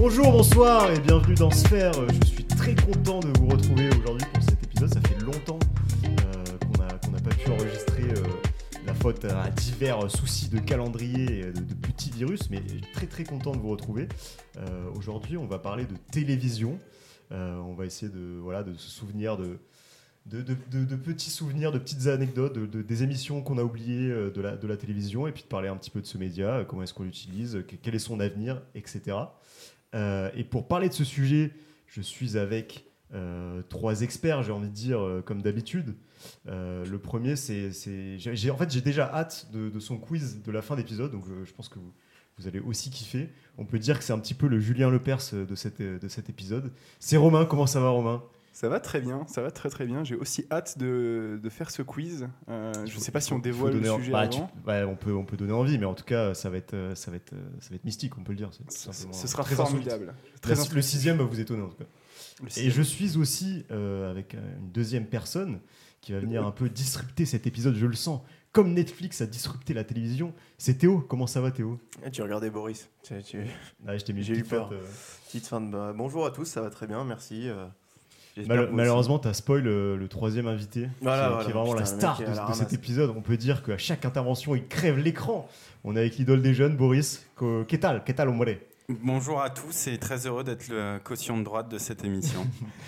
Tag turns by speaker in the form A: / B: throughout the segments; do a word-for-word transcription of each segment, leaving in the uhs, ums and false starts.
A: Bonjour, bonsoir et bienvenue dans Sphère. Je suis très content de vous retrouver aujourd'hui pour cet épisode. Ça fait longtemps euh, qu'on a, qu'on n'a pas pu enregistrer, euh, la faute à divers soucis de calendrier et de, de petits virus, mais très très content de vous retrouver. Euh, aujourd'hui, on va parler de télévision. Euh, on va essayer de, voilà, de se souvenir de, de, de, de, de petits souvenirs, de petites anecdotes, de, de, des émissions qu'on a oubliées de la, de la télévision, et puis de parler un petit peu de ce média, comment est-ce qu'on l'utilise, quel est son avenir, et cetera. Euh, et pour parler de ce sujet, je suis avec euh, trois experts, j'ai envie de dire, euh, comme d'habitude. Euh, le premier, c'est... c'est j'ai, j'ai, en fait, j'ai déjà hâte de, de son quiz de la fin d'épisode, donc je, je pense que vous, vous allez aussi kiffer. On peut dire que c'est un petit peu le Julien Lepers de, cette, de cet épisode. C'est Romain, comment ça va Romain ?
B: Ça va très bien, ça va très très bien. J'ai aussi hâte de, de faire ce quiz. Euh, je ne sais pas si on dévoile le sujet
A: bah,
B: avant.
A: Tu, bah, on, peut, on peut donner envie, mais en tout cas, ça va être, ça va être, ça va être mystique, on peut le dire. C'est
B: ce,
A: simplement,
B: ce sera
A: très
B: formidable.
A: Très La, le sixième va vous étonner en tout cas.
B: Le
A: Et je suis aussi euh, avec une deuxième personne qui va venir un peu disrupter cet épisode, je le sens. Comme Netflix a disrupté la télévision, c'est Théo. Comment ça va Théo ?
C: Ah, tu regardais Boris. Tu, tu...
A: Ah, je t'ai mis
C: J'ai eu peur.
A: Fête, euh...
C: Petite fin de... Bah, bonjour à tous, ça va très bien, merci. Euh...
A: Mal- malheureusement, tu as spoil le, le troisième invité,
C: voilà,
A: qui,
C: voilà,
A: qui est vraiment
C: putain,
A: la star de,
C: la
A: de cet épisode. On peut dire qu'à chaque intervention, il crève l'écran. On est avec l'idole des jeunes, Boris. Qu'est-ce tal, qu'est tal, hombre ?
D: Bonjour à tous et très heureux d'être le caution de droite de cette émission.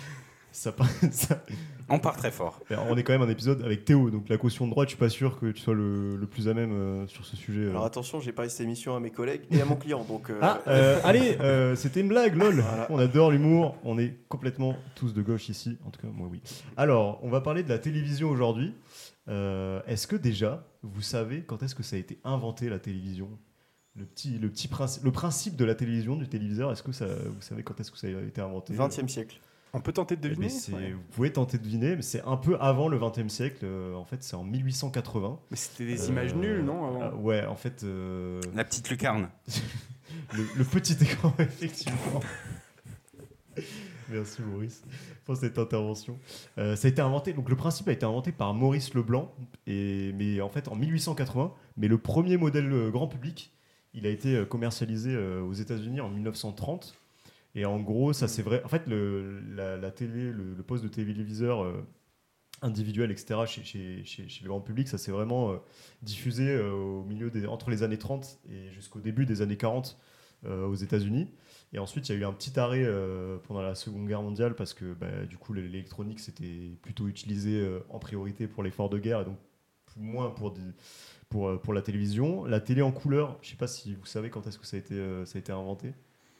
A: ça, ça...
D: On part très fort.
A: On est quand même un épisode avec Théo, donc la caution de droite, je suis pas sûr que tu sois le, le plus à même euh, sur ce sujet. Euh.
C: Alors attention, j'ai parlé de cette émission à mes collègues et à mon client. Donc euh...
A: Ah, euh, allez, euh, c'était une blague, lol. Voilà. On adore l'humour, on est complètement tous de gauche ici, en tout cas moi oui. Alors, on va parler de la télévision aujourd'hui. Euh, est-ce que déjà, vous savez quand est-ce que ça a été inventé la télévision ? Le petit, le petit principe, le principe de la télévision, du téléviseur, est-ce que ça, vous savez quand est-ce que ça a été inventé ?
C: vingtième siècle.
B: On peut tenter de deviner.
A: Ouais. Vous pouvez tenter de deviner, mais c'est un peu avant le vingtième siècle. Euh, en fait, c'est en mille huit cent quatre-vingts.
B: Mais c'était des
A: euh,
B: images nulles, non avant
A: euh, Ouais, en fait... Euh...
D: La petite lucarne.
A: le, le petit écran, effectivement. Merci Maurice pour cette intervention. Euh, ça a été inventé, donc le principe a été inventé par Maurice Leblanc, et, mais en fait en mille huit cent quatre-vingts. Mais le premier modèle euh, grand public, il a été commercialisé euh, aux États-Unis en mille neuf cent trente. Et en gros, ça c'est vrai. En fait, le, la, la télé, le, le poste de téléviseur euh, individuel, et cetera, chez, chez, chez, chez le grand public, ça s'est vraiment euh, diffusé euh, au milieu des, entre les années trente et jusqu'au début des années quarante euh, aux États-Unis. Et ensuite, il y a eu un petit arrêt euh, pendant la Seconde Guerre mondiale parce que bah, du coup, l'électronique c'était plutôt utilisé euh, en priorité pour l'effort de guerre et donc moins pour, des, pour, pour la télévision. La télé en couleur, je ne sais pas si vous savez quand est-ce que ça a été, euh, ça a été inventé.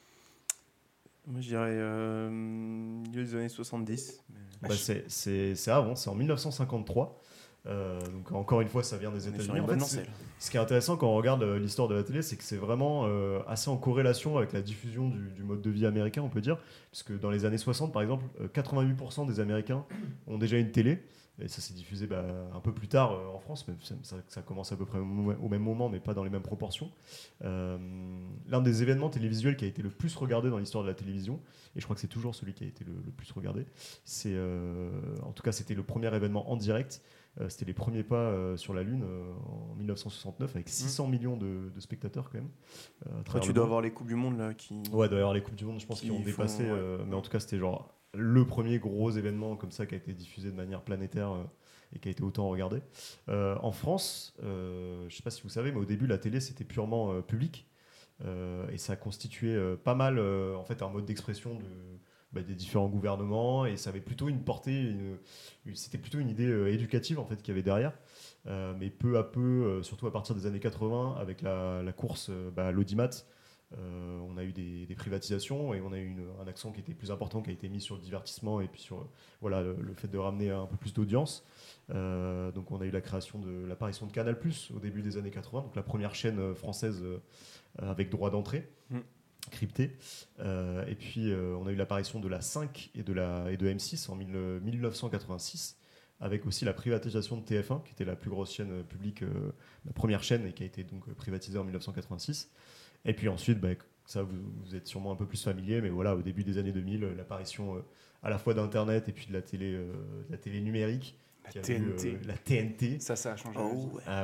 C: Moi, je dirais euh, milieu des années soixante-dix. Mais...
A: Bah, c'est, c'est, c'est avant, c'est en mille neuf cent cinquante-trois. Euh, donc encore une fois, ça vient des États-Unis. En fait, ce qui est intéressant quand on regarde euh, l'histoire de la télé, c'est que c'est vraiment euh, assez en corrélation avec la diffusion du, du mode de vie américain, on peut dire. Puisque dans les années soixante, par exemple, euh, quatre-vingt-huit pour cent des Américains ont déjà une télé. Et ça s'est diffusé bah, un peu plus tard euh, en France, mais ça, ça, ça commence à peu près au même moment, mais pas dans les mêmes proportions. Euh, l'un des événements télévisuels qui a été le plus regardé dans l'histoire de la télévision, et je crois que c'est toujours celui qui a été le, le plus regardé, c'est, euh, en tout cas c'était le premier événement en direct, euh, c'était les premiers pas euh, sur la Lune euh, en mille neuf cent soixante-neuf avec six cents mmh. millions de, de spectateurs quand même.
C: Euh, Après, tu dois avoir les Coupes du Monde là qui...
A: Ouais, doit y avoir les Coupes du Monde, je pense, qui, qui ont dépassé, font, ouais. euh, mais en tout cas c'était genre... le premier gros événement comme ça qui a été diffusé de manière planétaire euh, et qui a été autant regardé. Euh, en France, euh, je ne sais pas si vous savez, mais au début, la télé, c'était purement euh, public. Euh, et ça constituait euh, pas mal euh, en fait, un mode d'expression de, bah, des différents gouvernements. Et ça avait plutôt une portée, une, une, c'était plutôt une idée euh, éducative en fait, qu'il y avait derrière. Euh, mais peu à peu, euh, surtout à partir des années quatre-vingts, avec la, la course euh, bah, à l'audimat, Euh, on a eu des, des privatisations et on a eu une, un accent qui était plus important, qui a été mis sur le divertissement et puis sur voilà, le, le fait de ramener un peu plus d'audience. Euh, donc on a eu la création de l'apparition de Canal plus, au début des années quatre-vingts, donc la première chaîne française euh, avec droit d'entrée, mmh. crypté. Euh, et puis euh, on a eu l'apparition de la cinq et de, la, et de M six en mille, dix-neuf cent quatre-vingt-six, avec aussi la privatisation de T F un, qui était la plus grosse chaîne publique, euh, la première chaîne, et qui a été donc privatisée en mille neuf cent quatre-vingt-six. Et puis ensuite, bah, ça vous, vous êtes sûrement un peu plus familier, mais voilà, au début des années deux mille, l'apparition euh, à la fois d'Internet et puis de la télé, euh, de la télé numérique.
B: La
A: qui
B: T N T.
A: A vu, euh, la T N T.
B: Ça, ça a changé.
C: Oh, ouais.
A: Ah ouais.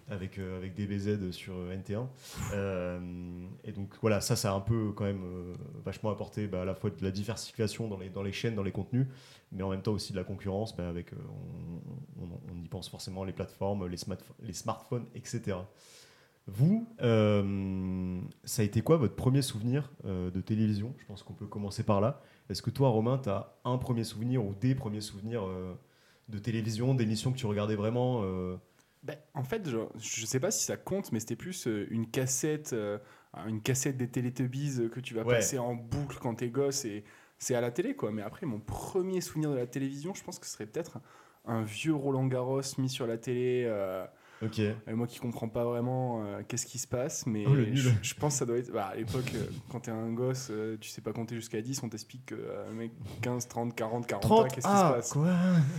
A: avec, euh, avec D B Z sur euh, N T un. Euh, et donc voilà, ça, ça a un peu quand même euh, vachement apporté bah, à la fois de la diversification dans les, dans les chaînes, dans les contenus, mais en même temps aussi de la concurrence, bah, avec, euh, on, on, on y pense forcément, les plateformes, les, smartph- les smartphones, et cetera. Vous, euh, ça a été quoi votre premier souvenir euh, de télévision ? Je pense qu'on peut commencer par là. Est-ce que toi, Romain, tu as un premier souvenir ou des premiers souvenirs euh, de télévision, d'émissions que tu regardais vraiment euh...
B: Ben, en fait, genre, je sais pas si ça compte, mais c'était plus euh, une cassette, euh, une cassette des Teletubbies euh, que tu vas
A: Ouais.
B: passer en boucle quand t'es gosse et c'est à la télé, quoi. Mais après, mon premier souvenir de la télévision, je pense que ce serait peut-être un vieux Roland Garros mis sur la télé. Euh,
A: Ok.
B: et moi qui comprends pas vraiment euh, qu'est-ce qui se passe, mais
A: Oh, le nul.
B: je, je pense que ça doit être. Bah, à l'époque, euh, quand t'es un gosse, euh, tu sais pas compter jusqu'à dix, on t'explique que euh, mec, quinze, trente, quarante, quarante,
A: trente,
B: qu'est-ce
A: ah,
B: qui se passe.
A: quoi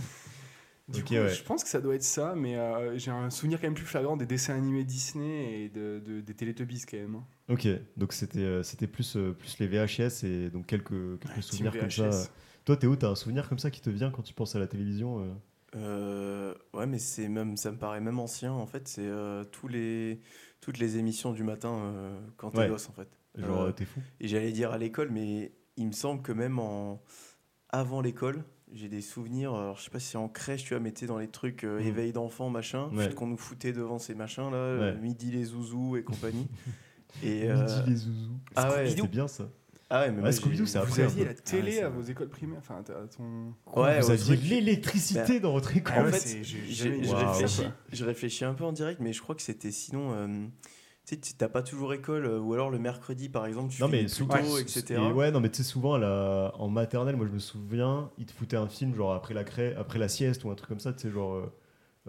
B: Du
A: Ok,
B: coup,
A: ouais.
B: je pense que ça doit être ça, mais euh, j'ai un souvenir quand même plus flagrant des dessins animés Disney et de, de- des Teletubbies quand même. hein.
A: Ok, donc c'était, euh, c'était plus, euh, plus les V H S et donc quelques, quelques
B: Ouais,
A: souvenirs
B: team
A: comme
B: V H S.
A: ça. Toi, Théo, t'as un souvenir comme ça qui te vient quand tu penses à la télévision euh
C: Euh, ouais, mais c'est même, ça me paraît même ancien. En fait, c'est euh, tous les, toutes les émissions du matin euh, quand t'es
A: Ouais.
C: gosse, en fait.
A: Genre,
C: Euh,
A: t'es fou
C: et j'allais dire à l'école, mais il me semble que même en avant l'école, j'ai des souvenirs. Alors, je sais pas si c'est en crèche, tu vois, mais t'es dans les trucs euh,
A: Mm.
C: éveil d'enfants, machin,
A: Ouais.
C: fut qu'on nous foutait devant ces machins là, euh,
A: Ouais.
C: midi les zouzous et compagnie. Et
A: Midi
C: euh,
A: les zouzous.
C: ah ouais,
A: C'était bien ça.
C: ah ouais, mais
A: Ouais,
C: moi,
A: Scooby-Doo,
C: j'ai-
A: c'est
B: Vous
A: après un
B: aviez
A: peu.
B: la télé
C: Ah ouais, c'est
B: à
C: vrai.
B: vos écoles primaires, enfin, t'as ton.
C: Ouais,
A: Vous
C: au
A: aviez
C: truc-
A: l'électricité dans votre école.
C: En
B: ouais,
C: fait,
B: c'est- j'ai
C: j'ai-
B: jamais-
C: je,
A: Waouh.
C: réfléchis,
B: quoi.
C: je réfléchis un peu en direct, mais je crois que c'était sinon. euh, tu sais, tu- t'as pas toujours école, euh, ou alors le mercredi, par exemple, tu
A: Non
C: finis
A: mais
C: plus
A: sou-
C: tôt,
A: ouais,
C: et cetera.
A: et ouais, non mais tu sais souvent à la- en maternelle, moi je me souviens, ils te foutaient un film genre après la crée, après la sieste ou un truc comme ça, tu sais genre euh,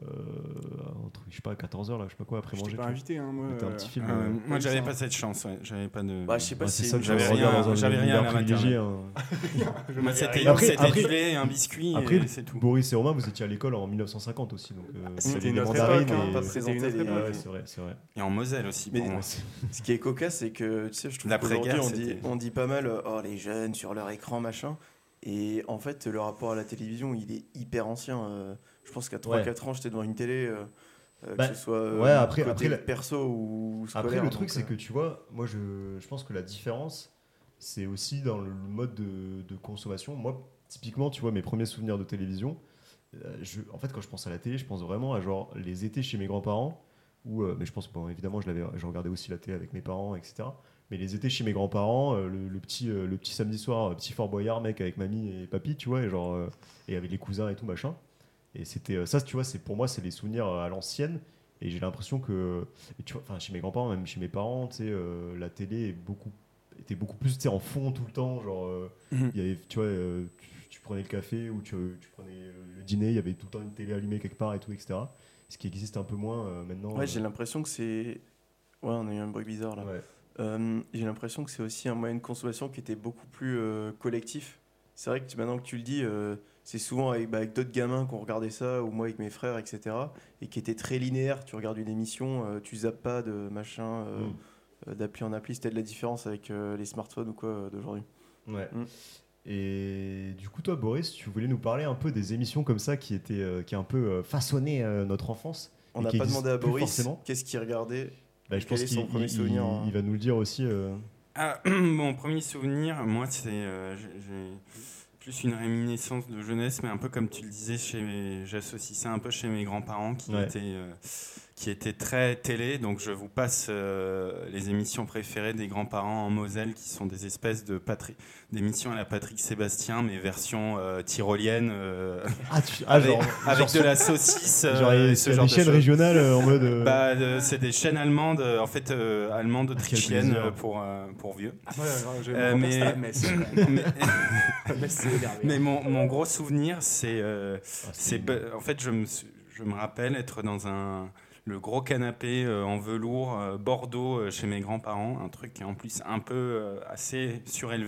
A: euh, entre je sais pas quatorze heures là, je sais pas quoi après
B: Je
A: manger.
B: t'ai pas
A: tu vois.
B: invité, hein, moi.
A: C'était un
B: euh,
A: petit film.
D: Euh,
A: euh,
D: moi,
B: comme
D: j'avais
B: ça.
D: pas cette chance. Ouais. J'avais pas de.
C: Bah, je sais pas
A: ouais,
C: si
A: c'est
C: c'est
A: ça
C: une
A: que
D: j'avais
A: je
C: chose-
D: rien-
A: regarde dans un
D: j'avais rien
A: univers
D: à la
A: privilégié.
D: maternelle.
A: hein.
D: Moi, c'était
A: Après-
D: c'était
A: après-
D: du lait et un biscuit.
A: Après,
D: et c'est tout.
A: Boris et Romain, vous étiez à l'école en mille neuf cent cinquante aussi, donc euh,
B: C'était
A: c'était
B: une
A: des
B: autre
A: mandarines
B: époque, hein,
A: et-
C: pas
B: C'était
C: présenter
B: une autre
C: les-
A: Ah
B: époque.
A: ouais, c'est vrai, c'est vrai.
D: Et en Moselle aussi,
C: Mais-
D: pour moi.
A: Ouais, c'est-
C: Ce qui est cocasse, c'est que tu sais, je trouve
D: L'après-guerre,
C: qu'aujourd'hui, on dit,
D: c'était-
C: on dit pas mal, euh, oh les jeunes sur leur écran, machin. Et en fait, le rapport à la télévision, il est hyper ancien. euh, je pense qu'à trois quatre ans, j'étais devant une télé, euh, euh,
A: Bah,
C: que ce soit euh,
A: ouais, après-
C: côté
A: après, la-
C: perso ou scolaire.
A: Après, le
C: donc,
A: truc, c'est
C: euh,
A: que tu vois, moi, je, je pense que la différence, c'est aussi dans le mode de, de consommation. Moi, typiquement, tu vois, mes premiers souvenirs de télévision, euh, je, en fait, quand je pense à la télé, je pense vraiment à genre les étés chez mes grands-parents, où, euh, mais je pense, bon, évidemment, je, l'avais, je regardais aussi la télé avec mes parents, et cetera. Mais les étés chez mes grands-parents, euh, le, le petit, euh, le petit samedi soir, euh, petit Fort Boyard, mec, avec mamie et papy, tu vois, et, genre, euh, et avec les cousins et tout, machin. Et c'était euh, ça, tu vois, c'est, pour moi, c'est les souvenirs euh, à l'ancienne. Et j'ai l'impression que, et tu vois, enfin, chez mes grands-parents, même chez mes parents, tu sais, euh, la télé est beaucoup, était beaucoup plus, tu sais, en fond tout le temps. Genre, euh,
D: Mhm.
A: il y avait, tu vois, euh, tu, tu prenais le café ou tu, tu prenais euh, le dîner, il y avait tout le temps une télé allumée quelque part et tout, et cetera. Ce qui existe un peu moins euh, maintenant.
C: Ouais,
A: euh,
C: j'ai l'impression que c'est. Ouais, on a eu un bruit bizarre là.
A: ouais.
C: Euh, j'ai l'impression que c'est aussi un moyen de consommation qui était beaucoup plus euh, collectif. C'est vrai que tu- maintenant que tu le dis, euh, c'est souvent avec, bah, avec d'autres gamins qu'on regardait ça, ou moi avec mes frères, et cetera. Et qui était très linéaire. Tu regardes une émission, euh, tu zappes pas de machin, euh,
A: Mm.
C: euh, d'appli en appli. C'était de la différence avec euh, les smartphones ou quoi euh, d'aujourd'hui.
A: Ouais.
C: Mm.
A: Et du coup, toi, Boris, tu voulais nous parler un peu des émissions comme ça qui étaient, euh, qui a un peu euh, façonné euh, notre enfance.
C: On
A: et
C: n'a
A: qui
C: pas
A: existent
C: demandé à
A: plus
C: Boris
A: forcément.
C: qu'est-ce qu'il regardait.
A: Bah, je
C: Quel
A: pense
C: est
A: qu'il
C: son premier
A: il-
C: souvenir,
A: il-
C: hein
A: il va nous le dire aussi. euh.
D: Ah, mon premier souvenir, moi, c'est euh, j'ai j'ai plus une réminiscence de jeunesse, mais un peu comme tu le disais, chez mes- j'associe ça un peu chez mes grands-parents qui,
A: Ouais.
D: étaient, euh, qui étaient très télé. Donc, je vous passe euh, les émissions préférées des grands-parents en Moselle, qui sont des espèces de patri- d'émissions à la Patrick Sébastien, mais version euh, tyrolienne, euh,
A: Ah, tu... ah,
D: avec,
A: genre,
D: avec
A: genre,
D: de la saucisse, euh,
A: genre, il y a-
D: ce
A: il y a
D: genre
A: des
D: de
A: chaînes
D: choses.
A: régionales euh, en mode. euh,
D: Bah, euh, c'est des chaînes allemandes, euh, en fait, euh, allemandes autrichiennes
A: plaisir.
D: euh, pour, euh, pour vieux.
B: Ouais, ouais, je-
D: Euh,
B: mon
D: mais-
B: père, c'était à Metz, quand même.
D: mais,
B: Metz, c'est énervé.
D: mais mon, mon gros souvenir, c'est, euh,
A: ah,
D: c'est,
A: c'est-
D: be- en fait, je me, suis- je me rappelle être dans un le gros canapé euh, en velours euh, Bordeaux euh, chez mes grands-parents, un truc qui est en plus un peu euh, assez surélevé.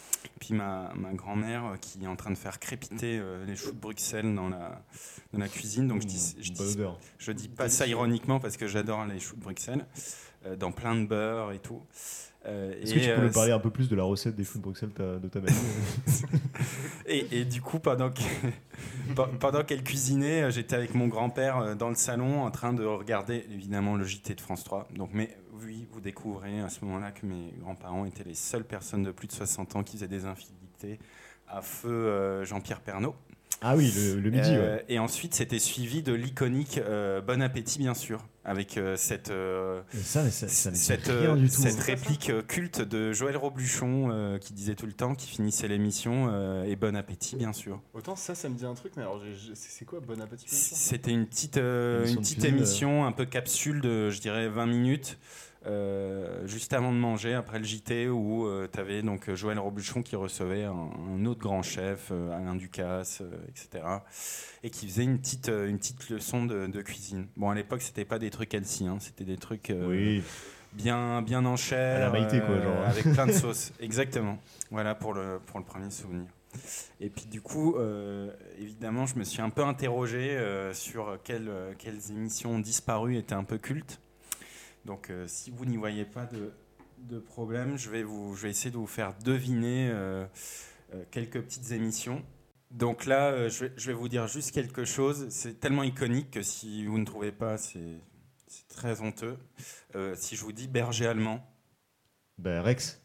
D: Puis ma, ma grand-mère euh, qui est en train de faire crépiter euh, les choux de Bruxelles dans la, dans la cuisine. Donc je dis, je dis, je dis pas ça ironiquement parce que j'adore les choux de Bruxelles, euh, dans plein de beurre et tout.
A: Euh, Est-ce que tu peux euh, nous parler un peu plus de la recette des choux de Bruxelles ta, de ta mamie?
D: et, et du coup, pendant que, pendant qu'elle cuisinait, j'étais avec mon grand-père dans le salon en train de regarder évidemment le J T de France trois. Donc, mais oui, vous découvrez à ce moment-là que mes grands-parents étaient les seules personnes de plus de soixante ans qui faisaient des infidélités à feu euh, Jean-Pierre Pernaut.
A: Ah oui, le, le midi.
D: Euh,
A: ouais.
D: Et ensuite, c'était suivi de l'iconique euh, Bon Appétit, bien sûr, avec euh, cette, euh,
A: ça, mais ça, ça
D: cette,
A: rien du tout,
D: cette
A: hein.
D: réplique culte de Joël Robuchon euh, qui disait tout le temps, qui finissait l'émission, euh, et Bon Appétit, bien sûr.
B: Autant ça, ça me dit un truc, mais alors j'ai- j'ai- c'est c'est quoi Bon Appétit?
D: C'était une petite, euh,
A: Émission
D: une
A: de
D: petite
A: cuisine,
D: émission, un peu capsule de, je dirais, vingt minutes. Euh, juste avant de manger, après le J T, où euh, tu avais donc Joël Robuchon qui recevait un, un autre grand chef, euh, Alain Ducasse, euh, et cetera, et qui faisait une petite, euh, une petite leçon de, de cuisine. Bon, à l'époque, c'était pas des trucs healthy, hein, c'était des trucs euh,
A: Oui.
D: bien, bien en chair,
A: À la Maïté, quoi, genre.
D: avec plein de sauces. Exactement. Voilà pour le, pour le premier souvenir. Et puis du coup, euh, évidemment, je me suis un peu interrogé euh, sur quelles, quelles émissions ont disparu, étaient un peu cultes. Donc, euh, si vous n'y voyez pas de, de problème, je vais, vous, je vais essayer de vous faire deviner euh, euh, quelques petites émissions. Donc là, euh, je, vais, je vais vous dire juste quelque chose. C'est tellement iconique que si vous ne trouvez pas, c'est, c'est très honteux. Euh, si je vous dis berger allemand.
A: Ben, Rex.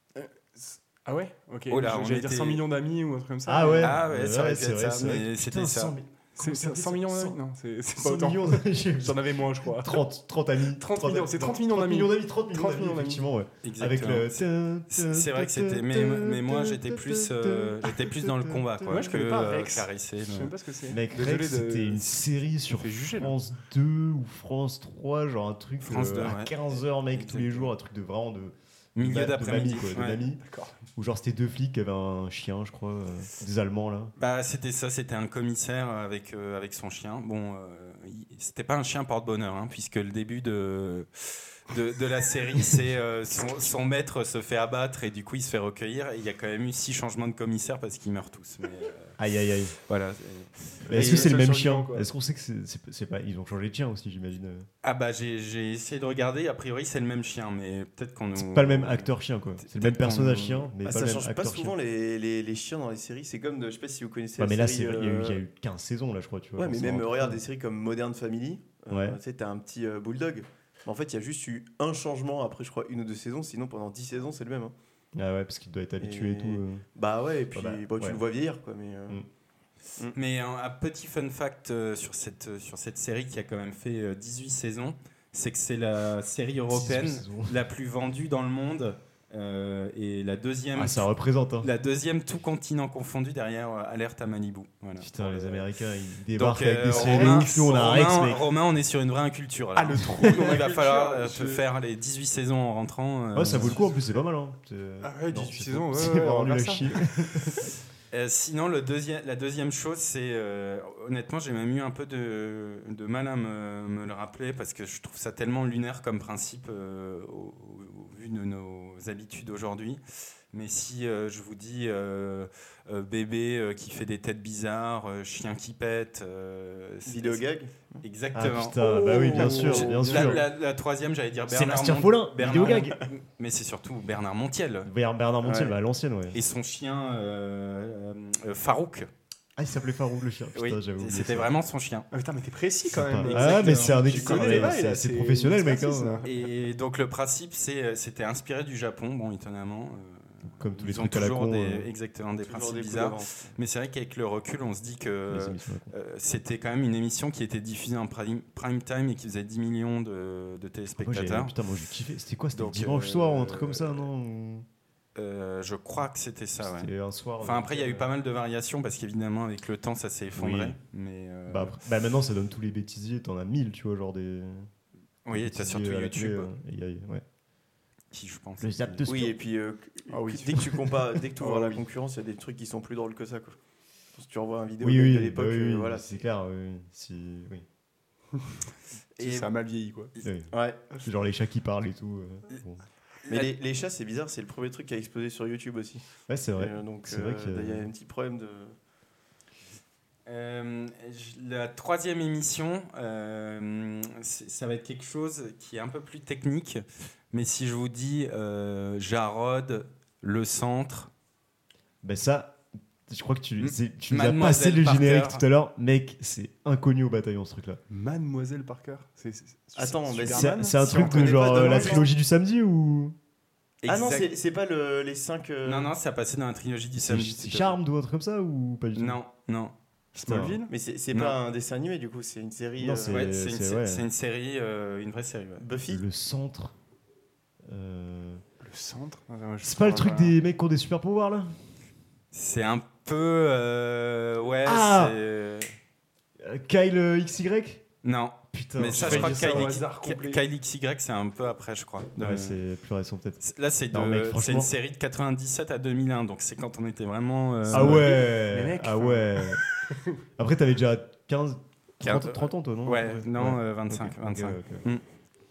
B: Ah ouais. Ok.
D: Oh là, on
B: J'allais
D: était-
B: dire cent millions d'amis ou un truc comme ça.
A: Ah ouais.
D: Ah ouais, ça aurait
A: Ouais,
D: pu
A: c'est
D: être
A: vrai,
D: ça,
A: c'est vrai.
D: mais c'était
A: Putain,
D: ça.
A: cent
B: C'est c'est cent millions d'amis? Non, c'est c'est pas
A: cent
B: autant.
A: millions d'amis.
B: J'en avais moins, je crois.
A: trente, trente amis.
B: trente millions, c'est trente millions
A: trente
B: d'amis.
A: millions d'amis, trente millions
B: trente
A: d'amis,
B: millions d'amis.
A: effectivement, ouais.
D: Exactement.
A: Avec le...
D: C'est c'est vrai que c'était, mais, mais moi j'étais plus, euh, j'étais plus dans le combat, quoi,
B: Moi, je
D: que
B: connais pas
D: euh,
B: Rex.
D: caresser.
B: Je sais
D: le-
B: même pas ce que c'est.
A: Mec,
B: Désolé
A: Rex,
B: de-
A: c'était une série sur
B: fait juger, là.
A: France deux ou France trois, genre un truc
D: France
A: euh,
D: deux,
A: à
D: ouais.
A: quinze heures, mec, tous les
D: Exactement.
A: jours, un truc de vraiment de...
D: Milieu
A: de
D: d'après-midi.
A: mamie, quoi, de
D: ouais.
A: mamie.
B: D'accord.
A: Où genre c'était deux flics qui avaient un chien, je crois, euh, des Allemands, là.
D: Bah, c'était ça, c'était un commissaire avec, euh, avec son chien. Bon, euh, il- c'était pas un chien porte-bonheur, hein, puisque le début de, de, de la série, c'est euh, son, son maître se fait abattre et du coup il se fait recueillir. Et il y a quand même eu six changements de commissaire parce qu'ils meurent tous. Mais, euh,
A: Aïe, aïe, aïe.
D: voilà. c'est-
A: Mais Est-ce
B: Et
A: que c'est le
B: seul
A: même
B: survivant,
A: chien?
B: quoi.
A: Est-ce qu'on sait que c'est, c'est, c'est pas... Ils ont changé de chien aussi, j'imagine. euh.
D: Ah bah j'ai, j'ai essayé de regarder. A priori c'est le même chien, mais peut-être qu'on nous.
A: C'est pas le même acteur chien, quoi. C'est le même
D: Peut-être qu'on
A: personnage
D: nous-
A: chien, mais
C: Ah,
A: pas
C: ça
A: le même
C: change pas
A: acteur
C: souvent
A: chien.
C: les, les, les chiens dans les séries. C'est comme, de, je sais pas si vous connaissez.
A: Ouais,
C: la
A: mais là,
C: série,
A: c'est... il y a eu- il y a
C: euh,
A: eu quinze saisons, là, je crois, tu vois.
C: Ouais,
A: genre,
C: mais
A: c'est
C: même
A: un
C: regarde
A: truc,
C: des séries comme Modern Family. euh,
A: Ouais.
C: Tu sais, t'as un petit euh, bulldog. En fait, il y a juste eu un changement après, je crois, une ou deux saisons. Sinon, pendant dix saisons, c'est le même. hein.
A: Ah ouais, parce qu'il doit être habitué et,
C: Et-
A: tout. euh.
C: Bah ouais, et puis
A: Ah bah,
C: bon, tu
A: ouais.
C: le vois vieillir, quoi. Mais, euh,
A: Mm.
D: Mais un, un petit fun fact euh, sur, cette, euh, sur cette série qui a quand même fait euh, dix-huit saisons, c'est que c'est la série européenne
A: dix-huit saisons.
D: la plus vendue dans le monde euh, et la deuxième,
A: Ah, ça représente, hein.
D: la deuxième tout continent confondu derrière euh, Alerte à Malibu. Voilà.
A: Putain, les
D: Euh,
A: Américains, ils
D: Donc,
A: débarquent avec
D: euh,
A: des séries de
D: Romain,
A: ouf. Nous, on a un
D: Romain,
A: Rex, mec.
D: Romain, on est sur une vraie inculture. Là.
B: Ah, le trou
D: Il va falloir euh,
B: je-
D: te faire les dix-huit saisons en rentrant. euh,
A: Ouais, ça vaut le coup, en plus, c'est pas mal. Hein. C'est-
B: Ah ouais,
A: Non,
B: dix-huit
A: c'est-
B: saisons, ouais,
A: c'est
B: ouais,
A: vraiment
B: on va
A: nul à
B: faire ça.
A: chier.
D: Euh, sinon, le deuxième, la deuxième chose, c'est euh, honnêtement, j'ai même eu un peu de, de mal à me, me le rappeler parce que je trouve ça tellement lunaire comme principe euh, au, au- au vu de nos habitudes aujourd'hui. Mais si euh, je vous dis euh, euh, bébé euh, qui fait des têtes bizarres, euh, chien qui pète, euh, c'est-
C: Vidéo gag.
A: Ah
D: exactement.
A: putain, bah oui, bien sûr,
B: Oh.
A: bien
D: La,
A: sûr.
D: la- la troisième, j'allais dire Bernard
A: Sébastien
D: Mon-
A: Follin,
D: Bernard-
A: vidéogag.
D: Mais c'est surtout Bernard Montiel
A: Bernard Bernard Montiel,
C: Ouais.
A: bah, à l'ancienne, ouais.
D: et son chien euh, euh, Farouk.
A: Ah, il s'appelait Farouk le chien. Putain,
D: Oui,
A: j'avais oublié
D: c'était
A: ça.
D: vraiment son chien.
B: Ah putain, mais t'es précis quand
A: Sympa.
B: même.
A: Ah, mais c'est un
B: Tu
A: expert.
B: connais les bails,
A: C'est
B: là,
A: c'est
B: c'est
A: professionnel,
B: une
A: mec.
B: expertise,
A: hein.
B: là.
D: Et donc le principe, c'est, euh, c'était inspiré du Japon, bon étonnamment. euh,
A: Comme tous les
D: ils ont
A: trucs à la
D: toujours
A: con.
D: des,
A: euh,
D: exactement des
C: Toujours
D: principes
C: des coups
D: bizarres.
C: d'avance.
D: Mais c'est vrai qu'avec le recul, on se dit que
A: les émissions à la con.
D: euh, c'était quand même une émission qui était diffusée en prime, prime time et qui faisait dix millions de, de
A: Moi, j'ai-
D: téléspectateurs.
A: Putain, moi j'ai kiffé. C'était quoi? C'était
D: Donc,
A: dimanche
D: euh,
A: soir ou un truc comme ça, non?
D: Euh, je crois que c'était ça. Ouais.
A: C'était un soir.
D: Enfin après, il y a eu
A: euh,
D: pas mal de variations parce qu'évidemment avec le temps, ça s'est effondré.
A: Oui.
D: Mais euh,
A: Bah, après- bah, maintenant, ça donne tous les bêtisiers. T'en as mille, tu vois, genre des.
D: oui,
A: des
D: t'as
A: bêtisiers
D: surtout
A: à la télé,
D: YouTube,
A: euh, et y a- ouais.
D: qui je pense.
A: Le zap de
C: Oui, et puis euh,
B: Ah oui.
C: dès que tu compares, dès que tu ouvres
B: Ah
C: la
B: oui.
C: concurrence, il y a des trucs qui sont plus drôles que ça. Quoi. Si tu revois un vidéo
A: Oui,
C: de
A: oui,
C: l'époque,
A: oui,
C: euh,
A: oui,
C: voilà.
A: c'est clair. Oui, si, oui.
B: Et ça a mal vieilli, quoi.
A: Oui.
C: Ouais.
A: Genre les chats qui parlent et tout. euh, bon.
C: Mais les, les chats, c'est bizarre, c'est le premier truc qui a explosé sur YouTube aussi.
A: Ouais, c'est vrai.
C: Euh, donc,
A: C'est vrai
C: euh,
A: qu'il y a-
C: il y a un petit problème de.
D: Euh, je- la troisième émission, euh, c'est- ça va être quelque chose qui est un peu plus technique, mais si je vous dis euh, Jarod, le centre,
A: Ben ça, je crois que tu,
D: M-
A: c'est- tu nous as
D: Mademoiselle
A: passé le générique
D: Parker.
A: tout à l'heure. Mec, c'est inconnu au bataillon ce truc-là.
B: Mademoiselle Parker. C'est, c'est- c'est-
C: Attends,
B: c'est
C: mais
B: Superman.
A: C'est c'est un
C: si on
A: truc de
C: connaît
A: genre
C: pas
A: euh, la
C: Demain,
A: trilogie du samedi ou
C: Ah non,
D: Exact-
C: c'est c'est pas le, les cinq. euh,
D: non, non, ça passait dans la trilogie du
A: c'est
D: samedi.
A: c'est Charmed ou un truc comme ça ou pas du tout?
D: Non, non.
B: Smallville.
C: Mais c'est c'est
D: Non.
C: pas un dessin animé du coup, c'est une série.
A: Non,
C: euh,
A: c'est-
D: Ouais, c'est une,
A: c'est-
D: sé-
A: ouais.
D: c'est une série, euh, une vraie série. ouais.
C: Buffy.
A: Le centre. Euh,
B: Le centre. Ah, moi, je
A: C'est
B: sais
A: pas le truc
B: voilà.
A: des mecs qui ont des super pouvoirs là?
D: C'est un peu. euh, ouais,
A: Ah
D: c'est.
A: Euh, Kyle euh, X Y?
D: Non.
A: Putain,
D: Mais ça,
A: j'ai
D: je crois
A: failli
D: que
A: dire ça,
D: Kyle,
A: ouais.
B: hasard
D: X-
B: complet.
D: Kyle X Y, c'est un peu après, je crois. De-
A: Ouais, c'est plus récent peut-être.
D: C'est- Là, c'est, de,
A: Non, mec,
D: c'est
A: franchement-
D: une série de quatre-vingt-dix-sept à deux mille un, donc c'est quand on était vraiment. euh,
A: Ah ouais,
B: Mais mec,
A: ah
B: enfin-
A: ouais. Après, t'avais déjà quinze, trente,
D: quinze,
A: trente ans, toi, non?
D: Ouais, non, euh,
A: Ok,
D: vingt-cinq.
A: ok,
D: vingt-cinq.
A: ok, ok.
D: Mm.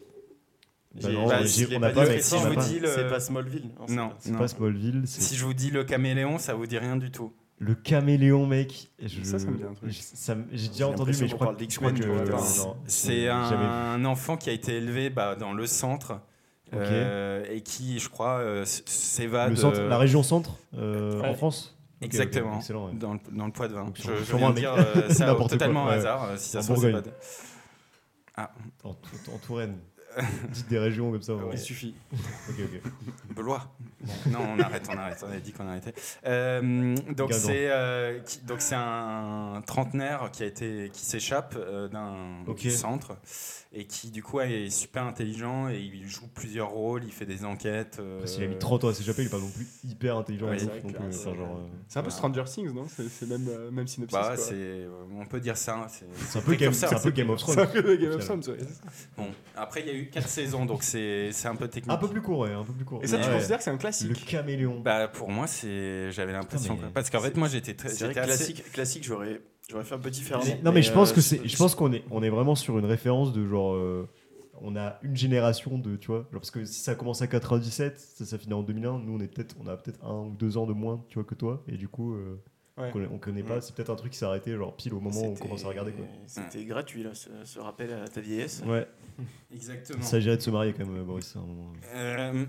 A: Bah
C: J'ai-
A: non,
D: bah,
A: j'ai-
D: si,
C: je l'ai
A: on n'a
C: pas
A: pas,
C: dit,
A: mec,
C: mais
D: si
A: on
D: je
A: n'a
D: vous
A: pas.
D: dis le-
C: C'est pas Smallville. c'est
D: Non,
C: pas-
A: C'est
D: non.
A: pas Smallville, c'est
D: Si je vous dis le caméléon, ça vous dit rien du tout.
A: le caméléon, mec. Je-
B: Ça, ça me dit un truc.
A: je- ça me- J'ai
C: J'ai
A: déjà entendu,
C: l'impression
A: mais je
C: qu'on
A: crois,
C: parle
A: que- je
C: d'X-Men,
A: crois que
C: tu vois,
A: non,
C: c'est-
A: non,
D: C'est
A: jamais vu.
D: un enfant qui a été élevé bah, dans le centre
A: Ok.
D: euh, et qui, je crois, euh, s- s'évade.
A: Le centre,
D: euh,
A: la région centre euh,
D: Ouais.
A: en France. Ok, ok,
D: Exactement,
A: excellent, ouais.
D: dans, le, dans le Poids-de-Vin.
A: Donc,
D: Je,
A: sûrement-
D: je
A: sûrement
D: viens
A: un
D: de dire euh, ça
A: N'importe
D: totalement
A: quoi,
D: au
A: ouais.
D: hasard. euh, si ça
A: En
D: se trouve,
A: Bourgogne.
D: c'est pas-
A: En, en Touraine. Dites des régions comme ça.
B: Il
A: ouais.
B: suffit.
A: Ok, ok.
D: Blois. Non, on arrête, on arrête. On a dit qu'on arrêtait. Euh, donc
A: Guingamp.
D: c'est euh, qui- donc c'est un trentenaire qui a été qui s'échappe euh, d'un
A: Ok.
D: du centre et qui du coup est super intelligent et il joue plusieurs rôles, il fait des enquêtes. euh,
A: Après, s'il a mis trente ans à s'échapper, il est pas non plus hyper intelligent.
D: Ouais,
A: non
D: c'est
A: plus,
B: vrai
A: donc,
B: que
A: euh,
B: là,
A: enfin,
B: c'est-
A: genre, euh,
B: C'est un peu
D: Voilà.
B: Stranger Things, non? C'est c'est même, euh, même synopsis.
D: Bah,
B: quoi.
D: c'est, on peut dire ça. C'est,
A: C'est un peu Game, c'est un peu Game of
B: C'est
A: Thrones.
B: un peu Game of
A: Au final.
B: Thrones, ouais, c'est ça.
D: Bon, après il y a eu quatre saisons, donc c'est, c'est un peu technique.
A: Un peu plus court, ouais, un peu plus court.
B: Et ça, tu
A: Ouais.
B: considères que c'est un
A: Le
B: classique?
A: caméléon.
D: Bah pour moi c'est, j'avais l'impression
A: Putain, mais
D: quoi. Parce qu'en fait moi j'étais très,
C: C'est vrai
D: j'étais
C: que
D: assez-
C: classique, classique j'aurais j'aurais fait un peu différemment.
A: Mais- non mais je pense
C: euh,
A: que c'est, je pense qu'on est, on est vraiment sur une référence de genre, euh, on a une génération de, tu vois, genre parce que si ça commence à quatre-vingt-dix-sept, ça, ça finit en deux mille un, nous on est peut-être, on a peut-être un ou deux ans de moins, tu vois, que toi, et du coup, euh,
B: Ouais.
A: on connaît, on connaît pas,
C: Mm.
A: c'est peut-être un truc qui s'est arrêté genre pile au moment où on
C: C'était-
A: commence à regarder quoi.
C: C'était gratuit là, ce, ce rappel à ta vieillesse.
A: Ouais,
D: Exactement.
A: il s'agirait de se marier quand même, euh, Boris, à un moment.
D: Euh,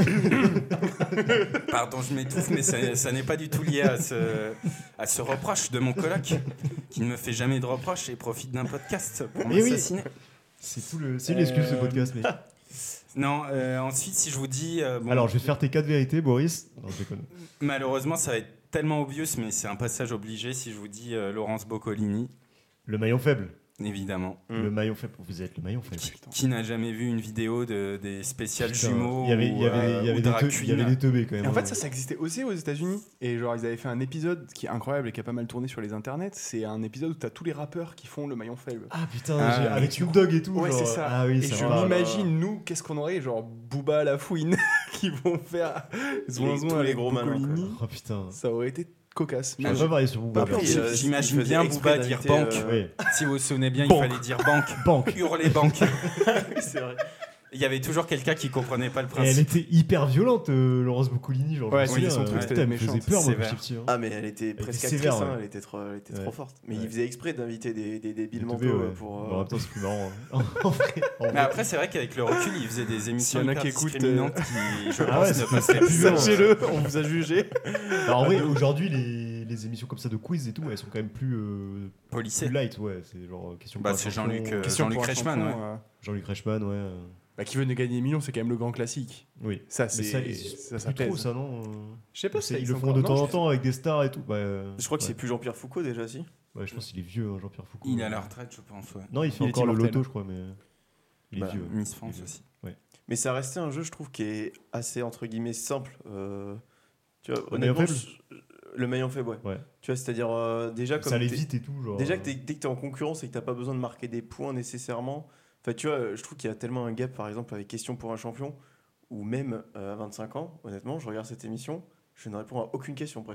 D: Pardon, je m'étouffe, mais ça, ça n'est pas du tout lié à ce, à ce reproche de mon coloc, qui ne me fait jamais de reproche et profite d'un podcast pour
A: Eh oui.
D: m'assassiner.
A: C'est tout le, c'est une excuse ce
D: Euh,
A: podcast, mec.
D: Non, euh, ensuite, si je vous dis... euh, bon,
A: Alors je vais te faire tes quatre vérités, Boris. Non, je déconne.
D: malheureusement, ça va être tellement obvious, mais c'est un passage obligé si je vous dis euh, Laurence Boccolini,
A: Le maillon faible.
D: évidemment.
C: Mm.
A: Le maillon faible. Vous êtes le maillon faible.
B: Putain.
D: Qui n'a jamais vu une vidéo de, des spéciales
A: Putain,
D: jumeaux
A: Il y avait, il y
D: ou,
A: avait,
D: euh,
A: il y avait
D: ou
A: des
D: drag
A: te- il y avait
D: queen.
A: des teubés quand même.
B: Et en fait,
A: hein.
B: ça, ça existait aussi aux États-Unis. Et genre, ils avaient fait un épisode qui est incroyable et qui a pas mal tourné sur les internets. C'est un épisode où t'as tous les rappeurs qui font le maillon faible.
A: Ah putain,
D: Ah,
A: j'ai- avec Snoop Dogg et tout.
B: Ouais,
A: genre,
B: c'est ça.
A: Ah oui,
B: Et
A: ça
B: je
A: me parle.
B: m'imagine, nous, qu'est-ce qu'on aurait? Genre, Booba la fouine qui vont faire Zouin
C: tous
B: Zouin
C: les
B: avec
C: gros malins,
B: Boccolini.
A: Oh putain.
B: Ça aurait été cocasse.
A: Je
B: Mais
A: vais
B: je-
A: pas varier sur vous.
B: Bah,
A: Booba.
B: après,
C: il, euh,
D: J'imagine
C: il faisait
D: bien
C: exprès
D: Booba dire
C: d'inviter,
D: banque.
C: euh,
A: Oui.
D: Si vous vous souvenez bien, il
A: Banque.
D: fallait dire banque.
A: Banque.
D: Hurler banque.
C: c'est vrai.
D: Il y avait toujours quelqu'un qui comprenait pas le
A: Et elle
D: principe.
A: était hyper violente, euh, Laurence Boccolini. Genre,
B: Ouais,
A: je me
B: oui,
A: souviens,
B: son
A: euh,
B: truc,
A: putain,
B: c'était
A: elle me faisait
B: méchante.
A: peur, moi,
D: Sévère.
A: quand j'étais petit. hein.
C: Ah mais elle était
A: était
C: presque
A: sévère,
C: actrice, hein,
A: ouais.
C: elle était trop, elle était
A: Ouais.
C: trop forte. Mais
A: Ouais.
C: il faisait exprès d'inviter des, des débiles
A: Des
C: mentaux
A: teubés, ouais.
C: euh, pour.
A: Bon,
C: euh,
A: en même temps, c'est plus marrant. hein. En vrai, en
D: Mais
A: vrai.
D: après, c'est vrai qu'avec le recul, il faisait des émissions
B: S'il y en a
D: hyper
B: qui écoutent,
D: discriminantes qui, je
A: Ah
D: pense,
A: ouais,
D: ne
A: c'est-
D: passeraient
A: c'est
D: plus.
A: plus violent.
B: Sachez-le, on vous a jugé.
A: Bah, en vrai, aujourd'hui, les, les émissions comme ça de quiz et tout, elles sont quand même plus, euh,
D: Policier.
A: plus light. Ouais, c'est genre euh, question
D: Bah,
A: pour un
D: c'est
A: champion.
D: Jean-Luc, euh,
B: Question
D: Jean-Luc
B: pour un
D: Reichmann,
B: champion,
D: ouais.
B: euh,
A: Jean-Luc Reichmann, ouais. euh,
B: bah, qui veut gagner des millions, c'est quand même le grand classique.
A: Oui.
B: Ça,
A: Mais
B: c'est
A: ça,
B: ça, ça,
A: plus trop
B: pèse.
A: ça, non euh,
B: Je sais pas
A: c'est-
B: si
A: Ils
B: ça
A: le
B: existe
A: font de
B: encore.
A: temps
B: Non,
A: en
B: je-
A: temps avec des stars et tout. Bah, euh,
C: Je crois que
A: ouais.
C: c'est plus Jean-Pierre Foucault déjà, si.
A: Ouais, je pense qu'il est vieux, hein, Jean-Pierre Foucault.
D: Il est à la retraite, je pense. Ouais.
A: Non, il fait
B: Il est
A: encore le
B: immortel.
A: loto, je crois, mais il est
C: Bah,
A: vieux.
D: Miss France
A: Il est
D: aussi.
C: Mais ça restait un jeu, je trouve, qui est assez entre guillemets simple. Euh, tu vois,
A: Le maillon
C: honnêtement,
A: faible
C: je- le maillon faible, ouais.
A: Ouais.
C: Tu vois, c'est-à-dire euh, déjà comme
A: Ça allait
C: t'es-
A: vite et tout. Genre,
C: déjà
A: euh,
C: que t'es- dès que tu es en concurrence et que tu pas besoin de marquer des points nécessairement. Enfin, tu vois, je trouve qu'il y a tellement un gap, par exemple, avec Question pour un champion, ou même euh, à vingt-cinq ans, honnêtement, je regarde cette émission, je ne réponds à aucune question presque.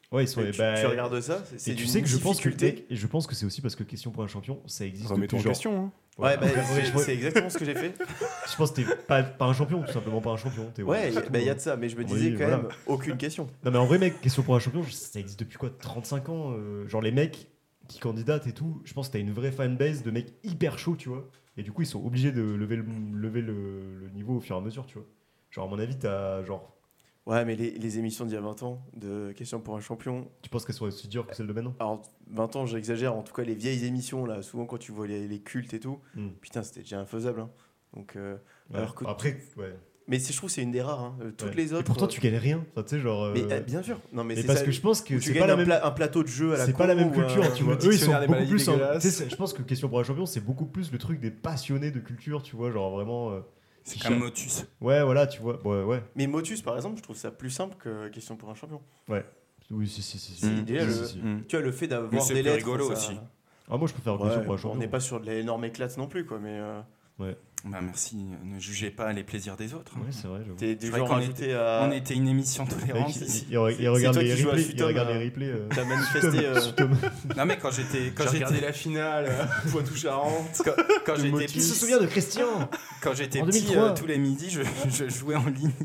A: Ouais, ils sont.
C: Et
A: eh
C: tu,
A: ben,
C: tu regardes ça, c'est, c'est
A: et tu
C: d'une
A: sais que je pense que
C: difficulté.
A: et je pense que c'est aussi parce que Question pour un champion, ça existe
B: Remets-toi
A: depuis
B: en
A: genre.
B: question. Hein.
C: Ouais, bah,
A: après,
C: c'est,
A: je,
C: c'est exactement ce que j'ai fait.
A: je pense que t'es pas, pas un champion, tout simplement pas un champion. T'es,
C: Ouais, il
A: c'est tout,
C: bah, y a
A: hein.
C: de ça, mais je me
A: À mon
C: disais
A: avis,
C: quand
A: voilà.
C: même aucune question.
A: Non mais en vrai mec, Question pour un champion, ça existe depuis quoi trente-cinq ans euh, genre les mecs qui candidatent et tout, je pense que t'as une vraie fanbase de mecs hyper chauds, tu vois. Et du coup, ils sont obligés de lever le, lever le, le niveau au fur et à mesure, tu vois. Genre à mon avis, t'as genre
C: Ouais, mais les, les émissions d'il y a vingt ans, de Question pour un champion,
A: tu penses qu'elles sont aussi dures que celles de maintenant?
C: alors vingt ans, j'exagère, en tout cas les vieilles émissions, là, souvent quand tu vois les, les cultes et tout,
A: Hmm.
C: putain, c'était déjà infaisable. Hein. Donc, euh,
A: Ouais.
C: alors que
A: Après, ouais.
C: Mais c'est- je trouve que c'est une des rares. Hein. Euh, Toutes
A: Ouais.
C: les autres.
A: Et pourtant,
C: euh,
A: tu gagnes rien. Enfin, tu sais, genre.
C: Mais
A: euh,
C: euh, bien sûr. Non, mais,
A: mais
C: c'est
A: parce
C: ça,
A: que je pense que
C: où tu
A: c'est
C: gagnes
A: pas la
C: un,
A: même.
C: pla- un plateau de jeu à la
A: C'est
C: con.
A: pas la même
C: ou
A: culture,
C: un-
A: tu vois.
B: le
A: Eux, ils sont
B: dictionnaire des
A: beaucoup
B: maladies
A: plus. en-
B: dégueulasses.
A: tu sais, je pense que Question pour un champion, c'est beaucoup plus le truc des passionnés de culture, tu vois. Genre vraiment. euh,
D: C'est
A: qui
D: comme
A: cherchent-
D: Motus.
A: Ouais, voilà, tu vois. Ouais, ouais.
C: Mais Motus, par exemple, je trouve ça plus simple que Question pour un champion.
A: Oui, si, si, si. si.
C: Si,
D: Mm.
C: déjà,
A: Si,
C: le-
A: si, si.
D: Mm.
C: Tu vois, le fait
D: Mais
C: d'avoir
D: c'est
C: des
D: plus
C: lettres.
D: rigolo
C: ça-
D: aussi.
A: Ah, moi, je préfère Question
C: Ouais,
A: pour un
C: on
A: champion.
C: n'est pas sur de l'énorme éclate non plus, quoi. Mais euh,
D: Bah merci, ne jugez pas les plaisirs des autres.
A: Ouais, c'est vrai, j'avoue.
C: t'es du
D: Je croyais
C: genre
D: qu'on
C: rajouté à.
D: On était une émission tolérante
A: Mec, il,
D: ici.
A: il- il re- il
C: C'est-
A: regarde
C: c'est toi
A: les
C: qui joues à
A: replays. Il
C: Sutom,
A: regarde
C: euh,
A: les replays. euh,
C: T'as manifesté. euh,
A: Sutom.
D: Non mais quand j'étais quand
B: J'ai
D: j'étais
B: regardé la finale, euh, Poitou-Charentes.
D: quand, quand
B: de
D: j'étais
B: Motus.
A: Qui se
D: petit,
A: souvient de Christian?
D: quand j'étais
A: En
D: petit
A: deux mille trois.
D: euh, tous les midis je, je jouais en ligne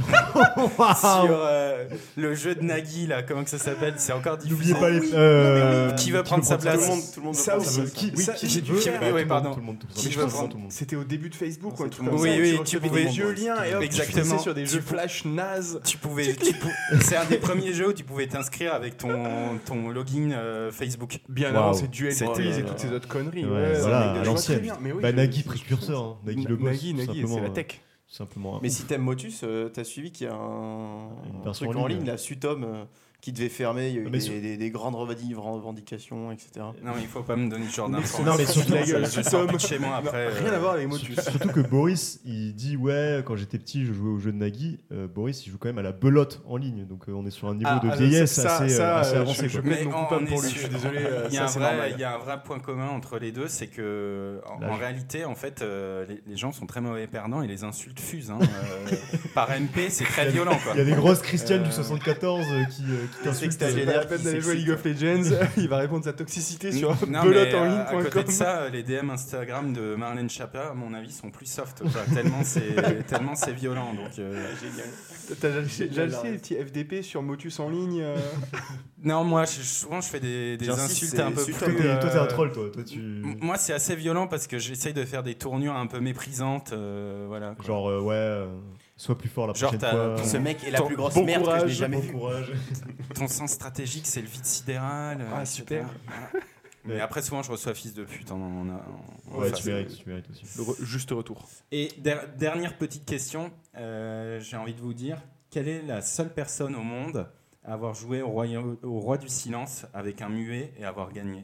A: Waouh.
D: sur euh, le jeu de Nagui là, comment que ça s'appelle? C'est encore diffusé.
A: N'oubliez pas les. euh,
D: Qui veut prendre sa
C: Tout
D: place?
C: le monde, tout le monde veut
B: Ça
C: prendre
B: aussi.
C: sa place.
A: Qui, oui,
B: Ça,
A: qui
B: j'ai
A: veut,
B: dû-
A: bah,
B: oui,
A: tout
D: oui,
A: le monde,
D: pardon.
A: tout le monde, tout le monde.
D: Qui
A: Je
D: veut
A: pense
D: prendre-
A: tout le monde.
B: C'était au début de Facebook,
C: Non,
B: quoi.
C: c'est
B: tout
C: tout le
B: comme
C: monde.
B: ça,
D: Oui, oui,
B: tu
D: tu
B: recevais
D: pouvais-
B: des vieux liens et hop,
D: Exactement.
B: tu cliquais sur des
D: Tu
B: jeux
D: pou-
B: flash nazes.
D: Tu pouvais, tu pou- c'est un des premiers jeux où tu pouvais t'inscrire avec ton, ton login euh, Facebook.
B: Bien
A: Waouh.
B: avant, c'est Duel
D: C'était-
B: Quiz et toutes ces autres conneries.
A: Ouais,
B: Ouais,
A: voilà,
B: non, mais
A: à
B: je vois très
A: l'ancienne.
B: bien. Mais oui,
A: Bah,
B: je-
A: Nagui,
B: je-
A: précurseur. hein. Nagui le boss.
B: Nagui,
A: tout
B: Nagui,
A: simplement,
B: c'est la
A: euh,
B: tech.
A: tout simplement.
C: Mais si t'aimes Motus, euh, t'as suivi qu'il y a un,
A: Une
C: un
A: version
C: truc
A: en
C: en
A: ligne.
C: ligne, la Sutom, euh, qui devait fermer. Il y a eu
A: Mais
C: des,
A: sur-
C: des- des grandes revadi- revendications, et cetera.
D: Non mais il faut pas me donner ce genre
B: Mais
D: d'informations.
A: non, mais surtout-
D: je, je
B: Tom,
D: sors plus de chez moi après.
B: Rien
D: euh,
B: à voir avec Motus.
A: Surtout, surtout que Boris, il dit ouais, quand j'étais petit, je jouais au jeu de Nagui. Euh, Boris, il joue quand même à la belote en ligne, donc euh, on est sur un niveau
B: Ah,
A: de
B: ah,
A: vieillesse
B: ça,
A: assez,
B: ça,
A: euh, assez
B: euh,
A: avancé.
B: je- je
A: quoi.
B: plaide non
D: on-
B: coupable
D: on
B: pour
D: est
B: lui,
D: sur-
B: je suis désolé, euh,
D: Il y, a un
B: ça, c'est
D: vrai,
B: normal.
D: il y a un vrai point commun entre les deux, c'est que en,
A: L'âge.
D: en réalité, en fait, euh, les, les gens sont très mauvais perdants et les insultes fusent. hein. Euh, par M P, c'est très violent. Quoi.
A: Il y a des grosses Christiane
D: Euh,
A: du soixante-quatorze euh, qui, euh, qui t'insultent.
C: sexagénaires.
B: C'est
C: génial,
B: pas la peine
C: qui
B: d'aller jouer à League of Legends, il va répondre sa toxicité sur
D: Non, mais, euh, à côté de ça, euh, les D M Instagram de Marlène Schiappa, à mon avis, sont plus soft. quoi. tellement c'est tellement c'est violent. Donc, euh,
C: Génial.
B: T'as déjà-
C: Génial,
B: déjà
C: la
B: fait
C: ref.
B: des petits F D P sur Motus en ligne euh,
D: non, moi, je- souvent, je fais des, des
C: J'insiste,
D: insultes
C: c'est
D: un peu
C: super.
D: plus.
A: Toi, t'es toi, t'es un
D: euh,
A: troll, toi. Toi, tu.
D: M- Moi, c'est assez violent parce que j'essaye de faire des tournures un peu méprisantes. euh, voilà. quoi.
A: Genre, euh, ouais, euh, sois plus fort la
D: Genre,
A: prochaine
D: t'as-
A: fois.
C: Ce mec est la
B: Ton-
C: plus grosse
B: bon
C: merde que je n'ai
B: courage,
C: jamais
A: Bon
C: vue.
A: courage.
D: Ton sens stratégique, c'est le vide sidéral. euh,
B: Ah,
D: et cetera.
B: super.
D: Voilà. Mais après, souvent, je reçois fils de pute. en- en- en- en
A: Ouais,
D: face.
A: tu mérites, tu mérites aussi.
B: le re- juste retour.
D: Et der- dernière petite question, euh, j'ai envie de vous dire, quelle est la seule personne au monde à avoir joué au, royaume- au Roi du Silence avec un muet et avoir gagné?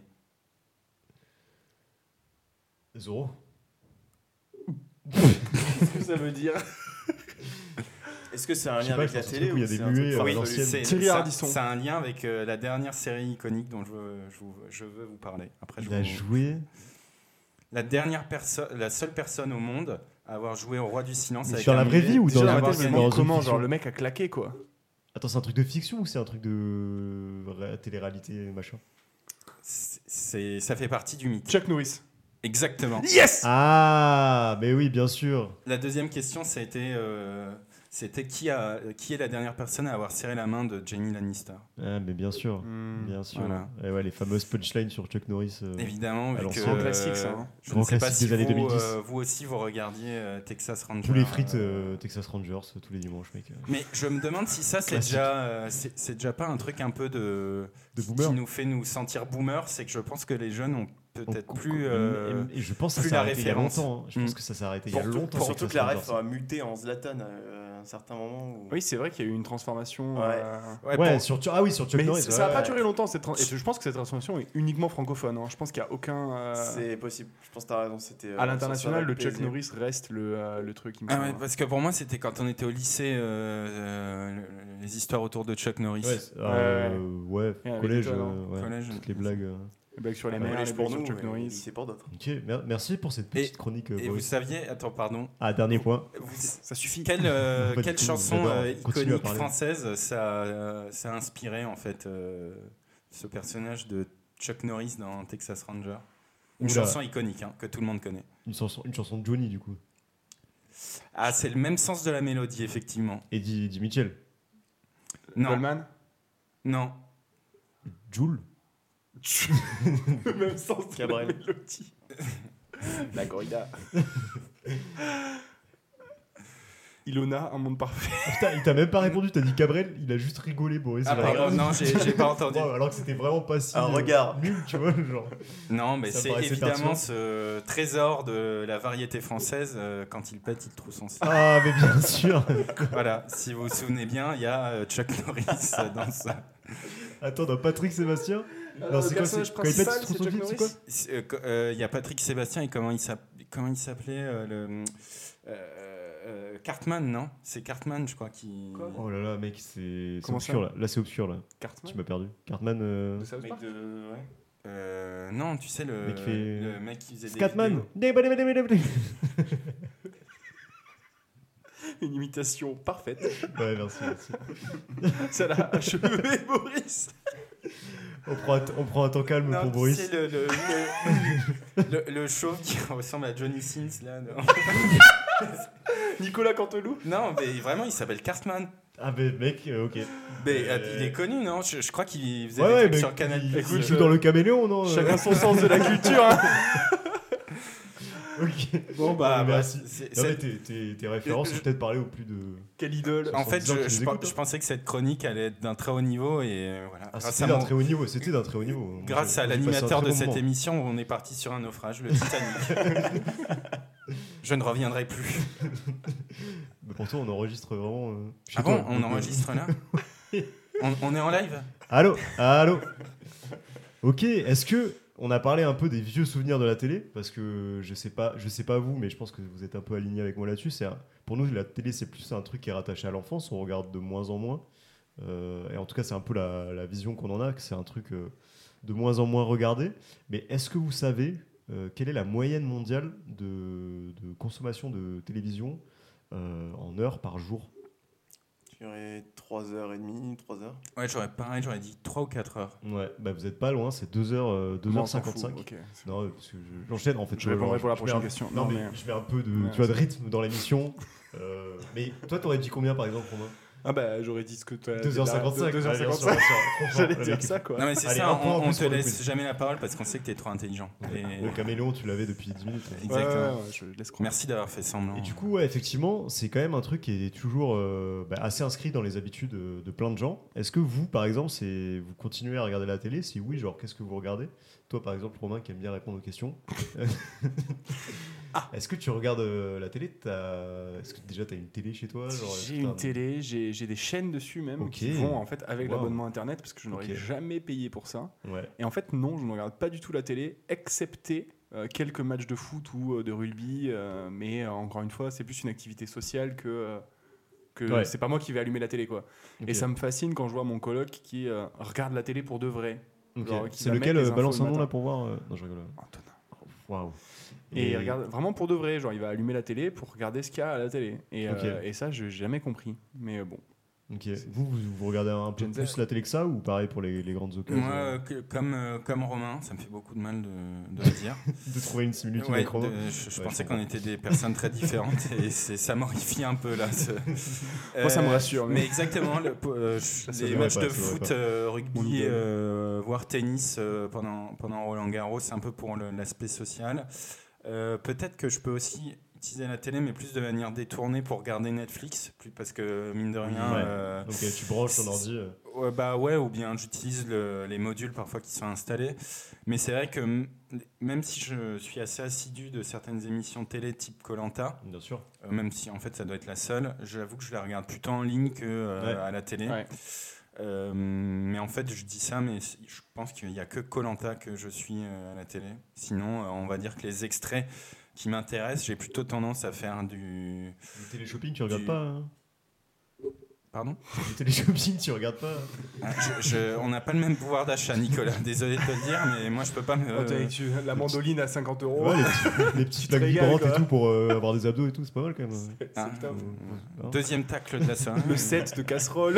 A: Zoro.
B: Qu'est-ce que ça veut dire?
C: Est-ce que c'est un
A: Je sais
C: lien
A: pas,
C: avec
A: je
C: la
A: pense
C: télé
A: surtout qu'il y a
C: ou
A: des
C: c'est un
A: muets,
C: truc
A: euh,
D: Oui,
A: l'ancienne.
D: c'est
B: Thierry
D: ça-
B: Ardisson.
D: c'est un lien avec euh, la dernière série iconique dont je veux, je vous- je veux vous parler. Après, je
A: Il a
D: vous-
A: joué.
D: La dernière personne, la seule personne au monde à avoir joué au Roi du Silence
A: Mais
D: avec
A: sur
D: un
A: la vraie
D: muet
A: vie ou
D: et
A: dans
B: Déjà,
A: la
B: dans ma
D: avoir
B: tête, je me
D: gagné.
A: dans
B: demande
A: une
B: comment,
A: fiction.
B: genre le mec a claqué quoi.
A: Attends, c'est un truc de fiction ou c'est un truc de ré- télé-réalité machin?
D: C'est, ça fait partie du mythe.
B: Chuck Norris.
D: Exactement.
B: Yes!
A: Ah, mais oui, bien sûr.
D: La deuxième question, c'était, euh, c'était qui, a, qui est la dernière personne à avoir serré la main de Jaime Lannister?
A: Ah, mais bien sûr.
B: Hmm.
A: Bien sûr.
D: Voilà.
A: Et ouais, les fameuses punchlines sur Chuck Norris. euh,
D: Évidemment,
A: à
D: vu que
A: l'ancienne.
B: Grand classique, ça, hein.
D: je
A: Grand
D: ne sais pas
A: classique
D: si
A: des années
D: vous,
A: deux mille dix.
D: euh, vous aussi vous regardiez euh, Texas Ranger.
A: Tous les frites
D: euh,
A: euh, Texas Rangers euh, tous les dimanches, mec. euh,
D: Mais je me demande si ça, c'est
A: Classique.
D: déjà, euh, c'est, c'est déjà pas un truc un peu de,
A: De
D: qui
A: boomer.
D: nous fait nous sentir boomer. C'est que je pense que les jeunes ont peut-être
A: On-
D: plus.
A: et-
D: euh,
A: et, je pense que ça
D: plus
A: s'est
D: la
A: arrêté il y a
D: référence.
A: longtemps. hein. Je pense
D: Mm.
A: que ça s'est arrêté il y a
C: Surtout,
A: longtemps.
C: surtout
A: Texas
C: que la
A: Rangers.
C: ref a muté en Zlatan euh, à un certain moment. Où...
B: Oui, c'est vrai qu'il y a eu une transformation.
C: Ouais.
B: euh,
D: ouais,
A: Ouais,
D: pour-
A: sur, ah oui, sur Chuck
B: Mais
A: Norris.
B: ça n'a
A: ouais,
B: pas
A: ouais.
B: duré longtemps cette trans- et je pense que cette transformation est uniquement francophone. hein. Je pense qu'il n'y a aucun. euh,
C: C'est possible. Je pense que t'as raison. C'était. euh,
B: À l'international,
C: ça, ça
B: le
C: va
B: Chuck
C: P S G.
B: Norris reste le, euh, le truc. Il me
D: Ah
B: semble.
D: ouais, parce que pour moi, c'était quand on était au lycée, euh, euh, le- les histoires autour de Chuck Norris.
A: Ouais, c'est- euh, ouais,
B: Ouais, avec
A: collège,
B: l'étoile,
A: euh, ouais,
D: Collège.
A: toutes les blagues. euh.
B: Les blagues sur les
C: Ah,
B: mers,
C: voilà,
B: les
C: pour
B: blagues
C: nous,
B: sur Chuck
C: mais
B: Norris.
C: c'est pour d'autres.
A: Ok, mer- merci pour cette petite chronique. euh,
D: Et vous
A: Boris.
D: saviez, attends, pardon.
A: Ah, dernier point.
D: Vous-
B: Ça suffit.
D: Quelle, euh,
A: Pas du
D: quelle
A: tout,
D: chanson
A: j'adore.
D: euh,
A: Continue à
D: iconique
A: parler.
D: française ça, euh, ça a inspiré en fait euh, ce personnage de Chuck Norris dans Texas Ranger? Une
A: Oula.
D: chanson iconique hein, que tout le monde connaît.
A: Une chanson, une chanson de Johnny, du coup.
D: Ah, c'est le même sens de la mélodie, effectivement.
A: Eddie, Eddie Mitchell.
D: Non,
B: Goldman.
D: non.
A: Joule.
B: Même sens de
C: Cabrel.
B: la mélodie. La corrida. Ilona, un monde parfait.
A: Putain, il t'a même pas répondu, t'as dit Cabrel, il a juste rigolé, Boris.
D: Ah,
A: il a
D: pardon,
A: regardé.
D: non, j'ai j'ai pas entendu.
A: Wow, alors que c'était vraiment pas si
C: Un
A: euh,
C: regard.
A: nul, tu vois, genre.
D: Non, mais
A: Ça
D: c'est
A: paraissait
D: évidemment
A: pertinent.
D: ce trésor de la variété française. euh, quand il pète, il trouve son style.
A: Ah, mais bien sûr.
D: Voilà, si vous vous souvenez bien, il y a euh, Chuck Norris euh, dans ça.
A: Attends, dans Patrick Sébastien.
B: Alors,
A: Non,
B: le
A: c'est quoi,
B: personnage
A: c'est- quand il pète,
B: principal,
A: il se
B: c'est
A: trouve
B: Chuck
A: son film, c'est
B: Norris.
D: C'est, euh, co- euh, Il y a Patrick Sébastien et comment il s'app- comment il s'appelait euh, le euh, euh, Cartman, non? C'est Cartman, je crois, qui.
B: Quoi
A: Oh là là, mec, c'est c'est
B: Comment
A: obscur
B: ça
A: là. Là, c'est obscur là.
B: Cartman.
A: Tu m'as perdu. Cartman. Euh...
B: De South
D: Mec
B: Park.
D: de. Ouais. Euh, non, tu sais, le,
A: Mec qui fait-
D: le mec qui faisait des.
A: Scatman.
D: vidéos.
B: Une imitation parfaite.
A: Ouais, merci, merci.
B: Ça l'a achevé, Boris.
A: On prend, un, on prend un temps calme
D: Non,
A: pour
D: tu
A: Boris.
D: sais, le, le, le, le- le chauve qui ressemble à Johnny Sins, là. Non,
B: Nicolas Canteloup.
D: non mais vraiment, il s'appelle Cartman.
A: Ah, mais mec, euh, ok.
D: Mais,
A: Euh,
D: euh, il est connu, non? je, je crois qu'il faisait
A: Ouais,
D: des
A: ouais,
D: trucs
A: mais
D: sur Canal+.
A: il,
B: Écoute,
A: il joue
B: je-
A: dans le caméléon, non euh
B: Chacun son sens de la culture. Hein.
A: Ok.
B: Bon,
D: bah,
A: Ah,
D: bah,
A: merci.
D: c'est-
A: Non, mais
D: c'est-
A: tes, tes, tes références
D: Je-
A: ont peut-être parlé au plus de.
B: Quelle idole.
D: En fait,
A: soixante-dix ans
D: je,
A: qui
D: je
A: nous
D: pen-
A: écoutent, hein.
D: je pensais que cette chronique allait être d'un très haut niveau et euh, voilà.
A: Ah,
D: grâce
A: c'était
D: à,
A: d'un
D: mon-
A: très haut niveau. C'était d'un très haut niveau. Moi,
D: grâce
A: j'ai-
D: à
A: j'ai passé un
D: l'animateur
A: très
D: de
A: bon
D: cette
A: moment.
D: émission, on est parti sur un naufrage, le Titanic. Je ne reviendrai plus.
A: Mais pourtant, on enregistre vraiment. euh, chez
D: Ah bon,
A: toi,
D: on
A: donc, euh,
D: enregistre là on, on est en live?
A: Allô, allô. Ok, est-ce que on a parlé un peu des vieux souvenirs de la télé parce que je sais pas, je sais pas vous, mais je pense que vous êtes un peu alignés avec moi là-dessus. C'est un- pour nous la télé, c'est plus un truc qui est rattaché à l'enfance. On regarde de moins en moins, Euh, et en tout cas, c'est un peu la, la vision qu'on en a, que c'est un truc euh, de moins en moins regardé. Mais est-ce que vous savez euh, quelle est la moyenne mondiale de, de consommation de télévision euh, en heures par jour?
C: Je dirais trois heures trente, trois heures.
D: Ouais, j'aurais pareil, j'aurais dit trois ou quatre heures.
A: Ouais, bah vous êtes pas loin, c'est deux heures, euh, deux
B: Bon,
A: heures
B: on s'en fout,
A: cinquante-cinq.
B: ok.
A: Non, parce que je- j'enchaîne en fait.
B: Je
A: tu vois,
B: répondrai
A: genre,
B: pour la
A: je mets
B: prochaine
A: un-
B: question.
A: Non,
B: Non,
A: mais,
B: mais-
A: je mets un peu de,
B: Ouais,
A: tu vois, de rythme dans l'émission. Euh, mais toi, t'aurais dit combien par exemple, Romain?
B: Ah bah j'aurais dit ce que tu as
A: deux heures cinquante-cinq.
B: deux heures
A: Ouais, bien sûr,
B: cinquante-cinq.
A: bien sûr, trop fort,
B: J'allais
A: le
B: dire
A: mec.
B: ça quoi.
D: Non, mais c'est
A: Allez,
D: ça,
A: un point en
D: on, on
A: plus
D: te
A: pour le
D: laisse
A: quiz.
D: jamais la parole parce qu'on sait que t'es trop intelligent. Et-
A: Le caméléon, tu l'avais depuis dix minutes.
B: Ouais,
D: Exactement.
B: ouais, ouais, je laisse croire.
D: Merci d'avoir fait semblant.
A: Et du coup, ouais, effectivement, c'est quand même un truc qui est toujours euh, bah, assez inscrit dans les habitudes de, de plein de gens. Est-ce que vous, par exemple, c'est, vous continuez à regarder la télé? Si oui, genre, qu'est-ce que vous regardez? Toi, par exemple, Romain, qui aime bien répondre aux questions. Est-ce que tu regardes euh, la télé? T'as- Est-ce que déjà, tu as une télé chez toi? Genre, est-ce
B: J'ai
A: que t'as
B: une
A: un-
B: télé, j'ai j'ai des chaînes dessus même
A: Ok.
B: qui vont en fait avec
A: Wow.
B: l'abonnement internet parce que je n'aurais
A: Ok.
B: jamais payé pour ça.
A: Ouais.
B: Et en fait non, je ne regarde pas du tout la télé, excepté euh, quelques matchs de foot ou euh, de rugby. euh, mais euh, encore une fois, c'est plus une activité sociale que euh, que
A: Ouais.
B: c'est pas moi qui vais allumer la télé quoi.
A: Ok.
B: Et ça me fascine quand je vois mon coloc qui euh, regarde la télé pour de vrai.
A: Ok.
B: genre, qui
A: C'est
B: va
A: lequel?
B: mettre les
A: euh, Balance
B: infos
A: un
B: le
A: nom là
B: matin.
A: pour voir. euh, Non, je rigole.
B: Antonin.
A: Waouh.
B: Et il regarde vraiment pour de vrai, genre il va allumer la télé pour regarder ce qu'il y a à la télé. Et,
A: Ok.
B: euh, et ça, je n'ai jamais compris. Mais euh, bon.
A: Ok. Vous, vous, vous regardez un peu
B: Gen Z.
A: plus la télé que ça ou pareil pour les, les grandes occasions?
D: Moi, euh, que- comme, euh, comme Romain, ça me fait beaucoup de mal de, de le dire.
A: De trouver une similitude
D: Ouais,
A: avec Romain?
D: de- je je
A: Ouais,
D: pensais
A: je
D: qu'on était des personnes très différentes et c'est, ça m'horrifie un peu là. ce-
B: Moi, ça me
D: Euh,
B: rassure, mais-
D: Mais exactement, le- euh, je-
A: Ça
D: les
A: devrait
D: matchs
A: pas,
D: de
A: ça devrait
D: foot,
A: pas.
D: euh,
B: Mon
D: rugby,
B: idole.
D: euh, voire tennis euh, pendant, pendant Roland Garros, c'est un peu pour le- l'aspect social. Euh, peut-être que je peux aussi utiliser la télé, mais plus de manière détournée pour regarder Netflix, plus parce que mine de rien.
A: Ouais.
D: euh,
A: Donc euh, tu branches ton
D: c'est-
A: ordi. euh,
D: Ouais, bah ouais, ou bien j'utilise le- les modules parfois qui sont installés. Mais c'est vrai que m- même si je suis assez assidu de certaines émissions télé type koh Lanta,
A: Bien sûr.
D: euh, même si en fait ça doit être la seule, j'avoue que je la regarde plutôt en ligne que euh,
A: Ouais.
D: à la télé.
B: Ouais.
D: Euh, mais en fait, je dis ça, mais c- je pense qu'il n'y a que koh Lanta que je suis euh, à la télé. Sinon, euh, on va dire que les extraits qui m'intéressent, j'ai plutôt tendance à faire du.
A: Le télé-shopping, tu regardes
D: Du-
A: pas? hein
D: Pardon ?
A: Du téléshopping, tu regardes pas.
D: Ah, je, je, on n'a pas le même pouvoir d'achat, Nicolas. Désolé de te le dire, mais moi je peux pas me.
B: Oh, t'as- tu- la mandoline à cinquante euros.
A: Ouais, les petits, les petits
B: Tu te
A: plaques
B: régales,
A: vibrantes et
B: quoi.
A: tout pour euh, avoir des abdos et tout, c'est pas mal quand même.
B: C'est
D: Ah.
B: top.
A: Hein.
D: Deuxième tacle de la soirée.
B: Le set de casserole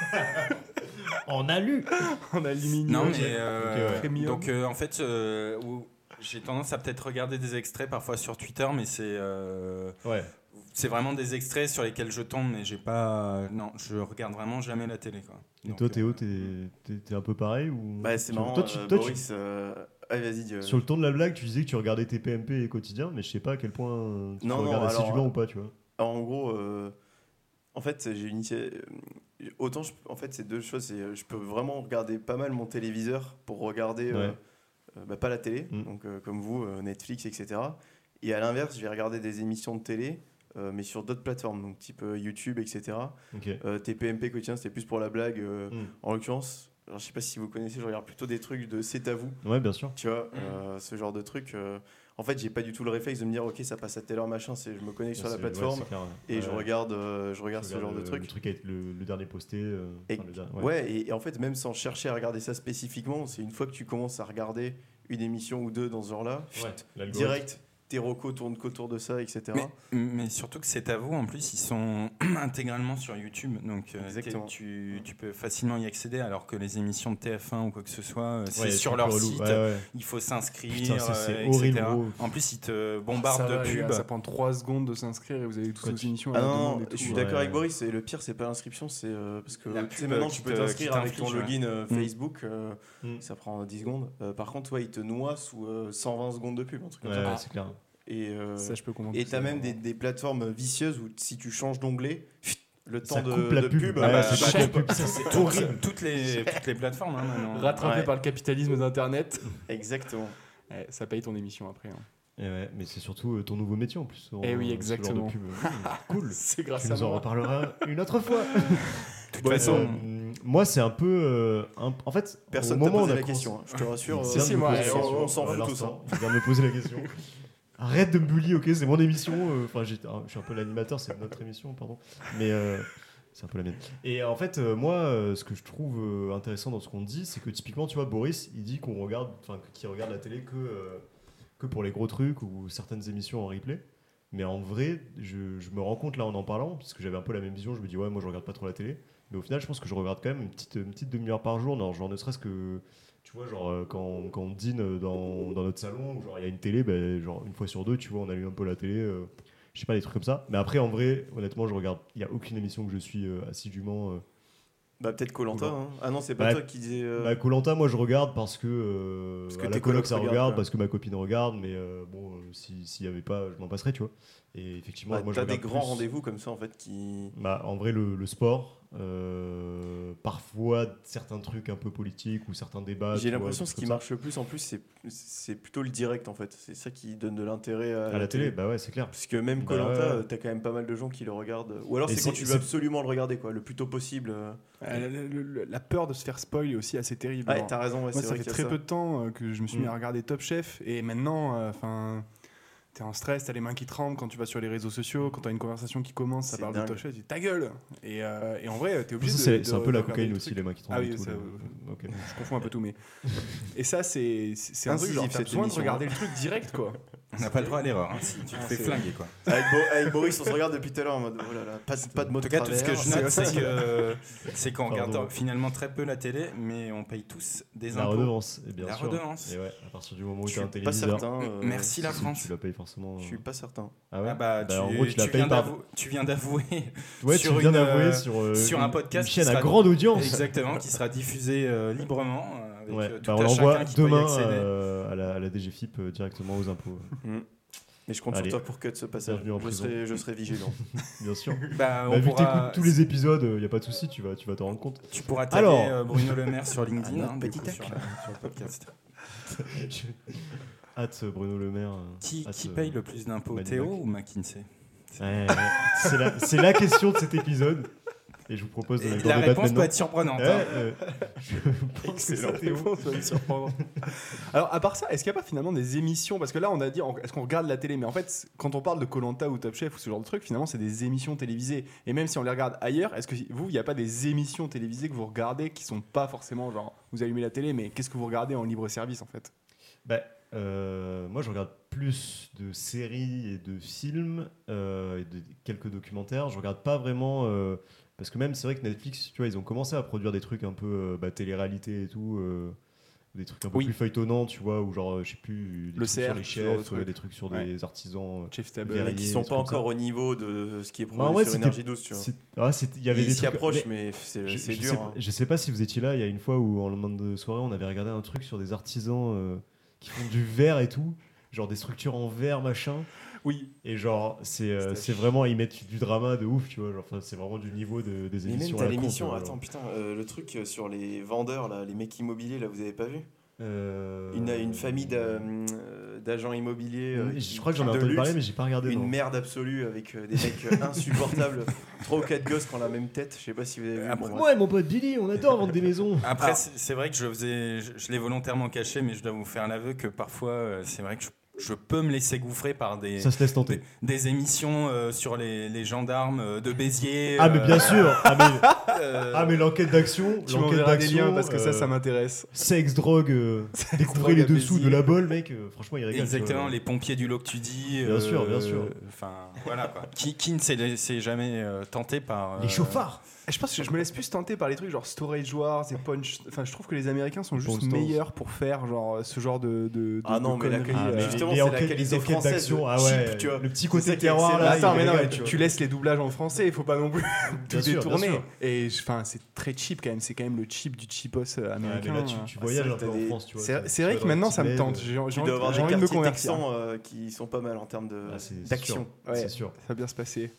A: En alu.
B: en aluminium.
D: Non, mais euh,
A: Ok, ouais.
B: Premium.
D: donc euh, en fait, euh, où j'ai tendance à peut-être regarder des extraits parfois sur Twitter, mais c'est euh,
A: Ouais.
D: c'est vraiment des extraits sur lesquels je tombe, mais j'ai pas. Non, je regarde vraiment jamais la télé, quoi.
A: Et
D: Donc,
A: toi,
D: euh,
A: Théo, t'es, t'es, t'es un peu pareil ou...
C: Bah, c'est
A: Tu-
C: marrant,
A: Toi, tu,
C: euh,
A: toi, tu-
C: Boris. euh, Allez, vas-y. dis, euh,
A: sur le ton de la blague, tu disais que tu regardais tes P M P et quotidien, mais je sais pas à quel point euh, tu
C: Non, non,
A: regardes
C: alors,
A: assidûment ou pas, tu vois.
C: Alors, en gros, euh, en fait, j'ai une initi- autant, je- en fait, c'est deux choses. C'est, euh, je peux vraiment regarder pas mal mon téléviseur pour regarder, euh,
A: Ouais.
C: euh, bah, pas la télé,
A: Mm.
C: donc euh, comme vous, euh, Netflix, et cetera. Et à l'inverse, je vais regarder des émissions de télé, euh, mais sur d'autres plateformes, donc type euh, YouTube, et cetera.
A: Ok.
C: Euh, tes P M P quotidien, c'était plus pour la blague. euh,
A: Mm.
C: En l'occurrence, alors, je sais pas si vous connaissez, je regarde plutôt des trucs de C'est à vous.
A: Ouais, bien sûr.
C: Tu vois, euh, ce genre de truc. euh, en fait, j'ai pas du tout le réflexe de me dire, ok, ça passe à telle heure, machin. C'est, je me connecte sur
A: Ouais,
C: la
A: c'est-
C: plateforme
A: ouais, c'est clair, ouais.
C: et
A: Ouais,
C: je
A: ouais.
C: regarde, euh, je regarde
A: Je
C: ce genre
A: regarde
C: de
A: le-
C: truc.
A: Le truc avec le, le dernier posté. euh,
C: Et-
A: enfin, le dernier-
C: Ouais, et, et en fait, même sans chercher à regarder ça spécifiquement, c'est une fois que tu commences à regarder une émission ou deux dans ce genre-là,
A: Ouais, l'algorithme.
C: direct, tes recos tournent qu'autour de ça, et cetera.
D: Mais, mais surtout que c'est à vous, en plus, ils sont intégralement sur YouTube, donc euh,
C: Exactement.
D: t'es- tu, tu peux facilement y accéder, alors que les émissions de T F un ou quoi que ce soit, euh, c'est
A: Ouais,
D: sur
A: c'est
D: leur
A: un peu relou.
D: site,
A: Ouais, ouais.
D: il faut s'inscrire,
A: Putain, ça, c'est
D: euh,
A: horrible,
D: et cetera.
A: gros.
D: En plus, ils te bombardent
B: Ça va,
D: de
B: les gars,
D: pubs.
B: ça prend trois secondes de s'inscrire et vous avez toutes
A: Quoi,
B: vos
A: tu-
B: émissions à
C: Ah
B: la
C: non,
B: demande
C: non,
B: et tout.
C: je suis
A: ouais.
C: d'accord
A: Ouais.
C: avec Boris, et le pire, c'est pas l'inscription, c'est euh, parce que
D: La
C: tu sais,
D: pub
C: maintenant
D: qui
C: tu peux
D: te-
C: t'inscrire
D: qui
C: avec ton
D: t'inflige,
C: login euh,
D: Mm.
C: Facebook, euh,
A: Mm.
C: ça prend dix secondes. Euh, par contre, ouais, il te noie sous euh, cent vingt secondes de pub, un truc comme
A: Ouais,
C: ça.
A: ouais, c'est clair.
C: Et, euh,
B: Ça, je peux comprendre.
C: et
B: que
C: t'as
B: c'est
C: même des,
B: vraiment-
C: des plateformes vicieuses où si tu changes d'onglet, le temps
A: Ça
C: de,
A: coupe la
C: de
A: pub.
C: pub,
A: Ouais,
C: bah,
A: c'est
C: bah,
A: chaque
C: coupe.
A: pub, ça, c'est
D: Tout-
A: horrible.
D: toutes, les, toutes les plateformes, hein, maintenant.
B: Rattrapé
C: Ouais.
B: par le capitalisme d'Internet.
C: Exactement.
B: Ouais, ça paye ton émission après. hein.
A: Et ouais, mais c'est surtout euh, ton nouveau métier en plus.
B: Eh
A: en-
B: oui,
A: ce
B: exactement.
A: genre de pub. Mmh, cool.
B: C'est
A: Tu
B: grâce à
A: nous en
B: moi.
A: reparleras une autre fois.
D: De toute
B: Bon,
D: façon,
A: Euh, moi, c'est un peu. euh, un- En fait,
C: Personne
A: au
C: t'a
A: moment où
C: posé
A: on a
C: la
A: cons-
C: question, hein, je te rassure.
A: Il
B: Si,
C: euh,
A: vient
B: si,
A: de me
B: moi,
A: poser la
B: on-
A: question,
C: on s'en
A: à
C: fout tous,
A: l'instant. Il vient de me poser la question. Arrête de me bully, ok, c'est mon émission. euh, Enfin, j'ai- ah, je suis un peu l'animateur, c'est notre émission, pardon. Mais euh, c'est un peu la mienne. Et en fait, euh, moi, euh, ce que je trouve euh, intéressant dans ce qu'on dit, c'est que typiquement, tu vois, Boris, il dit qu'on regarde, enfin, qu'il regarde la télé que, euh, que pour les gros trucs ou certaines émissions en replay. Mais en vrai, je, je me rends compte là en en parlant, parce que j'avais un peu la même vision, je me dis, ouais, moi je regarde pas trop la télé. Mais au final, je pense que je regarde quand même une petite, une petite demi-heure par jour, non, genre ne serait-ce que. Tu vois, genre, euh, quand, quand on dîne dans, dans notre salon, où genre il y a une télé, ben, genre une fois sur deux, tu vois, on allume un peu la télé. euh, je sais pas, des trucs comme ça. Mais après, en vrai, honnêtement, je regarde. Il y a aucune émission que je suis euh, assidûment. euh.
C: Bah, peut-être Koh-Lanta.
A: Koh-Lanta.
C: Hein. Ah non, c'est pas
A: Bah,
C: toi qui disais. euh,
A: Bah, Koh-Lanta, moi je regarde parce que. euh,
C: Parce que
A: à la
C: tes
A: coloc
C: colocs
A: ça
C: regardent,
A: regarde,
C: quoi.
A: parce que ma copine regarde, mais euh, bon, euh, si- s'il y avait pas, je m'en passerais, tu vois. Et effectivement,
C: bah,
A: moi je
C: t'as des
A: regarde
C: grands
A: plus-
C: rendez-vous comme ça en fait qui.
A: Bah, en vrai, le, le sport, euh, parfois certains trucs un peu politiques ou certains débats.
C: J'ai
A: tu vois,
C: l'impression
A: des
C: ce
A: trucs
C: qui
A: comme
C: marche le plus en plus, c'est c'est plutôt le direct en fait. C'est ça qui donne de l'intérêt à,
A: ça. À la télé, bah ouais, c'est clair.
C: Parce que même
A: Bah
C: Koh-Lanta,
A: ouais.
C: t'as quand même pas mal de gens qui le regardent. Ou alors
A: Et
C: c'est quand
A: c'est-
C: tu veux
A: c'est-
C: absolument le regarder, quoi, le plus tôt possible. euh.
B: Euh, le- le- le- La peur de se faire spoil est aussi assez terrible.
C: Ouais,
B: Alors,
C: t'as raison, ouais,
B: moi,
C: c'est
B: ça
C: vrai
B: fait
C: qu'il y a
B: très
C: ça.
B: peu de temps euh, que je me suis mis
A: Mm.
B: à regarder Top Chef et maintenant, enfin, t'es en stress, t'as les mains qui tremblent quand tu vas sur les réseaux sociaux, quand t'as une conversation qui commence, ça
C: C'est
B: parle
C: dingue.
B: de Top Chef, tu dis ta gueule. Et, euh, et en vrai, t'es obligé
A: Ça,
B: de.
A: c'est
B: de-
A: c'est un peu
B: de
A: la
B: regarder
A: cocaïne
B: le
A: aussi,
B: truc.
A: les mains qui
B: Ah
A: tremblent.
B: oui,
A: et tout,
B: ça,
A: le-
B: euh,
A: ok.
B: Je confonds un peu tout, mais. Et ça, c'est c'est un truc,
C: Incisif,
B: genre, t'as
C: cette
B: besoin de
C: émission,
B: regarder
C: hein.
B: le truc direct, quoi.
D: on n'a pas le droit à l'erreur. Hein, si tu te
B: Ah,
D: fais
B: c'est-
D: flinguer, quoi.
C: Avec, Bo- avec Boris, on se regarde depuis tout à l'heure en mode oh là là, pas, de- pas de mots
D: En
C: de
D: tout cas, tout ce que
C: travers.
D: je note,
B: c'est-
D: c'est que c'est qu'on regarde
A: Pardon.
D: finalement très peu la télé, mais on paye tous des
A: La
D: impôts.
A: redevance, et bien
D: La
A: sûr.
D: redevance.
A: Et ouais, à partir du moment où
C: Je
A: tu as un
C: suis pas
A: téléviseur.
C: certain. euh,
D: Merci la
A: si,
D: France.
A: Tu la payes forcément.
C: Je suis pas certain.
A: Ah ouais
D: Ah bah,
A: Bah,
D: tu,
A: en gros, tu la
D: tu
A: payes
D: viens
A: par.
D: d'avou- tu viens d'avouer
A: Ouais,
D: sur
A: tu viens
D: une,
A: d'avouer
D: euh,
A: sur, euh,
D: sur
A: une-
D: un podcast
A: une
D: qui
A: chaîne à
D: sera-
A: grande audience.
D: exactement qui sera diffusé euh, librement euh, avec
A: Ouais,
D: euh, tout
A: bah,
D: à
A: on l'envoie
D: chacun qui peut y
A: demain
D: accéder.
A: euh, à, la, à la D G F I P euh, directement aux impôts.
C: Mm. Mais je compte
A: Allez.
C: sur toi pour cut ce passage.
A: Bienvenue en
C: Je
A: prison.
C: serai, je serai vigilant.
A: Bien sûr.
D: Bah, on
A: Bah, vu que
D: pourra-
A: t'écoutes tous les épisodes, il n'y a pas de souci, tu vas, tu vas t'en rendre compte.
D: tu pourras taguer
A: Alors.
D: euh, Bruno Le Maire sur LinkedIn
C: Ah,
D: hein,
C: notre
D: du
C: petit
D: coup,
C: tac.
D: sur, la- sur le podcast.
A: Hâte Bruno Le Maire. euh,
D: Qui,
A: hâte,
D: qui
A: euh,
D: paye le plus d'impôts,
A: Mad
D: Théo
A: Max.
D: ou McKinsey?
A: Ouais, ouais. C'est la, c'est la question de cet épisode. Et je vous propose de
D: Et
A: d'en
D: la
A: débattre
D: réponse peut
A: maintenant.
D: être surprenante.
A: Ouais,
D: hein.
A: euh, je pense que
B: Excellent.
A: c'était bon.
B: Ça va me surprendre. Alors, à part ça, est-ce qu'il n'y a pas finalement des émissions? Parce que là, on a dit, on- est-ce qu'on regarde la télé? Mais en fait, quand on parle de Koh-Lanta ou Top Chef ou ce genre de truc, finalement, c'est des émissions télévisées. Et même si on les regarde ailleurs, est-ce que vous, il n'y a pas des émissions télévisées que vous regardez qui sont pas forcément genre, vous allumez la télé, mais qu'est-ce que vous regardez en libre service en fait?
A: Bah, euh, moi, je regarde plus de séries et de films euh, et de quelques documentaires. Je regarde pas vraiment euh, parce que même c'est vrai que Netflix, tu vois, ils ont commencé à produire des trucs un peu euh, bah, télé-réalité et tout, euh, des trucs un peu
B: Oui.
A: plus feuilletonnants, tu vois, ou genre, euh, je sais plus, des
B: Le
A: trucs
B: cercle,
A: sur les
B: ce genre de
A: chefs,
B: trucs.
A: euh, des trucs sur
B: Ouais.
A: des artisans. euh,
B: Chef Table.
A: Verrier.
C: Mais qui sont
A: des
C: pas
A: trucs comme
C: encore
A: ça.
C: au niveau de ce qui est
A: Bah,
C: produit
A: ouais,
C: sur
A: c'était-
C: Énergie douze, tu vois.
A: c'est- ah, c'était- il y avait
C: Ils
A: des
C: s'y
A: trucs.
C: approchent,
A: mais-
C: mais c'est
A: Je,
C: c'est
A: je
C: dur.
A: sais,
C: hein.
A: je sais pas si vous étiez là, il y a une fois où en lendemain de soirée, on avait regardé un truc sur des artisans euh, qui font du verre et tout, genre des structures en verre, machin.
B: Oui.
A: Et genre, c'est euh,
B: C'était
A: c'est
B: ch-
A: vraiment, ils mettent du drama de ouf, tu vois. Genre, enfin, c'est vraiment du niveau de, des
C: Mais même
A: émissions. à
C: t'as
A: la con, tu
C: l'émission,
A: vois,
C: attends
A: genre.
C: putain, euh, le truc euh, sur les vendeurs, là, les mecs immobiliers, là, vous avez pas vu?
A: Euh,
C: Une, une famille d'a- euh, d'agents immobiliers. euh,
A: Je
C: qui-
A: crois que j'en ai
C: de
A: entendu
C: luxe,
A: parler, mais j'ai pas regardé.
C: Une
A: non.
C: merde absolue avec euh, des mecs euh, insupportables. Trois ou quatre gosses qui ont la même tête. Je sais pas si vous avez vu.
D: Après,
C: bon,
A: Moi et mon pote Billy, on adore vendre des maisons.
D: Après,
C: Ah.
D: c'est c'est vrai que je faisais, je, je l'ai volontairement caché, mais je dois vous faire l'aveu que parfois, euh, c'est vrai que je, je peux me laisser gouffrer par des,
A: Ça se laisse tenter.
D: des, des émissions euh, sur les, les gendarmes euh, de Béziers.
A: Ah, mais
D: euh,
A: bien sûr. Ah, mais,
D: euh,
A: ah, mais l'enquête d'action.
B: Tu
A: l'enquête
B: m'enverras des
A: d'action,
B: liens parce que ça,
A: euh,
B: ça m'intéresse.
A: Sexe, drogue, euh, découvrez
B: drogue
A: les
B: à
A: dessous
B: Béziers.
A: de la bolle, mec. euh, franchement, il régale. tu
D: Exactement,
A: vois.
D: les pompiers du Loc tu dis.
A: Bien sûr, bien sûr.
D: Enfin, voilà quoi. Qui, qui ne s'est laissé jamais euh, tenté par. euh,
A: Les chauffards.
B: Je pense que je me laisse plus tenter par les trucs genre Storage Wars et Punch. Enfin, je trouve que les Américains sont
A: Pawn
B: juste
A: Stars.
B: meilleurs pour faire genre ce genre de. de, de
C: Ah non,
B: de
C: mais la
B: conneries,
C: qualité-
B: euh.
C: mais justement,
A: les
C: c'est la
A: enquêtes-
C: qualité
A: les enquêtes
C: française,
A: d'action. Ah
C: cheap,
A: ouais,
C: tu vois.
A: le petit
C: C'est
A: côté
C: ça qui est
A: terroir
C: excellent.
A: là.
B: Attends,
A: il
B: mais non,
A: régale,
B: mais
A: tu
B: tu,
A: vois.
B: tu laisses les doublages en français, il faut pas non plus tout
A: Bien sûr, bien
B: détourner.
A: sûr.
B: Et enfin, c'est très cheap quand même. C'est quand même le cheap du cheapos euh,
A: Ouais, mais
B: américain.
A: là, tu, tu voyages
C: c'est
A: un peu
C: vrai que
A: en
C: t'as
A: France, tu vois.
B: C'est
A: tu-
B: c'est
A: tu
B: vrai
A: vas
B: que
A: dans
B: maintenant
A: les
B: ça me
A: petits
B: tente.
A: mails,
B: J'ai j'ai
C: Tu
B: envie,
C: dois avoir
B: j'ai
C: des
B: envie de me
C: quartiers
B: convertir.
C: texans euh, qui sont pas mal en termes de-
A: Ah, c'est- c'est
C: d'action.
A: sûr.
B: Ouais.
A: C'est sûr.
B: Ça va bien se passer.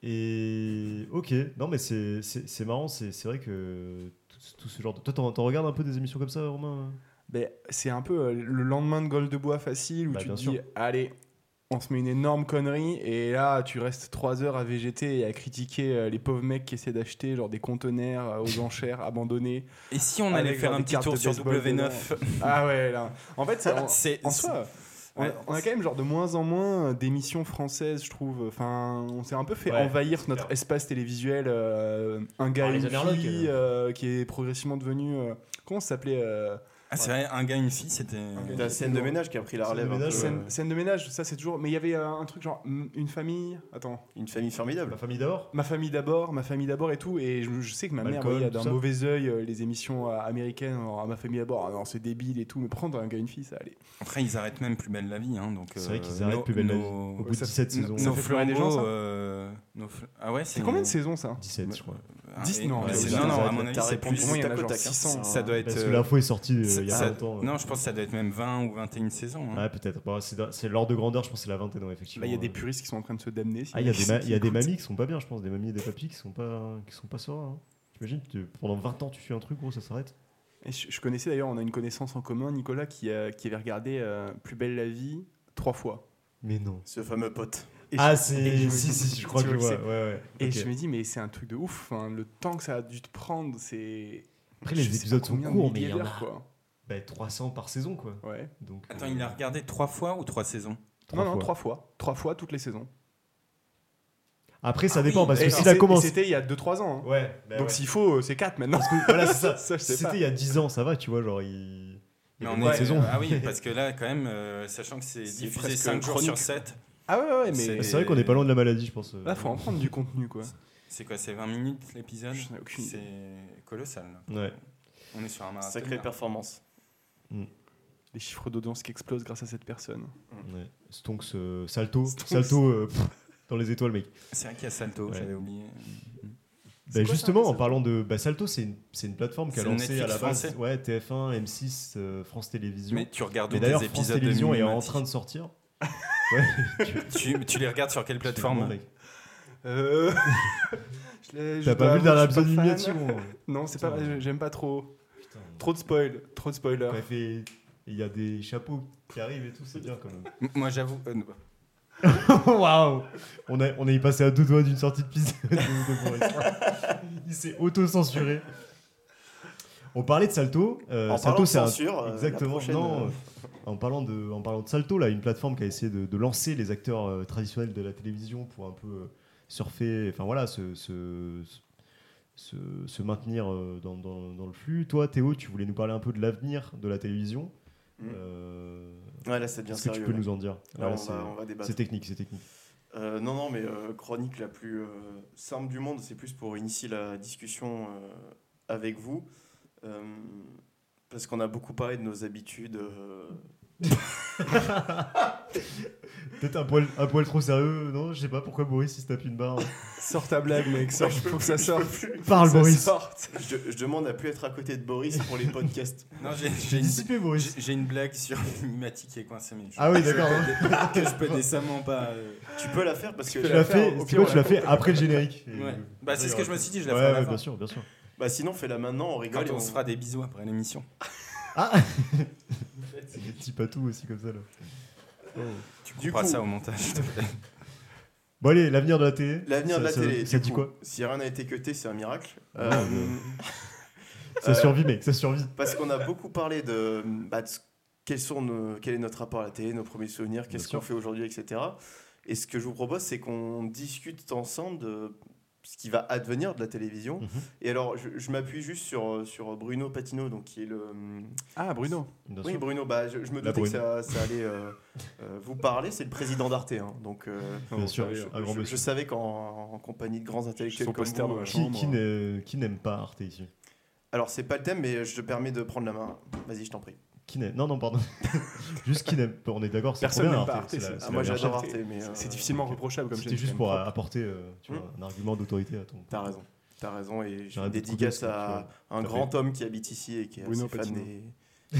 A: Et ok, non mais c'est c'est- c'est marrant, c'est c'est vrai que tout, tout ce genre de... Toi, t'en t'en regardes un peu des émissions comme ça, Romain?
B: Ben, c'est un peu euh, le lendemain de Gueule de Bois facile où
A: Bah,
B: tu
A: bien
B: te
A: sûr.
B: dis allez, on se met une énorme connerie et là tu restes trois heures à végéter et à critiquer euh, les pauvres mecs qui essaient d'acheter genre des conteneurs euh, aux enchères abandonnés.
D: Et si on allait
B: Avec,
D: faire
B: genre,
D: un
B: des
D: petit
B: cartes
D: tour
B: de
D: sur
B: baseball
D: W neuf?
B: Ah ouais, là. En fait, c'est en,
D: C'est-
B: en soi, on,
D: Ouais.
B: on a quand même genre de moins en moins d'émissions françaises, je trouve. Enfin, on s'est un peu fait
A: Ouais,
B: envahir
A: c'est
B: notre
A: clair.
B: espace télévisuel. euh, un gars,
A: Par les
B: une
A: Amerlocs,
B: fille, euh, qui est progressivement devenu. euh, comment ça s'appelait euh,
D: Ah, c'est vrai, un gars, une fille, c'était.
B: gars,
C: La scène de ménage qui a pris la
A: Scène de
C: relève. un
A: ménage,
C: peu,
B: scène,
C: euh,
B: scène de ménage, ça c'est toujours. Mais il y avait euh, un truc genre mm, une famille. Attends.
C: Une famille formidable.
A: La famille d'or.
B: Ma famille d'abord, ma famille d'abord et tout. Et je, je sais que ma mère
A: Malcolm,
B: voyait
A: tout
B: d'un
A: ça.
B: mauvais œil euh, les émissions euh, américaines. Alors, ah, ma famille d'abord, ah non, c'est débile et tout. Mais prendre un gars, une fille, ça allait.
D: Après, ils arrêtent même Plus belle la vie. Hein, donc,
A: C'est
D: euh,
A: vrai qu'ils arrêtent
D: nos-
A: Plus belle la vie.
D: nos-
A: Au bout de
B: ça-
A: dix-sept
B: nos-
A: saisons.
B: ça
D: nos
B: fait pleurer les gens,
D: flambeaux,
B: ça
D: euh, nos fl- Ah ouais,
B: C'est combien de saisons ça
A: dix-sept, je crois.
D: Ah,
B: dix,
D: et-
B: non,
D: ouais,
B: mais
D: c'est-
B: vous
D: non, non,
A: avez-
D: à mon avis,
C: t'as
D: c'est
C: répondu
D: plus.
B: Au moins, il y en a
C: tac au
B: genre
C: tac, hein.
B: six cents.
D: Ça doit être.
A: Parce que
D: euh,
A: l'info est sortie euh,
D: ça-
A: il y a
D: ça-
A: pas longtemps.
D: Non, je pense que ça doit être même vingt ou vingt et une saisons. hein.
A: Ouais, peut-être. Bon, c'est c'est l'ordre de grandeur, je pense que c'est la vingtaine, ouais, effectivement.
B: Là, il y a des puristes qui sont en train de se damner.
A: Ah, il y a des, ma- il y a des
B: Écoute.
A: mamies qui sont pas bien, je pense. Des mamies et des papis qui sont pas, qui sont pas sereins. Hein. T'imagines, tu- pendant vingt ans, tu fais un truc, gros, ça s'arrête.
B: Et je, je connaissais d'ailleurs, on a une connaissance en commun, Nicolas, qui, a- qui avait regardé euh, Plus belle la vie trois fois.
A: Mais non.
C: Ce fameux pote.
B: Et
A: Ah,
B: je-
A: c'est.
B: et je me
A: Si,
B: dis-
A: si, je crois
B: tu
A: que je
B: vois
A: vois.
B: que
A: Ouais, ouais.
B: Et
A: Ok.
B: je me dis, mais c'est un truc de ouf. Enfin, le temps que ça a dû te prendre, c'est.
A: Après, les
B: je sais
A: épisodes
B: pas
A: sont
B: combien de
A: courts, mais il
B: milliers
A: y en
B: d'heures,
A: a
B: quoi.
A: bah, trois cents par saison, quoi.
B: Ouais.
A: Donc,
D: Attends,
A: euh,
D: il a regardé trois fois ou trois saisons?
B: non, non,
A: fois.
B: trois fois. Trois fois toutes les saisons.
A: Après, ça
D: Ah
A: dépend,
D: oui,
A: parce
B: Et
A: que
B: c'est-
A: s'il a
B: et
A: commencé.
B: C'était il y a deux trois ans. hein.
A: Ouais, bah
B: Donc
A: ouais.
B: s'il faut, euh, c'est quatre maintenant.
A: Parce que, voilà, c'est ça.
B: Ça, je sais
A: Si
B: pas.
A: c'était il y a dix ans, ça va, tu vois, genre, il. il
D: Mais
A: y
D: on
A: avait
D: est.
A: une saison.
D: Ah oui, parce que là, quand même, euh, sachant que c'est
C: C'est
D: diffusé
C: presque
D: cinq jours sur
C: chronique.
D: sept,
B: Ah ouais, ouais, mais.
D: C'est-
A: C'est vrai qu'on est pas loin de la maladie, je pense. euh.
B: Là, faut en prendre du contenu, quoi.
D: c'est quoi? C'est vingt minutes l'épisode?
B: Je n'ai aucune idée.
D: C'est colossal. là.
A: Ouais.
D: On est sur un marathon.
C: Sacrée performance.
B: Les chiffres d'audience qui explosent grâce à cette personne.
A: Ouais. Stonks, euh, Salto.
B: Stonks.
A: Salto euh, pff, dans les étoiles, mec.
D: C'est vrai qu'il y a Salto,
A: Ouais.
D: j'avais oublié.
A: Bah,
B: quoi,
A: justement,
B: ça,
A: en
B: Salto
A: parlant de. Bah, Salto, c'est une, c'est une plateforme qui a
D: C'est
A: lancé à la
D: Netflix
A: base
D: français.
A: ouais, T F un, M six, euh, France Télévisions.
D: Mais tu regardes
A: Mais
D: où
A: d'ailleurs,
D: des
A: France
D: épisodes de
A: Télévisions est en
D: Mimimati
A: train de sortir. Ouais, tu-
D: tu, tu les regardes sur quelle
A: c'est bon,
D: plateforme?
A: mec.
B: Euh... je l'ai- je
A: T'as
B: dois
A: pas vu le
B: avouer
A: dernier
B: que je
A: épisode
B: suis
A: de
B: pas
A: Mimimati,
B: fan.
A: gros
B: Non, c'est pas.
A: Putain.
B: J'aime pas trop.
A: Putain.
B: Trop de spoil. Trop de spoilers.
A: Quand elle fait- Il y a des chapeaux qui arrivent et tout, c'est bien quand même.
D: M- Moi, j'avoue. euh, non.
A: Waouh. On a, on est passé à deux doigts d'une sortie de piste de, de Boris. Il s'est auto-censuré. On parlait de Salto. Euh,
C: en
A: Salto,
C: parlant de
A: c'est un...
C: censure, euh,
A: Exactement.
C: la prochaine,
A: Non,
C: euh,
A: en parlant de, en parlant de Salto, là, une plateforme qui a essayé de, de lancer les acteurs euh, traditionnels de la télévision pour un peu euh, surfer, enfin voilà, se, se, se, se maintenir euh, dans, dans, dans le flux. Toi, Théo, tu voulais nous parler un peu de l'avenir de la télévision.
C: Mm.
A: Euh,
C: Ouais, là, ça devient
A: Est-ce que
C: sérieux.
A: tu peux
C: là.
A: nous en dire?
C: Là,
A: Ouais,
C: on,
A: c'est,
C: va, on va débattre.
A: c'est technique, c'est technique.
C: Euh, non, non, mais euh, chronique la plus euh, simple du monde, c'est plus pour initier la discussion euh, avec vous. Euh, parce qu'on a beaucoup parlé de nos habitudes. euh,
A: Peut-être un poil, un poil trop sérieux, non? Je sais pas pourquoi Boris il se tape une barre.
B: Sors ta blague, mec, sors,
C: je peux
B: faut que
C: plus,
B: ça
C: je
B: sorte.
C: peux plus.
A: Parle,
B: Faut que ça
A: Boris.
B: sorte.
C: Je, je demande à plus être à côté de Boris pour les podcasts.
D: Non, j'ai, j'ai,
A: J'ai
D: une,
A: dissipé, Boris.
D: j'ai- j'ai une blague sur Mimati qui est coincée, mais je-
A: Ah oui, d'accord. hein.
D: que je peux décemment pas. euh,
C: Tu peux la faire parce que
B: peux
A: Tu
B: la
A: l'as
B: faire,
A: fait,
B: au
A: c'est
B: pire,
A: quoi,
B: on
A: tu
B: la
A: l'as fait après le générique. Et-
D: Ouais. Bah, c'est ce que je me suis dit, je la
A: Ouais,
D: ferai à la
A: ouais,
D: fin.
A: bien sûr, bien sûr.
C: bah sinon fais-la maintenant, on rigole.
D: Quand
C: et
D: on se fera des bisous après l'émission.
A: Ah c'est des petits patous aussi comme ça là. Oh.
D: Tu
C: Du
D: couperas
C: coup-
D: ça au montage, s'il te plaît.
A: Bon allez, l'avenir de la télé.
C: L'avenir
A: ça-
C: de la
A: ça-
C: télé.
A: Ça
C: du
A: dit
C: coup,
A: quoi?
C: Si rien n'a été cuté, c'est un miracle.
A: Ouais,
C: Euh,
A: ouais. Ça
C: Euh,
A: survit mec, ça survit.
C: Parce qu'on a beaucoup parlé de, bah, de ce- quels sont nos- quel est notre rapport à la télé, nos premiers souvenirs, qu'est-ce
A: Bien
C: qu'on
A: sûr.
C: fait aujourd'hui, et cetera. Et ce que je vous propose, c'est qu'on discute ensemble de ce qui va advenir de la télévision.
A: Mhm.
C: Et alors, je, je m'appuie juste sur, sur Bruno Patino, donc qui est le.
B: Ah, Bruno.
A: Bien
C: Oui,
A: sûr.
C: Bruno, bah, je, je me
A: La
C: doutais que
A: Bruno.
C: ça, ça allait euh, euh, vous parler. C'est le président d'Arte. Hein, donc, euh,
A: Bien sûr,
C: je,
A: un grand
C: je-
A: monsieur.
C: je savais qu'en en compagnie de grands intellectuels
B: Son
C: comme
B: poster
C: vous,
B: dans la
C: euh,
B: chambre.
A: Qui, qui, n'est- qui n'aime pas Arte ici?
C: alors, c'est pas le thème, mais je te permets de prendre la main. Vas-y, je t'en prie.
A: Qui n'aime... Non non pardon. Juste qui n'aime. On est d'accord, c'est
B: Personne
A: trop bien,
B: n'aime pas
A: Arte,
B: Arte,
A: c'est la-
B: c'est-
A: c'est
C: Ah,
A: la
C: moi,
A: meilleure
C: j'adore
A: chaîne.
C: Arte, mais. euh,
B: C'est difficilement reprochable comme
A: C'était
B: chaîne,
A: juste
B: quand
A: pour
B: même propre.
A: apporter euh, tu vois, un argument d'autorité à ton.
C: T'as raison. T'as raison. Et je
A: J'arrête de te
C: dédicace
A: couper,
C: à un
A: Tout à
C: grand homme qui habite ici et qui est
B: Bruno
C: assez fan
B: Patino.
C: des.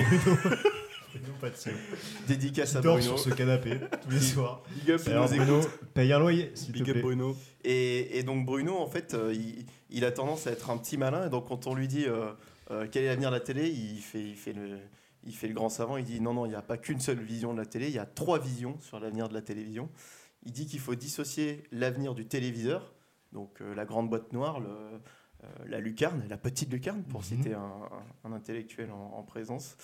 A: Bruno Patino.
C: Dédicace
A: Qui
C: à
A: dort
C: Bruno.
A: sur ce canapé tous les soirs.
C: Big up, il
A: Alors
C: nous
A: Bruno,
C: écoute.
A: paye un loyer s'il te
B: Big up
A: plaît.
B: Bruno.
C: Et, et donc Bruno, en fait, euh, il, il a tendance à être un petit malin. Et donc quand on lui dit euh, euh, quel est l'avenir de la télé, il fait, il, fait le, il fait le grand savant. Il dit non, non, il n'y a pas qu'une seule vision de la télé. Il y a trois visions sur l'avenir de la télévision. Il dit qu'il faut dissocier l'avenir du téléviseur, donc euh, la grande boîte noire, le, euh, la lucarne, la petite lucarne, pour
A: Mhm.
C: citer un, un- un intellectuel en, en présence,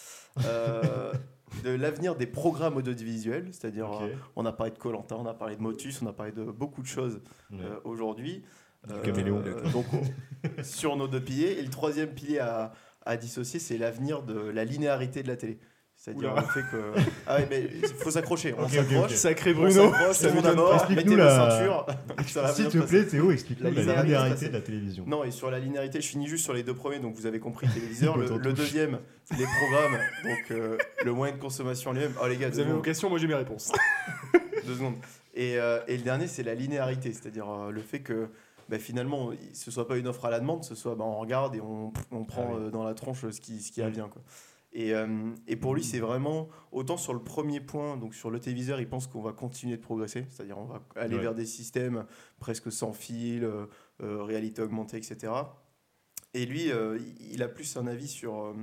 C: euh, de l'avenir des programmes audiovisuels, c'est-à-dire
A: Ok.
C: euh, on a parlé de Koh Lanta, on a parlé de Motus, on a parlé de beaucoup de choses
A: Ouais.
C: euh, aujourd'hui.
A: Du caméléon.
C: donc on- sur nos deux piliers. Et le troisième pilier à, à dissocier, c'est l'avenir de la linéarité de la télé. C'est-à-dire
B: Oula.
C: le fait que. Ah ouais, mais il faut s'accrocher. On
A: Ok, ok,
C: s'accroche.
A: ok.
B: Sacré
C: On
B: Bruno.
C: s'accroche,
B: Ça
C: tout le monde
B: m'étonne
C: à bord,
A: pas.
C: mettez
A: Explique-nous
C: vos
A: la-
C: ceintures. Ça va bien
A: S'il
C: se
A: te
C: passer.
A: plaît, Théo, explique-nous
C: La
A: la
C: linéarité
A: linéarité
C: de
A: de la télévision.
C: Non, et sur la linéarité, je finis juste sur les deux premiers, donc vous avez compris le téléviseur.
A: Bon,
C: le,
A: t'en
C: le
A: touches.
C: deuxième, les programmes, donc euh, le moyen de consommation lui-même. Oh les gars,
B: Vous
C: deux
B: avez vos
C: secondes.
B: questions, moi j'ai mes réponses.
C: Deux secondes. Et, euh, et le dernier, c'est la linéarité, c'est-à-dire euh, le fait que bah, finalement, il- ce soit pas une offre à la demande, ce soit bah, on regarde et on, on prend
A: Ah oui.
C: euh, dans la tronche ce qui, ce qui
A: Mm.
C: advient. Quoi. Et, euh, et pour lui, c'est vraiment, autant sur le premier point, donc sur le téléviseur, il pense qu'on va continuer de progresser, c'est-à-dire on va aller
A: Ouais.
C: vers des systèmes presque sans fil, euh, euh, réalité augmentée, et cetera. Et lui, euh, il- il a plus un avis sur, euh,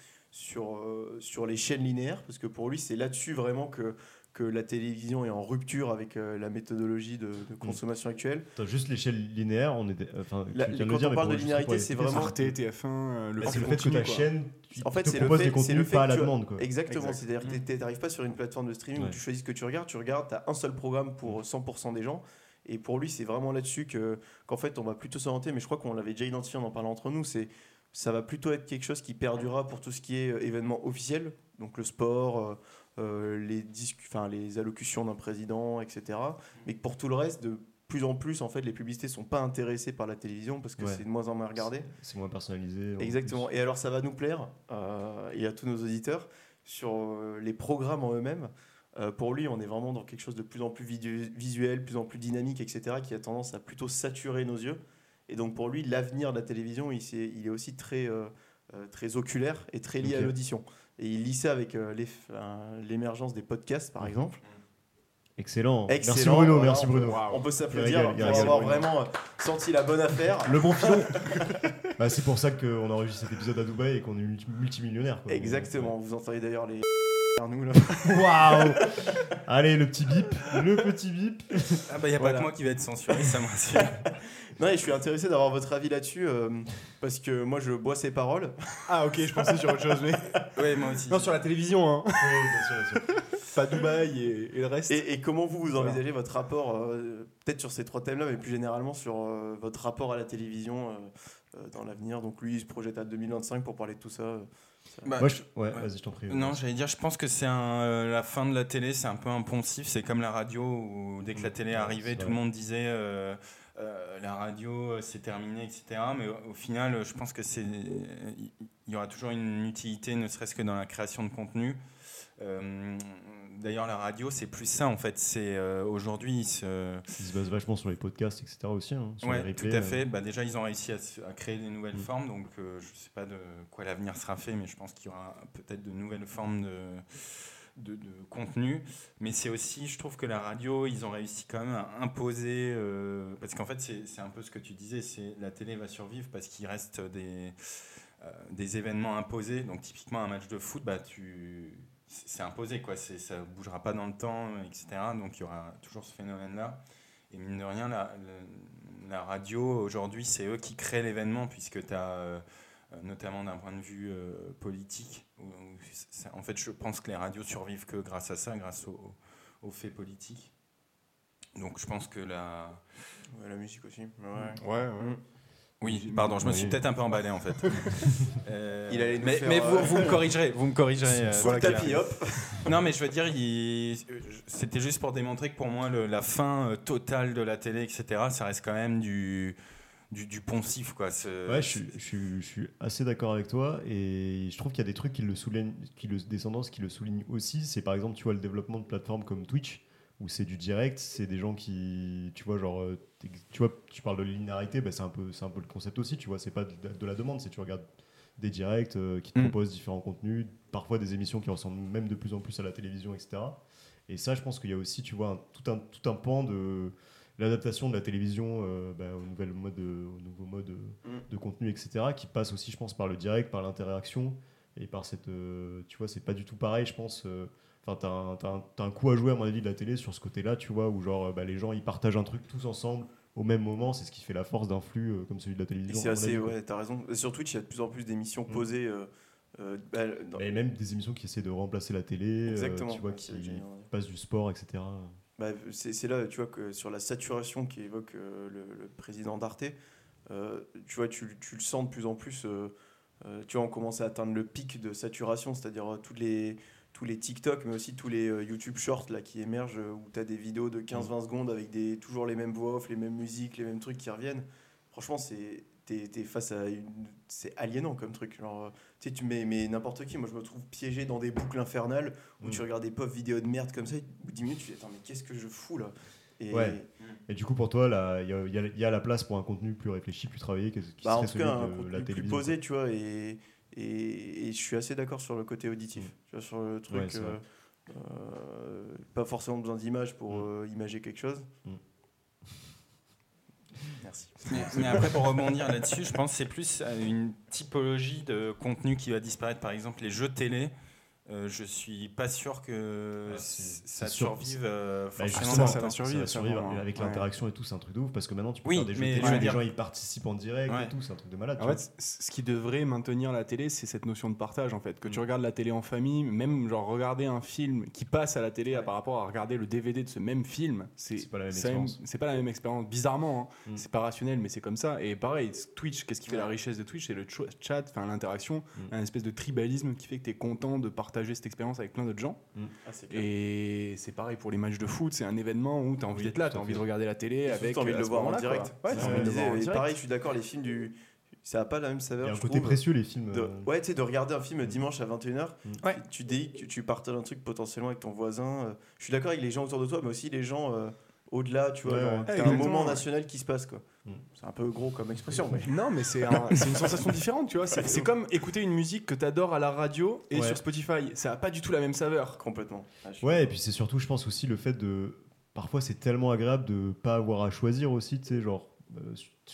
C: sur, euh, sur les chaînes linéaires, parce que pour lui, c'est là-dessus vraiment que, que la télévision est en rupture avec euh, la méthodologie de, de consommation actuelle.
A: T'as juste l'échelle linéaire, on était. Enfin,
C: La-
A: tu viens de
C: quand
A: le dire,
C: on
A: mais
C: parle
A: pour-
C: de
A: juste
C: linéarité,
A: pour les
C: c'est
A: expliquer,
C: vraiment-
B: Arte, T F un, euh, le
A: Bah, c'est
B: flux
A: le fait que
B: continu,
A: ta
B: quoi.
A: chaîne tu
C: En fait,
A: te
C: c'est le
A: propose
C: fait-
A: des
C: c'est
A: contenus
C: le fait
A: pas à
C: que
A: la
C: tu as-
A: demande. Quoi.
C: Exactement,
B: Exact.
C: c'est-à-dire que
B: Mhm.
C: tu n'arrives pas sur une plateforme de streaming
A: Ouais.
C: où tu choisis ce que tu regardes, tu regardes, tu as un seul programme pour cent pour cent des gens. Et pour lui, c'est vraiment là-dessus que, qu'en fait, on va plutôt s'orienter, mais je crois qu'on l'avait déjà identifié en en parlant entre nous, c'est, ça va plutôt être quelque chose qui perdurera pour tout ce qui est euh, événement officiel, donc le sport, euh, euh, les, discu- enfin, les allocutions d'un président, et cetera. Mais que pour tout le reste, de plus en plus, en fait, les publicités ne sont pas intéressées par la télévision parce que
A: Ouais.
C: c'est de moins en moins regardé.
A: C'est moins personnalisé. en
C: Exactement.
A: plus.
C: Et alors, ça va nous plaire, euh, et à tous nos auditeurs, sur euh, les programmes en eux-mêmes. Euh, pour lui, on est vraiment dans quelque chose de plus en plus vidu- visuel, plus en plus dynamique, et cetera, qui a tendance à plutôt saturer nos yeux. Et donc, pour lui, l'avenir de la télévision, il, s'est- il est aussi très, euh, euh, très oculaire et très lié
A: Ok.
C: à l'audition. Et il lit ça avec euh, l'eff- euh, l'émergence des podcasts, par
A: Mhm.
C: exemple.
A: Excellent. Merci
C: Excellent,
A: Bruno,
C: voilà,
A: merci
C: on peut-
A: Bruno.
C: On peut
A: Il
C: s'applaudir
A: régale,
C: pour
A: il régale,
C: avoir
A: Bruno.
C: vraiment euh, senti la bonne affaire.
A: Le bon filon. Bah, c'est pour ça qu'on a enregistré cet épisode à Dubaï et qu'on est multi- multimillionnaire. quoi.
C: Exactement. Vous entendez d'ailleurs les nous là.
A: Waouh. Allez, le petit bip, le petit bip.
D: Ah bah, il n'y a
B: Voilà.
D: pas que moi qui va être censuré, ça me rassure.
C: Non, et je suis intéressé d'avoir votre avis là-dessus euh, parce que moi je bois ses paroles.
B: Ah ok, je pensais sur autre chose, mais
D: Oui, moi aussi.
B: non, sur la télévision, hein.
A: Oui, bien sûr, bien sûr.
B: Pas Dubaï et, et le reste.
C: Et, et comment vous vous envisagez votre rapport, euh, peut-être sur ces trois thèmes-là, mais plus généralement sur euh, votre rapport à la télévision euh, euh, dans l'avenir. Donc lui, il se projette à deux mille vingt-cinq pour parler de tout ça. euh, ça-
D: Bah,
A: Moi, je... ouais,
D: ouais.
A: vas-y, je t'en prie.
D: Non, j'allais dire, je pense que c'est un, euh, la fin de la télé, c'est un peu impensif. C'est comme la radio où dès que la télé est
A: Ouais,
D: arrivée,
A: c'est
D: tout
A: vrai.
D: le monde disait euh, euh, la radio, euh, c'est terminé, et cetera. Mais au, au final, euh, je pense que c'est, il y aura toujours une utilité, ne serait-ce que dans la création de contenu. Euh, D'ailleurs, la radio, c'est plus ça en fait. C'est euh, aujourd'hui, ils se-
A: Ils se basent vachement sur les podcasts, et cetera aussi. Hein, sur
D: ouais,
A: les
D: tout
A: replays,
D: à fait.
A: euh.
D: Bah, déjà, ils ont réussi à, se- à créer des nouvelles
A: Mm.
D: formes. Donc, euh, je ne sais pas de quoi l'avenir sera fait, mais je pense qu'il y aura peut-être de nouvelles formes de, de, de contenu. Mais c'est aussi, je trouve que la radio, ils ont réussi quand même à imposer. euh, parce qu'en fait, c'est c'est un peu ce que tu disais, c'est la télé va survivre parce qu'il reste des, euh, des événements imposés. Donc, typiquement, un match de foot, bah, tu. C'est imposé, quoi. C'est, ça ne bougera pas dans le temps, et cetera. Donc il y aura toujours ce phénomène-là. Et mine de rien, la, la, la radio, aujourd'hui, c'est eux qui créent l'événement, puisque tu as, euh, notamment d'un point de vue euh, politique, où, où ça- en fait, je pense que les radios survivent que grâce à ça, grâce aux au faits politiques. Donc je pense que la...
C: Ouais, la musique aussi. Ouais.
B: Ouais, ouais.
D: Oui, pardon, je me suis
A: Oui.
D: peut-être un peu emballé, en fait. Euh,
C: Il allait nous
D: mais
C: faire,
D: mais vous,
C: euh,
D: vous me corrigerez, vous me corrigerez. euh,
C: Sur le
D: Claire.
C: tapis, hop.
D: Non, mais je veux dire, il- c'était juste pour démontrer que pour moi, le- la fin euh, totale de la télé, et cetera, ça reste quand même du, du, du poncif, quoi. Ce-
A: Ouais, je suis, je, suis, je suis assez d'accord avec toi et je trouve qu'il y a des trucs qui le soulignent, qui le, des tendances qui le soulignent aussi. C'est par exemple, tu vois, le développement de plateformes comme Twitch où c'est du direct, c'est des gens qui, tu vois, genre, euh, tu vois, tu parles de linéarité, bah, c'est un peu, c'est un peu le concept aussi, tu vois, c'est pas de, de la demande, c'est tu regardes des directs euh, qui te
D: Mm.
A: proposent différents contenus, parfois des émissions qui ressemblent même de plus en plus à la télévision, et cetera. Et ça, je pense qu'il y a aussi, tu vois, un- tout un, tout un pan de l'adaptation de la télévision euh, bah, au nouvel mode, de, au nouveau mode euh,
C: Mm.
A: de contenu, et cetera, qui passe aussi, je pense, par le direct, par l'interaction et par cette, euh, tu vois, c'est pas du tout pareil, je pense. euh, Enfin, t'as un, t'as un- t'as un coup à jouer, à mon avis, de la télé sur ce côté-là, tu vois, où genre, euh, bah, les gens, ils partagent un truc tous ensemble au même moment, c'est ce qui fait la force d'un flux euh, comme celui de la
C: Et
A: télévision.
C: c'est
A: à mon
C: assez,
A: avis, quoi.
C: ouais, t'as raison. Et sur Twitch, il y a de plus en plus d'émissions
A: Mm.
C: posées. euh, euh, bah, dans-
A: Et même des émissions qui essaient de remplacer la télé, euh,
C: Exactement.
A: tu vois,
C: Ouais,
A: qui
C: c'est ce que j'allais dire, ouais.
A: passent du sport, et cetera.
C: Bah, c'est c'est là, tu vois, que sur la saturation qu'évoque euh, le, le président d'Arte, euh, tu vois, tu, tu le sens de plus en plus. euh, euh, tu vois, on commence à atteindre le pic de saturation, c'est-à-dire euh, tous les, tous les TikTok, mais aussi tous les euh, YouTube Shorts là, qui émergent, euh, où tu as des vidéos de quinze vingt secondes avec des, toujours les mêmes voix off, les mêmes musiques, les mêmes trucs qui reviennent. Franchement, c'est t'es, t'es face à une... C'est aliénant comme truc. Genre, euh, tu sais, tu mets mais n'importe qui. Moi, je me trouve piégé dans des boucles infernales où
A: Mm.
C: tu regardes des pauvres vidéos de merde comme ça, et au bout de dix minutes, tu te dis, attends, mais qu'est-ce que je fous là? Et
A: Ouais. Et du coup, pour toi, là, il y, a- il y a- il y a la place pour un contenu plus réfléchi, plus travaillé, qui, qui
C: bah, en
A: serait
C: tout cas,
A: celui
C: un
A: de
C: contenu
A: la
C: plus
A: télévision.
C: posé, tu vois, et, et, et je suis assez d'accord sur le côté auditif.
A: Mm.
C: Tu vois, sur le truc,
A: Ouais, c'est
C: euh,
A: vrai.
C: euh, pas forcément besoin d'images pour
A: Mm.
C: euh, imager quelque chose.
A: Mm.
C: Merci.
D: Mais, mais après, pour rebondir là-dessus, je pense que c'est plus euh, une typologie de contenu qui va disparaître. Par exemple, les jeux télé. Euh, je suis pas sûr que
A: Ah,
D: c-
A: c'est-
D: ça
A: c'est sûr.
D: survive euh,
A: Bah,
D: forcément.
A: justement,
B: ça va
A: ça
B: survivre,
A: va survivre
B: sûrement,
A: avec
B: ouais.
A: l'interaction et tout, c'est un truc de ouf parce que maintenant tu peux
D: Oui,
A: faire des jeux
D: mais
A: télé,
D: je veux
A: les
D: dire-
A: gens ils participent en direct
D: Ouais.
A: et tout, c'est un truc de malade.
B: En
A: tu
B: fait, c- ce qui devrait maintenir la télé, c'est cette notion de partage. En fait, que tu
A: Mm.
B: regardes la télé en famille, même genre regarder un film qui passe à la télé à- par rapport à regarder le D V D de ce même film, c'est
A: C'est pas la même
B: c'est
A: expérience.
B: c'est pas la même expérience. Bizarrement, hein.
A: Mm.
B: C'est pas rationnel, mais c'est comme ça. Et pareil, Twitch, qu'est-ce qui fait
C: Ouais.
B: la richesse de Twitch? C'est le cho- chat, enfin l'interaction,
A: Mm.
B: un espèce de tribalisme qui fait que tu es content de partager cette expérience avec plein d'autres gens.
C: Ah, c'est clair.
B: Et c'est pareil pour les matchs de foot, c'est un événement où tu as envie
A: Oui,
B: d'être là,
A: tout
B: tu as
A: à
B: envie
A: fait.
B: de regarder la télé
C: Surtout,
B: avec.
C: t'as envie de
B: à
C: le
B: ce
C: voir en
B: moment-là, quoi.
C: direct.
B: Ouais,
C: C'est
B: t'as
C: ce
B: envie
C: qu'on
B: de le
C: disait,
B: voir en
C: et
B: direct.
C: pareil, je suis d'accord, les films du. Ça n'a pas la même
A: Il y
C: saveur.
A: a un
C: je
A: côté
C: trouve.
A: précieux les films.
C: De-
A: euh,
C: Ouais, tu sais, de regarder un film dimanche à vingt et une heures,
A: Mm.
D: Ouais.
C: tu, tu dis que tu partages un truc potentiellement avec ton voisin. euh, Je suis d'accord avec les gens autour de toi, mais aussi les gens euh, au-delà, tu vois.
A: Ouais,
C: genre,
A: ouais.
C: t'as un
B: Exactement,
C: moment
B: ouais.
C: national qui se passe, quoi.
A: Mm.
C: C'est un peu gros comme expression, mais.
B: Non, mais c'est un- c'est une sensation différente, tu vois. C'est c'est comme écouter une musique que tu adores à la radio et
A: Ouais.
B: sur Spotify. Ça n'a pas du tout la même saveur.
C: Complètement. Ah, je suis-
A: Ouais, et puis c'est surtout, je pense aussi le fait de. Parfois, c'est tellement agréable de pas avoir à choisir aussi, tu sais, genre. euh, tu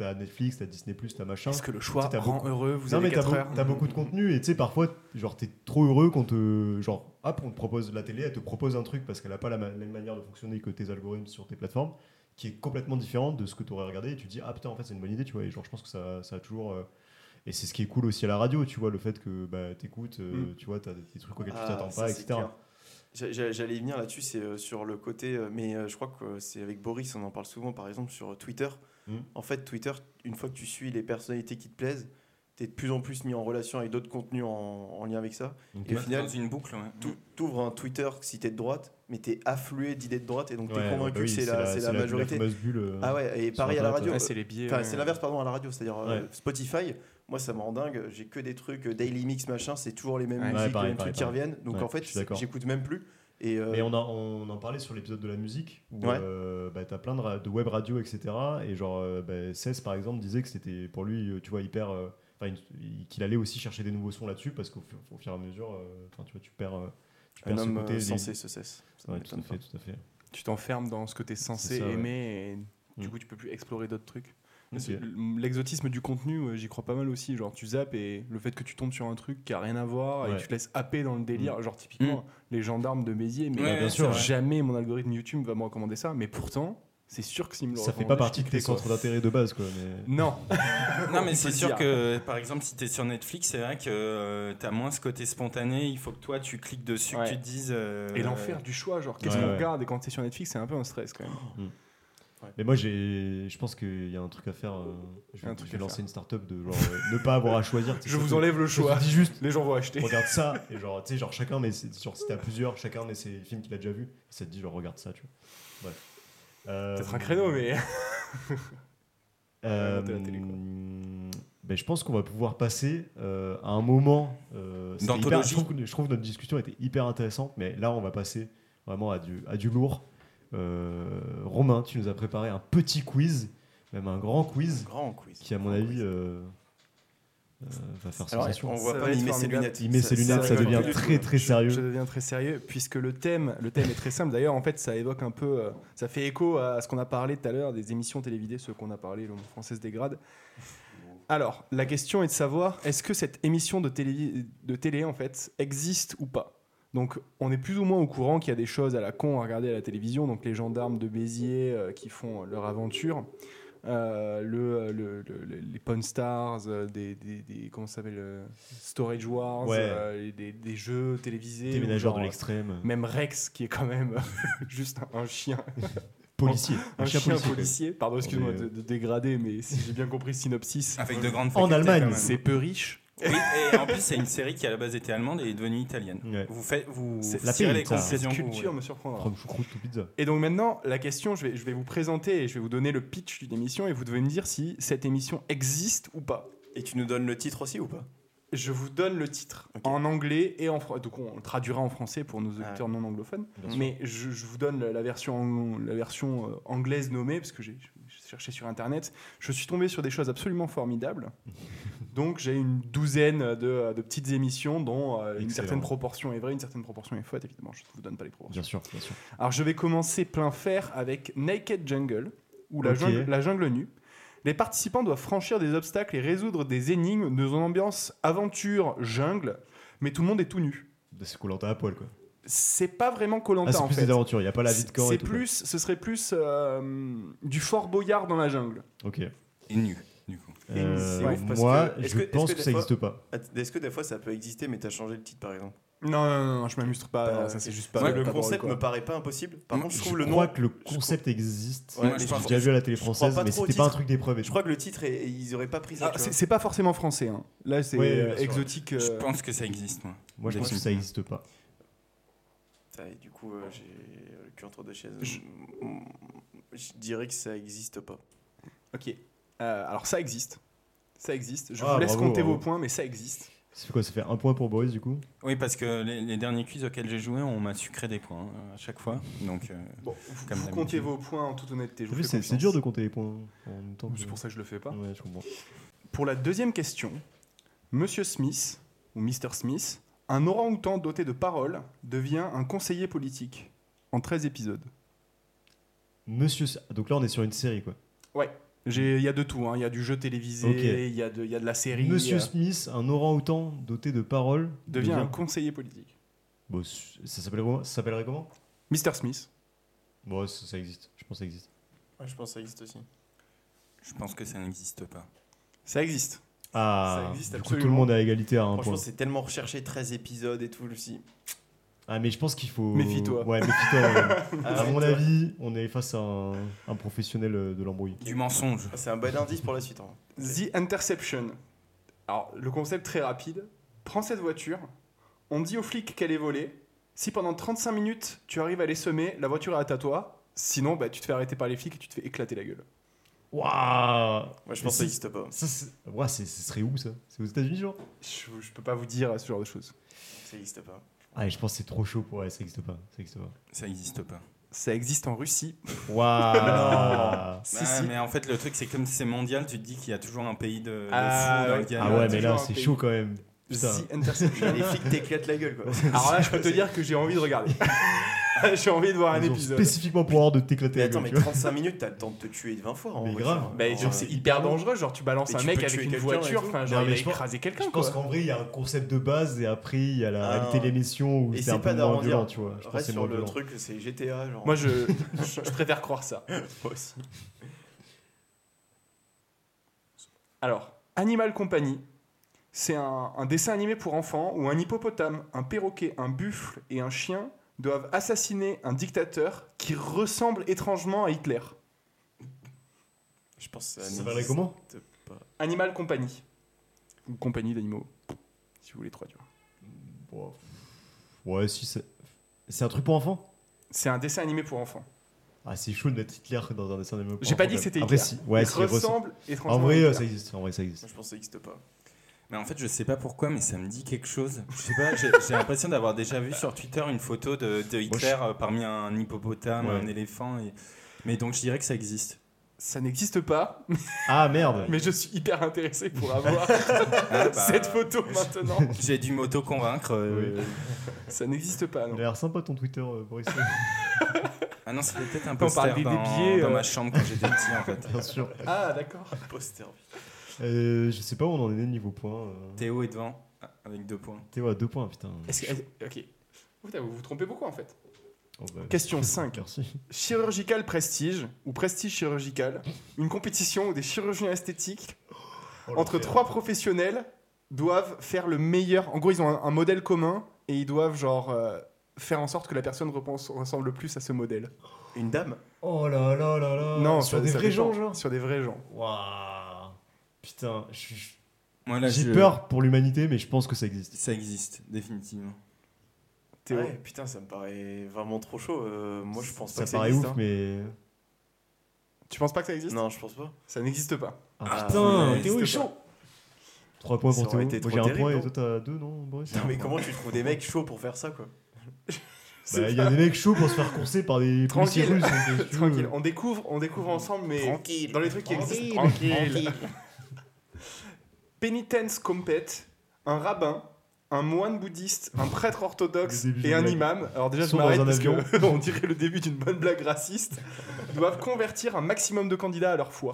A: t'as Netflix, t'as Disney+, t'as machin.
B: Est-ce que le choix
A: t'as
B: rend
A: beaucoup-
B: heureux? Vous
A: Non
B: avez
A: mais t'as,
B: quatre
A: beau-
B: heures.
A: t'as beaucoup de contenu et tu sais parfois genre t'es trop heureux quand te genre hop on te propose la télé, elle te propose un truc parce qu'elle a pas la, ma- la même manière de fonctionner que tes algorithmes sur tes plateformes qui est complètement différente de ce que tu aurais regardé et tu te dis ah putain en fait c'est une bonne idée tu vois et genre je pense que ça, ça a toujours euh, et c'est ce qui est cool aussi à la radio tu vois le fait que bah t'écoutes euh,
B: Mm.
A: tu vois t'as des trucs auxquels
C: Ah,
A: tu t'attends
C: ça,
A: pas
C: c'est
A: etc.
C: clair. J'a- j'a- J'allais y venir là-dessus, c'est euh, sur le côté, euh, mais euh, je crois que euh, c'est avec Boris, on en parle souvent par exemple sur Twitter.
A: Mm.
C: En fait, Twitter, une fois que tu suis les personnalités qui te plaisent, tu es de plus en plus mis en relation avec d'autres contenus en, en lien avec ça.
A: Donc,
C: Et au
D: Ouais,
C: final,
D: dans une boucle, ouais.
C: tu ouvres un Twitter si tu es de droite, mais tu es afflué d'idées de droite et donc tu es
A: ouais,
C: convaincu
A: bah oui,
C: que c'est la, c'est la majorité.
A: fameuse bulle, euh,
C: Ah ouais, et
A: sur
C: pareil à la
A: Internet,
C: radio.
B: Ouais, c'est les biais.
C: Enfin,
B: ouais.
C: c'est l'inverse, pardon, à la radio, c'est-à-dire euh,
A: Ouais.
C: Spotify. Moi, ça me rend dingue. J'ai que des trucs euh, Daily Mix, machin. C'est toujours les mêmes
B: Ouais,
C: musiques,
A: pareil,
C: les mêmes
A: pareil,
C: trucs qui
A: pareil.
C: reviennent. Donc
A: Ouais,
C: en fait,
A: je suis d'accord.
C: j'écoute même plus. Et euh,
A: Mais on, a, on en parlait sur l'épisode de la musique où
C: Ouais.
A: euh, bah, t'as plein de, ra- de web radio etc et genre euh, bah, Cess par exemple disait que c'était pour lui euh, tu vois hyper euh, enfin il- qu'il allait aussi chercher des nouveaux sons là-dessus parce qu'au fu- au fur et à mesure euh, enfin tu vois tu perds euh, tu
C: un
A: perds ce
C: homme
A: côté
C: euh,
A: des-
C: censé se cesse. Ça
A: Ouais,
C: m'étonne
A: tout à
C: pas.
A: fait tout à fait.
B: Tu t'enfermes dans ce que tu es censé
A: C'est ça, ouais.
B: aimer et du
A: Mm.
B: coup tu peux plus explorer d'autres trucs.
A: Ok.
B: L'exotisme du contenu, ouais, j'y crois pas mal aussi. Genre, tu zappes et le fait que tu tombes sur un truc qui a rien à voir et
A: Ouais.
B: que tu te laisses happer dans le délire. Genre, typiquement, les gendarmes de Béziers, mais
D: Ouais,
A: bien sûr,
B: jamais mon algorithme YouTube va me recommander ça. Mais pourtant, c'est sûr que s'il me le
A: Ça fait
B: recommandait,
A: pas
B: je
A: partie de tes
B: cliquerais, quoi.
A: centres d'intérêt de base quoi mais...
B: Non.
D: Non, mais
B: On
D: c'est
B: peut le
D: sûr
B: dire.
D: que, par exemple, si tu es sur Netflix, c'est vrai que tu as moins ce côté spontané. Il faut que toi, tu cliques dessus,
B: Ouais.
D: que tu te dises. euh,
B: Et l'enfer du choix, genre, qu'est-ce
A: Ouais,
B: qu'on
A: ouais.
B: regarde? Et quand t'es sur Netflix, c'est un peu un stress quand même.
A: Mais moi, j'ai, je pense qu'il y a un truc à faire. euh, je
B: Un
A: vais,
B: truc
A: je vais
B: à
A: lancer
B: faire.
A: une start-up de genre euh, ne pas avoir à choisir. tu sais,
B: Je vous
A: surtout-
B: enlève le
A: je
B: choix.
A: te dis juste,
B: Les gens vont acheter.
A: regarde ça et genre, tu sais, genre chacun met, ses- genre si t'as plusieurs, chacun met ses films qu'il a déjà vus. Et ça te dit genre regarde ça, tu vois. Bref. Euh,
B: Peut-être un créneau, mais.
A: euh,
B: inventer la télé, quoi.
A: ben, je pense qu'on va pouvoir passer euh, à un moment. Euh, c'était hyper-
D: D'anthologie.
A: je, trouve que, je trouve que notre discussion était hyper intéressante, mais là, on va passer vraiment à du, à du lourd. Euh, Romain, tu nous as préparé un petit quiz, même un grand quiz,
C: Grand quiz.
A: qui, à mon
C: Grand
A: avis,
C: quiz.
A: euh, euh, va faire
C: Alors,
A: sensation.
C: on
B: Ça
C: voit
B: va
C: pas,
B: être
C: il met ses
B: formidable.
C: lunettes.
A: Il met ses lunettes, ça
B: va
A: devient
B: pas du
A: très
B: tout.
A: très sérieux.
B: Je deviens très sérieux puisque le thème, le thème est très simple. D'ailleurs, en fait, ça évoque un peu, euh, ça fait écho à ce qu'on a parlé tout à l'heure des émissions télévisées, ce qu'on a parlé, le mot français se dégrade. Alors, la question est de savoir est-ce que cette émission de télé, de télé en fait existe ou pas. Donc, on est plus ou moins au courant qu'il y a des choses à la con à regarder à la télévision. Donc, les gendarmes de Béziers euh, qui font leur aventure. Euh, le, le- le- le- les Pawn Stars, euh, des, des, des- comment ça s'appelle, euh, Storage Wars,
A: Ouais.
B: euh, et des, des jeux télévisés.
A: Déménageur
B: ou
A: de
B: genre,
A: l'extrême.
B: même Rex, qui est quand même juste un, un chien,
A: Policier.
B: un chien, policier.
A: policier.
B: Pardon, excuse-moi
A: Mais,
B: de, de dégrader, mais si j'ai bien compris le synopsis,
D: Avec de grandes
A: En
D: facultés,
A: Allemagne.
D: quand même.
B: c'est peu riche.
D: Oui, et en plus, c'est une série qui à la base était allemande et est devenue italienne.
A: Ouais.
D: Vous faites, vous
B: C'est-
A: la
D: tirez les
A: pizza.
B: Cette
D: conclusions. vous-
B: culture me surprendra.
A: From choucroute to pizza.
B: Et donc maintenant, la question, je vais, je vais vous présenter et je vais vous donner le pitch d'une émission et vous devez me dire si cette émission existe ou pas.
C: Et tu nous donnes le titre aussi ou pas?
B: Je vous donne le titre
C: Ok.
B: en anglais et en français. Donc on le traduira en français pour nos
C: Ah.
B: auditeurs non anglophones.
A: Bien sûr.
B: Mais je, je vous donne la la version, la version euh, anglaise nommée parce que j'ai j'ai cherché sur internet. Je suis tombé sur des choses absolument formidables. Donc j'ai une douzaine de, de petites émissions dont euh, une
A: Excellent.
B: certaine proportion est vraie, une certaine proportion est fausse. Évidemment, je ne vous donne pas les proportions.
A: Bien sûr, bien sûr.
B: Alors je vais commencer plein fer avec Naked Jungle, ou la,
A: Ok.
B: jungle, la jungle nue. Les participants doivent franchir des obstacles et résoudre des énigmes dans une ambiance aventure jungle, mais tout le monde est tout nu.
A: C'est Koh-Lanta à poil quoi.
B: C'est pas vraiment Koh-Lanta
A: Ah, c'est
B: en
A: plus
B: fait.
A: des aventures, il n'y a pas la vie de camp
B: C'est
A: et tout. quoi.
B: plus, ce serait plus euh, du Fort Boyard dans la jungle.
A: Ok.
D: Et nu, du coup.
A: Euh,
C: c'est ouf parce
A: moi,
C: que- est-ce
A: je
C: que- est-ce
A: pense
C: que
A: que,
C: des
A: ça
C: fois-
A: n'existe pas.
C: Att- Est-ce que des fois ça peut exister mais t'as changé le titre par exemple?
B: Non, non, non, non, je m'amuse pas.
C: Bah,
B: non, ça
C: ok.
B: c'est juste pas.
C: Parce que
B: pas
C: le
B: drôle,
C: concept
B: quoi.
C: me paraît pas impossible. Par
D: Moi,
C: contre, je
A: Je
C: trouve le
A: crois
C: nom.
A: que le concept existe.
C: Ouais,
D: Moi,
C: mais
D: je
C: je
A: J'ai
D: pense-
A: déjà vu à la télé
C: je crois
A: française,
C: pas
A: mais
C: trop au
A: c'était pas un
C: titre.
A: truc d'épreuve. et
C: Je
A: tout.
C: crois que le titre, est- ils auraient pas pris ça.
B: Ah,
C: tu
B: c'est
C: vois.
B: c'est pas forcément français. Hein. Là, c'est
A: Oui,
B: euh,
A: bien sûr.
B: exotique.
D: Je
B: euh,
D: pense que ça existe, moi.
A: Moi, je pense que ça n'existe pas.
C: Putain, et du coup, euh, j'ai le cul entre deux chaises.
B: Je-
C: Mm, Je dirais que ça existe pas.
B: Ok. Euh, alors ça existe. Ça existe. Je
A: Ah,
B: vous laisse
A: bravo,
B: compter
A: bravo.
B: vos points, mais ça existe.
A: Ça fait quoi? Ça fait un point pour Boris du coup?
D: Oui, parce que les, les derniers quiz auxquels j'ai joué, on m'a sucré des points hein, à chaque fois. Donc, euh,
B: Bon, vous,
D: Comme
B: vous
D: d'habitude.
B: comptez vos points en toute honnêteté. Je
A: En
B: vous
A: plus,
B: fais
A: c'est
B: confiance.
A: c'est dur de compter les points en même temps.
B: C'est pour ça que je le fais pas.
A: Ouais, je comprends.
B: Pour la deuxième question, Monsieur Smith, ou Mister Smith, un orang-outan doté de paroles, devient un conseiller politique en treize épisodes.
A: Monsieur. Donc là, on est sur une série quoi.
B: Ouais. J'ai- Il y a de tout, hein. Il y a du jeu télévisé,
A: Ok.
B: il y, a de- il y a de la série.
A: Monsieur
B: euh,
A: Smith, un orang-outan doté de paroles,
B: devient un conseiller politique.
A: Bon, ça s'appellerait comment, ça s'appellerait comment
B: Mister Smith.
A: Bon, ça, ça existe. Je pense que ça existe.
C: Ouais, je pense que ça existe aussi.
D: Je pense que ça n'existe pas.
B: Ça existe.
A: Ah,
B: Ça existe
A: du coup,
B: absolument.
A: tout le monde est à égalité à un
C: Franchement,
A: point.
C: c'est tellement recherché, treize épisodes et tout. Je me suis dit,
A: Ah, mais je pense qu'il faut.
B: Méfie-toi.
A: Ouais, méfie-toi. ouais.
C: ah,
A: à mon
C: toi.
A: avis, on est face à un, un professionnel euh, de l'embrouille.
D: Du mensonge.
C: C'est un bon indice pour la suite. hein.
B: The Interception. Alors, le concept très rapide. Prends cette voiture, on dit aux flics qu'elle est volée. Si pendant trente-cinq minutes, tu arrives à les semer, la voiture est à toi. Sinon, bah, tu te fais arrêter par les flics et tu te fais éclater la gueule.
A: Waouh.
C: Moi, je pense que
A: Mais
C: ça
A: c'est-
C: n'existe pas.
A: Ça, c'est- ouais, c'est- ce serait où ça? C'est aux États-Unis, genre?
B: Je, je peux pas vous dire ce genre de choses.
C: Ça n'existe pas.
A: Ah, je pense que c'est trop chaud pour. Ouais, ça existe pas. Ça existe pas.
D: Ça n'existe pas.
B: Ça existe en Russie.
A: Waouh.
B: Si,
D: Ah,
B: si.
D: mais en fait, le truc, c'est que comme c'est mondial, tu te dis qu'il y a toujours un pays de, de
B: Ah,
D: fous dans
B: ouais.
D: lequel.
A: Ah
B: Il y a
A: ouais, mais là,
B: toujours un
A: c'est
B: pays.
A: chaud quand même. Putain.
B: The Interception.
C: Les flics t'éclatent la gueule, quoi.
B: Alors là, je peux te dire que j'ai envie de regarder. J'ai envie de voir un
A: Ils ont
B: épisode.
A: spécifiquement pour avoir de t'éclater
C: Mais
A: la
C: attends,
A: gueule,
C: mais
A: tu vois.
C: trente-cinq minutes, t'as le temps de te tuer vingt fois. En
A: Mais
C: voiture.
A: grave.
C: En
B: Bah,
C: vrai,
B: genre, c'est hyper dangereux. Genre, tu balances
C: Mais
B: un
C: tu
B: mec
C: peux
B: avec
C: tuer
B: une
C: quelqu'un
B: voiture.
C: et tout.
B: Enfin,
A: Non,
B: genre,
A: mais
B: il a
A: je pense-
B: écrasé quelqu'un,
A: Je
B: quoi.
A: pense qu'en vrai, il y a un concept de base et après, il y a la
C: Ah.
A: télémission où
C: Et
A: c'est
C: c'est
A: un
C: pas
A: peu moins
C: d'arrondir.
A: violent, tu vois. Je pense que
C: Reste
A: c'est
C: sur
A: moins
C: le
A: violent.
C: truc, c'est G T A. Genre.
B: Moi, je, je, je préfère croire ça.
C: Moi aussi.
B: Alors, Animal Company, c'est un, un dessin animé pour enfants où un hippopotame, un perroquet, un buffle et un chien doivent assassiner un dictateur qui ressemble étrangement à Hitler.
C: Je pense que
A: Ça
C: ça
A: s'appellerait
C: n'existe
A: comment?
C: pas.
B: Animal Company. Ou compagnie d'animaux. Si vous voulez trois, tu vois.
A: Bon. Ouais, si c'est. C'est un truc pour enfants?
B: C'est un dessin animé pour enfants.
A: Ah, c'est chaud de mettre Hitler dans un dessin animé. pour
B: J'ai pas
A: enfants,
B: dit que
A: quand
B: c'était
A: même.
B: Hitler.
A: Après, si. Ouais,
B: Il
A: si, il ressemble.
B: ressemble étrangement
A: En
B: à
A: vrai,
B: Hitler.
A: ça existe. En vrai, ça
C: Moi,
A: existe.
C: je pense que ça n'existe pas.
D: Mais en fait, je sais pas pourquoi, mais ça me dit quelque chose. Je sais pas, j'ai j'ai l'impression d'avoir déjà vu sur Twitter une photo de, de Hitler euh, parmi un hippopotame,
A: Ouais.
D: un éléphant. Et... Mais donc, je dirais que ça existe.
B: Ça n'existe pas,
A: Ah, merde.
B: mais je suis hyper intéressé pour avoir
D: Ah, bah,
B: cette photo maintenant.
D: J'ai dû m'auto-convaincre. euh,
B: Ça n'existe pas,
A: Il
B: non.
A: a l'air sympa ton Twitter, euh, Boris.
D: Ah non, c'était peut-être un
B: On
D: poster
B: parle des- des
D: dans,
B: billets,
D: dans
B: euh.
D: ma chambre quand j'étais petit, en fait.
A: Bien sûr.
B: Ah, d'accord.
C: Poster.
A: Euh, je sais pas où on en est niveau point. euh.
D: Théo est devant, ah, avec deux points.
A: Théo à deux points, putain.
B: Est-ce que... Ok. Putain, vous vous trompez beaucoup en fait.
A: Oh, bah,
B: Question cinq.
A: Merci.
B: Chirurgical Prestige, ou Prestige Chirurgical, une compétition où des chirurgiens esthétiques,
A: Oh,
B: entre
A: l'enfer.
B: trois professionnels, doivent faire le meilleur. En gros, ils ont un, un modèle commun et ils doivent genre euh, faire en sorte que la personne repense- ressemble le plus à ce modèle.
C: Une dame.
A: Oh là là là là.
B: non,
A: sur
B: ça-
A: des
B: ça
A: vrais
B: dépend.
A: gens, genre.
B: Sur des vrais gens.
A: Waouh. Putain, je suis-
D: Moi, là,
A: j'ai
D: je-
A: peur pour l'humanité, mais je pense que ça existe.
D: Ça existe, définitivement.
B: Théo.
C: Ouais, putain, ça me paraît vraiment trop chaud. Euh, moi, je pense pas
A: Ça
C: que ça
A: paraît
C: existe.
A: ouf,
C: hein.
A: mais.
B: Tu penses pas que ça existe?
C: Non, je pense pas.
B: Ça n'existe pas.
A: Ah,
C: Ah,
A: putain,
C: ouais,
A: Théo est
B: n'existe
A: chaud. trois points
C: Ça
A: pour
C: aurait
A: Théo.
C: été
A: Moi
C: trop
A: j'ai un
C: terrible,
A: point et
C: non
A: toi t'as deux, non, Boris?
C: Non, mais comment tu trouves des mecs chauds pour faire ça, quoi?
A: Bah, il y a des mecs chauds pour se faire courser par des policiers
B: Tranquille.
A: russes. donc, si tu veux.
B: Tranquille, on découvre, on découvre ensemble, mais
C: Tranquille.
B: dans les trucs qui existent.
C: Tranquille.
B: Tranquille. Penitence Compet, un rabbin, un moine bouddhiste, un prêtre orthodoxe
A: Le début
B: et
A: d'une
B: un
A: blague.
B: imam. Alors déjà,
A: Ils
B: je
A: sont
B: m'arrête
A: dans un
B: parce
A: avion.
B: que on dirait le début d'une bonne blague raciste. Doivent convertir un maximum de candidats à leur foi.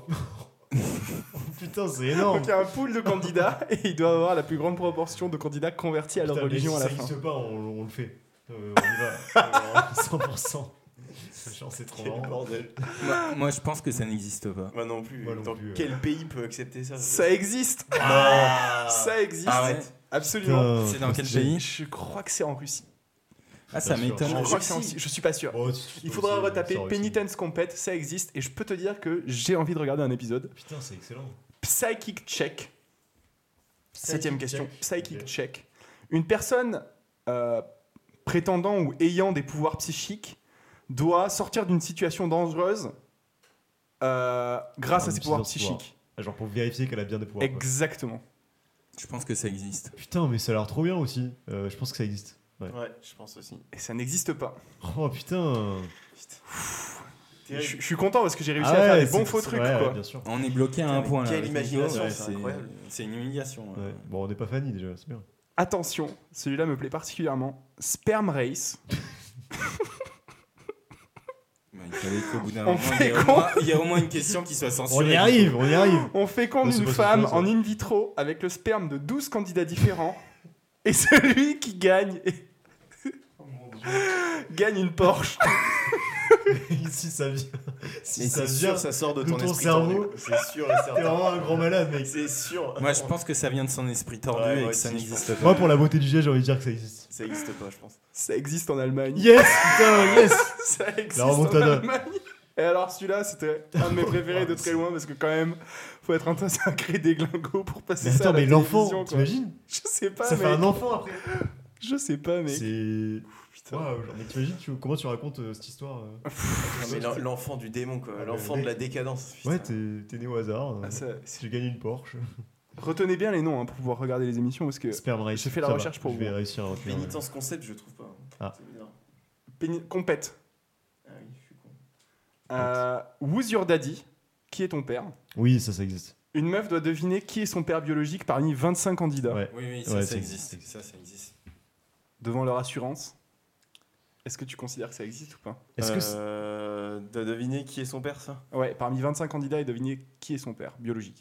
A: Putain, c'est énorme.
B: Donc il y a un pool de candidats et il doit avoir la plus grande proportion de candidats convertis à leur
A: Putain, mais
B: religion
A: si
B: à la
A: ça
B: fin.
A: existe pas, on, on le fait. Euh, on y va. Euh, cent pour cent. Genre, c'est trop
C: Quel
A: marrant.
C: bordel.
D: Moi, moi, je pense que ça n'existe pas.
C: Moi non plus.
A: Moi non
C: Dans
A: plus, ouais.
C: quel pays peut accepter ça?
B: Ça existe.
A: Ah.
B: Ça existe.
D: Ah ouais.
B: Absolument.
A: Putain,
D: C'est dans quel
A: c'est-
D: pays?
B: Je crois que c'est en Russie.
D: Ah, ça
A: Bien sûr.
D: m'étonne.
B: Je
C: En
B: crois que c'est en
C: Russie.
B: Russie. Je suis pas sûr.
A: Oh, tu-
B: Il
A: tu-
B: faudra
A: c'est-
B: retaper
A: c'est réussi.
B: Penitence Compet, ça existe et je peux te dire que j'ai envie de regarder un épisode.
A: Putain, c'est excellent.
B: Psychic Check. Septième question.
A: check.
B: Psychic
A: Ok.
B: Check. Une personne euh, prétendant ou ayant des pouvoirs psychiques doit sortir d'une situation dangereuse euh, grâce
A: En
B: à ses pouvoirs
A: utilisant ce
B: psychiques.
A: Ah, genre pour vérifier qu'elle a bien des pouvoirs. quoi.
B: Exactement.
D: Je pense que ça existe.
A: Putain, mais ça a l'air trop bien aussi. Euh, je pense que ça existe. Ouais.
C: Ouais, je pense aussi.
B: Et ça n'existe pas.
A: Oh putain.
B: Je, je suis content parce que j'ai réussi
A: Ah
B: à faire
A: ouais,
B: des bons
A: c'est-
B: faux
A: c'est-
B: trucs.
A: ouais,
B: quoi.
A: ouais, bien sûr.
D: On est bloqué à
C: Putain,
D: un
C: mais
D: point. là,
C: quelle
D: avec
C: imagination,
D: Nico.
C: c'est
D: Ouais,
C: incroyable.
D: C'est une humiliation.
A: Ouais.
D: euh.
A: Bon, on n'est pas Fanny déjà, c'est bien.
B: Attention, celui-là me plaît particulièrement. Sperm Race.
D: My God. fallait qu'au bout d'un
B: On
D: moment, il y,
B: fait
D: ait au
B: con-
D: moins, il y ait au moins une question qui soit censurée.
A: On y arrive, on y arrive.
B: On féconde
A: Non, c'est
B: une
A: pas
B: femme
A: censuré, ça.
B: en in vitro avec le sperme de douze candidats différents et celui qui gagne gagne une Porsche.
A: si ça vient, si
C: Mais
A: ça
C: c'est
A: vient,
C: sûr, ça sort de
A: de
C: ton,
A: ton
C: esprit
A: cerveau.
C: tordu. C'est sûr et
A: t'es
C: certain.
A: vraiment un grand malade, mec.
C: C'est sûr.
D: Moi, je pense que ça vient de son esprit tordu
C: Ouais,
D: et
C: moi
D: que ça
C: aussi, je
D: n'existe
C: pense.
D: pas.
A: Moi, pour la beauté du jet, j'ai envie de dire que ça existe.
C: Ça existe pas, je pense.
B: Ça existe en Allemagne.
A: Yes, putain, yes.
B: Ça existe
A: La
B: en
A: remontada.
B: Allemagne. Et alors celui-là, c'était un de mes préférés de très loin parce que quand même, faut être un sacré déglingo pour passer
A: Mais
B: ça à
A: attends,
B: la
A: mais l'enfant,
B: télévision, quoi.
A: t'imagines?
B: Je sais pas,
A: Ça
B: mec.
A: fait un enfant après.
B: Je sais pas, mec.
A: C'est.
B: Putain.
A: Waouh, genre, mais t'imagines tu- comment tu racontes euh, cette histoire euh
C: Non, mais l'en- l'enfant du démon, quoi.
A: Ah,
C: L'enfant
A: mais
C: de la
A: mec.
C: décadence. putain.
A: Ouais, t'es t'es né au hasard. euh,
B: Ah, ça-
A: J'ai gagné une Porsche.
B: Retenez bien les noms hein, pour pouvoir regarder les émissions parce que
A: Sperm Race.
B: j'ai fait la
A: ça va,
B: recherche pour
A: Je vais
B: vous.
A: réussir à retenir.
C: Pénitence concept, je trouve pas.
A: Ah.
C: C'est bizarre.
B: Péni- compète.
C: Ah oui, je suis con.
B: Euh, Who's your daddy? Qui est ton père?
A: Oui, ça, ça existe.
B: Une meuf doit deviner qui est son père biologique parmi vingt-cinq candidats
A: Ouais.
D: Oui, oui, ça,
A: Ouais,
D: ça
A: ça
D: existe.
A: existe.
D: Ça, ça existe.
B: devant leur assurance. Est-ce que tu considères que ça existe ou pas?
A: Est-ce que. c'est-
C: Euh, de deviner qui est son père, ça
B: Ouais, parmi vingt-cinq candidats et deviner qui est son père biologique.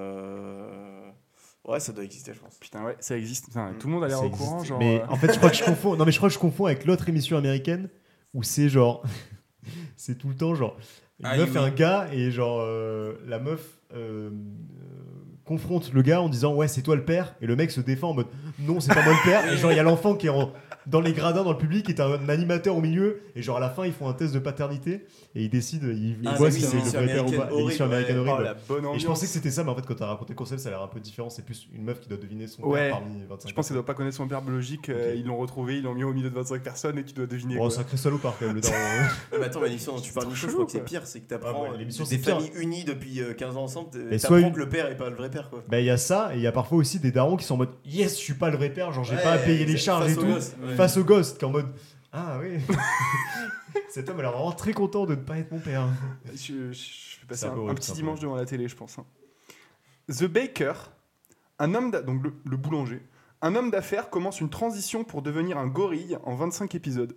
C: euh... Ouais, ça doit exister, je pense.
B: Putain, ouais, ça existe. Putain,
C: Mm.
B: tout le monde a l'air
A: ça
B: au
A: existe.
B: courant, genre.
A: Mais
B: euh,
A: en fait, je crois que je confonds. Non, mais je crois que je confonds avec l'autre émission américaine où c'est genre. c'est tout le temps genre. Une
D: Ah,
A: meuf
D: oui,
A: et un
D: oui.
A: gars et genre. euh, la meuf. euh, euh, confronte le gars en disant ouais c'est toi le père et le mec se défend en mode non c'est pas moi le père et genre il y a l'enfant qui est en- dans les gradins dans le public et t'as un animateur au milieu et genre à la fin ils font un test de paternité et ils décident ils, ils
C: Ah,
A: voient
C: mais
A: si
C: oui,
A: c'est le
C: l'émission
A: vrai père ou pas
C: américaine
A: l'émission
C: horrible,
A: américaine
C: ouais.
B: Oh,
A: horrible.
B: la bonne ambiance.
A: Et je pensais que c'était ça, mais en fait, quand t'as raconté le concept, ça a l'air un peu différent. C'est plus une meuf qui doit deviner son
B: Ouais.
A: père parmi vingt-cinq.
B: Je pense qu'elle doit pas connaître son père biologique. euh,
A: Ok.
B: Ils l'ont retrouvé, ils l'ont mis au milieu de vingt-cinq personnes et tu dois deviner.
A: Bon,
B: quoi.
A: sacré salopard quand même, le daron. hein.
C: Ouais, mais attends, mais l'émission dont tu parles,
B: trop
C: Nico, je
B: chelou,
C: crois que c'est
B: quoi.
C: pire, c'est que t'apprends
A: Ah ouais, l'émission,
C: des
A: c'est pire.
C: familles unies depuis euh, quinze ans ensemble,
A: Et
C: t'apprends
A: soit une-
C: que le père est pas le vrai père, quoi.
A: Bah, il y a ça, et il y a parfois aussi des darons qui sont en mode yes, je suis pas le vrai père, genre j'ai
C: Ouais,
A: pas à payer les
C: c'est
A: charges et
C: face au
A: tout.
C: gosse, ouais.
A: Face au gosse, qui est en mode ah oui. Cet homme a l'air vraiment très content de ne pas être mon père.
B: Je, je, je vais passer
A: C'est un
B: un,
A: peu
B: un
A: horrible,
B: petit
A: c'est un peu
B: dimanche
A: horrible.
B: devant la télé, je pense. hein. The Baker, un homme d'a- donc le, le boulanger, un homme d'affaires commence une transition pour devenir un gorille en vingt-cinq épisodes.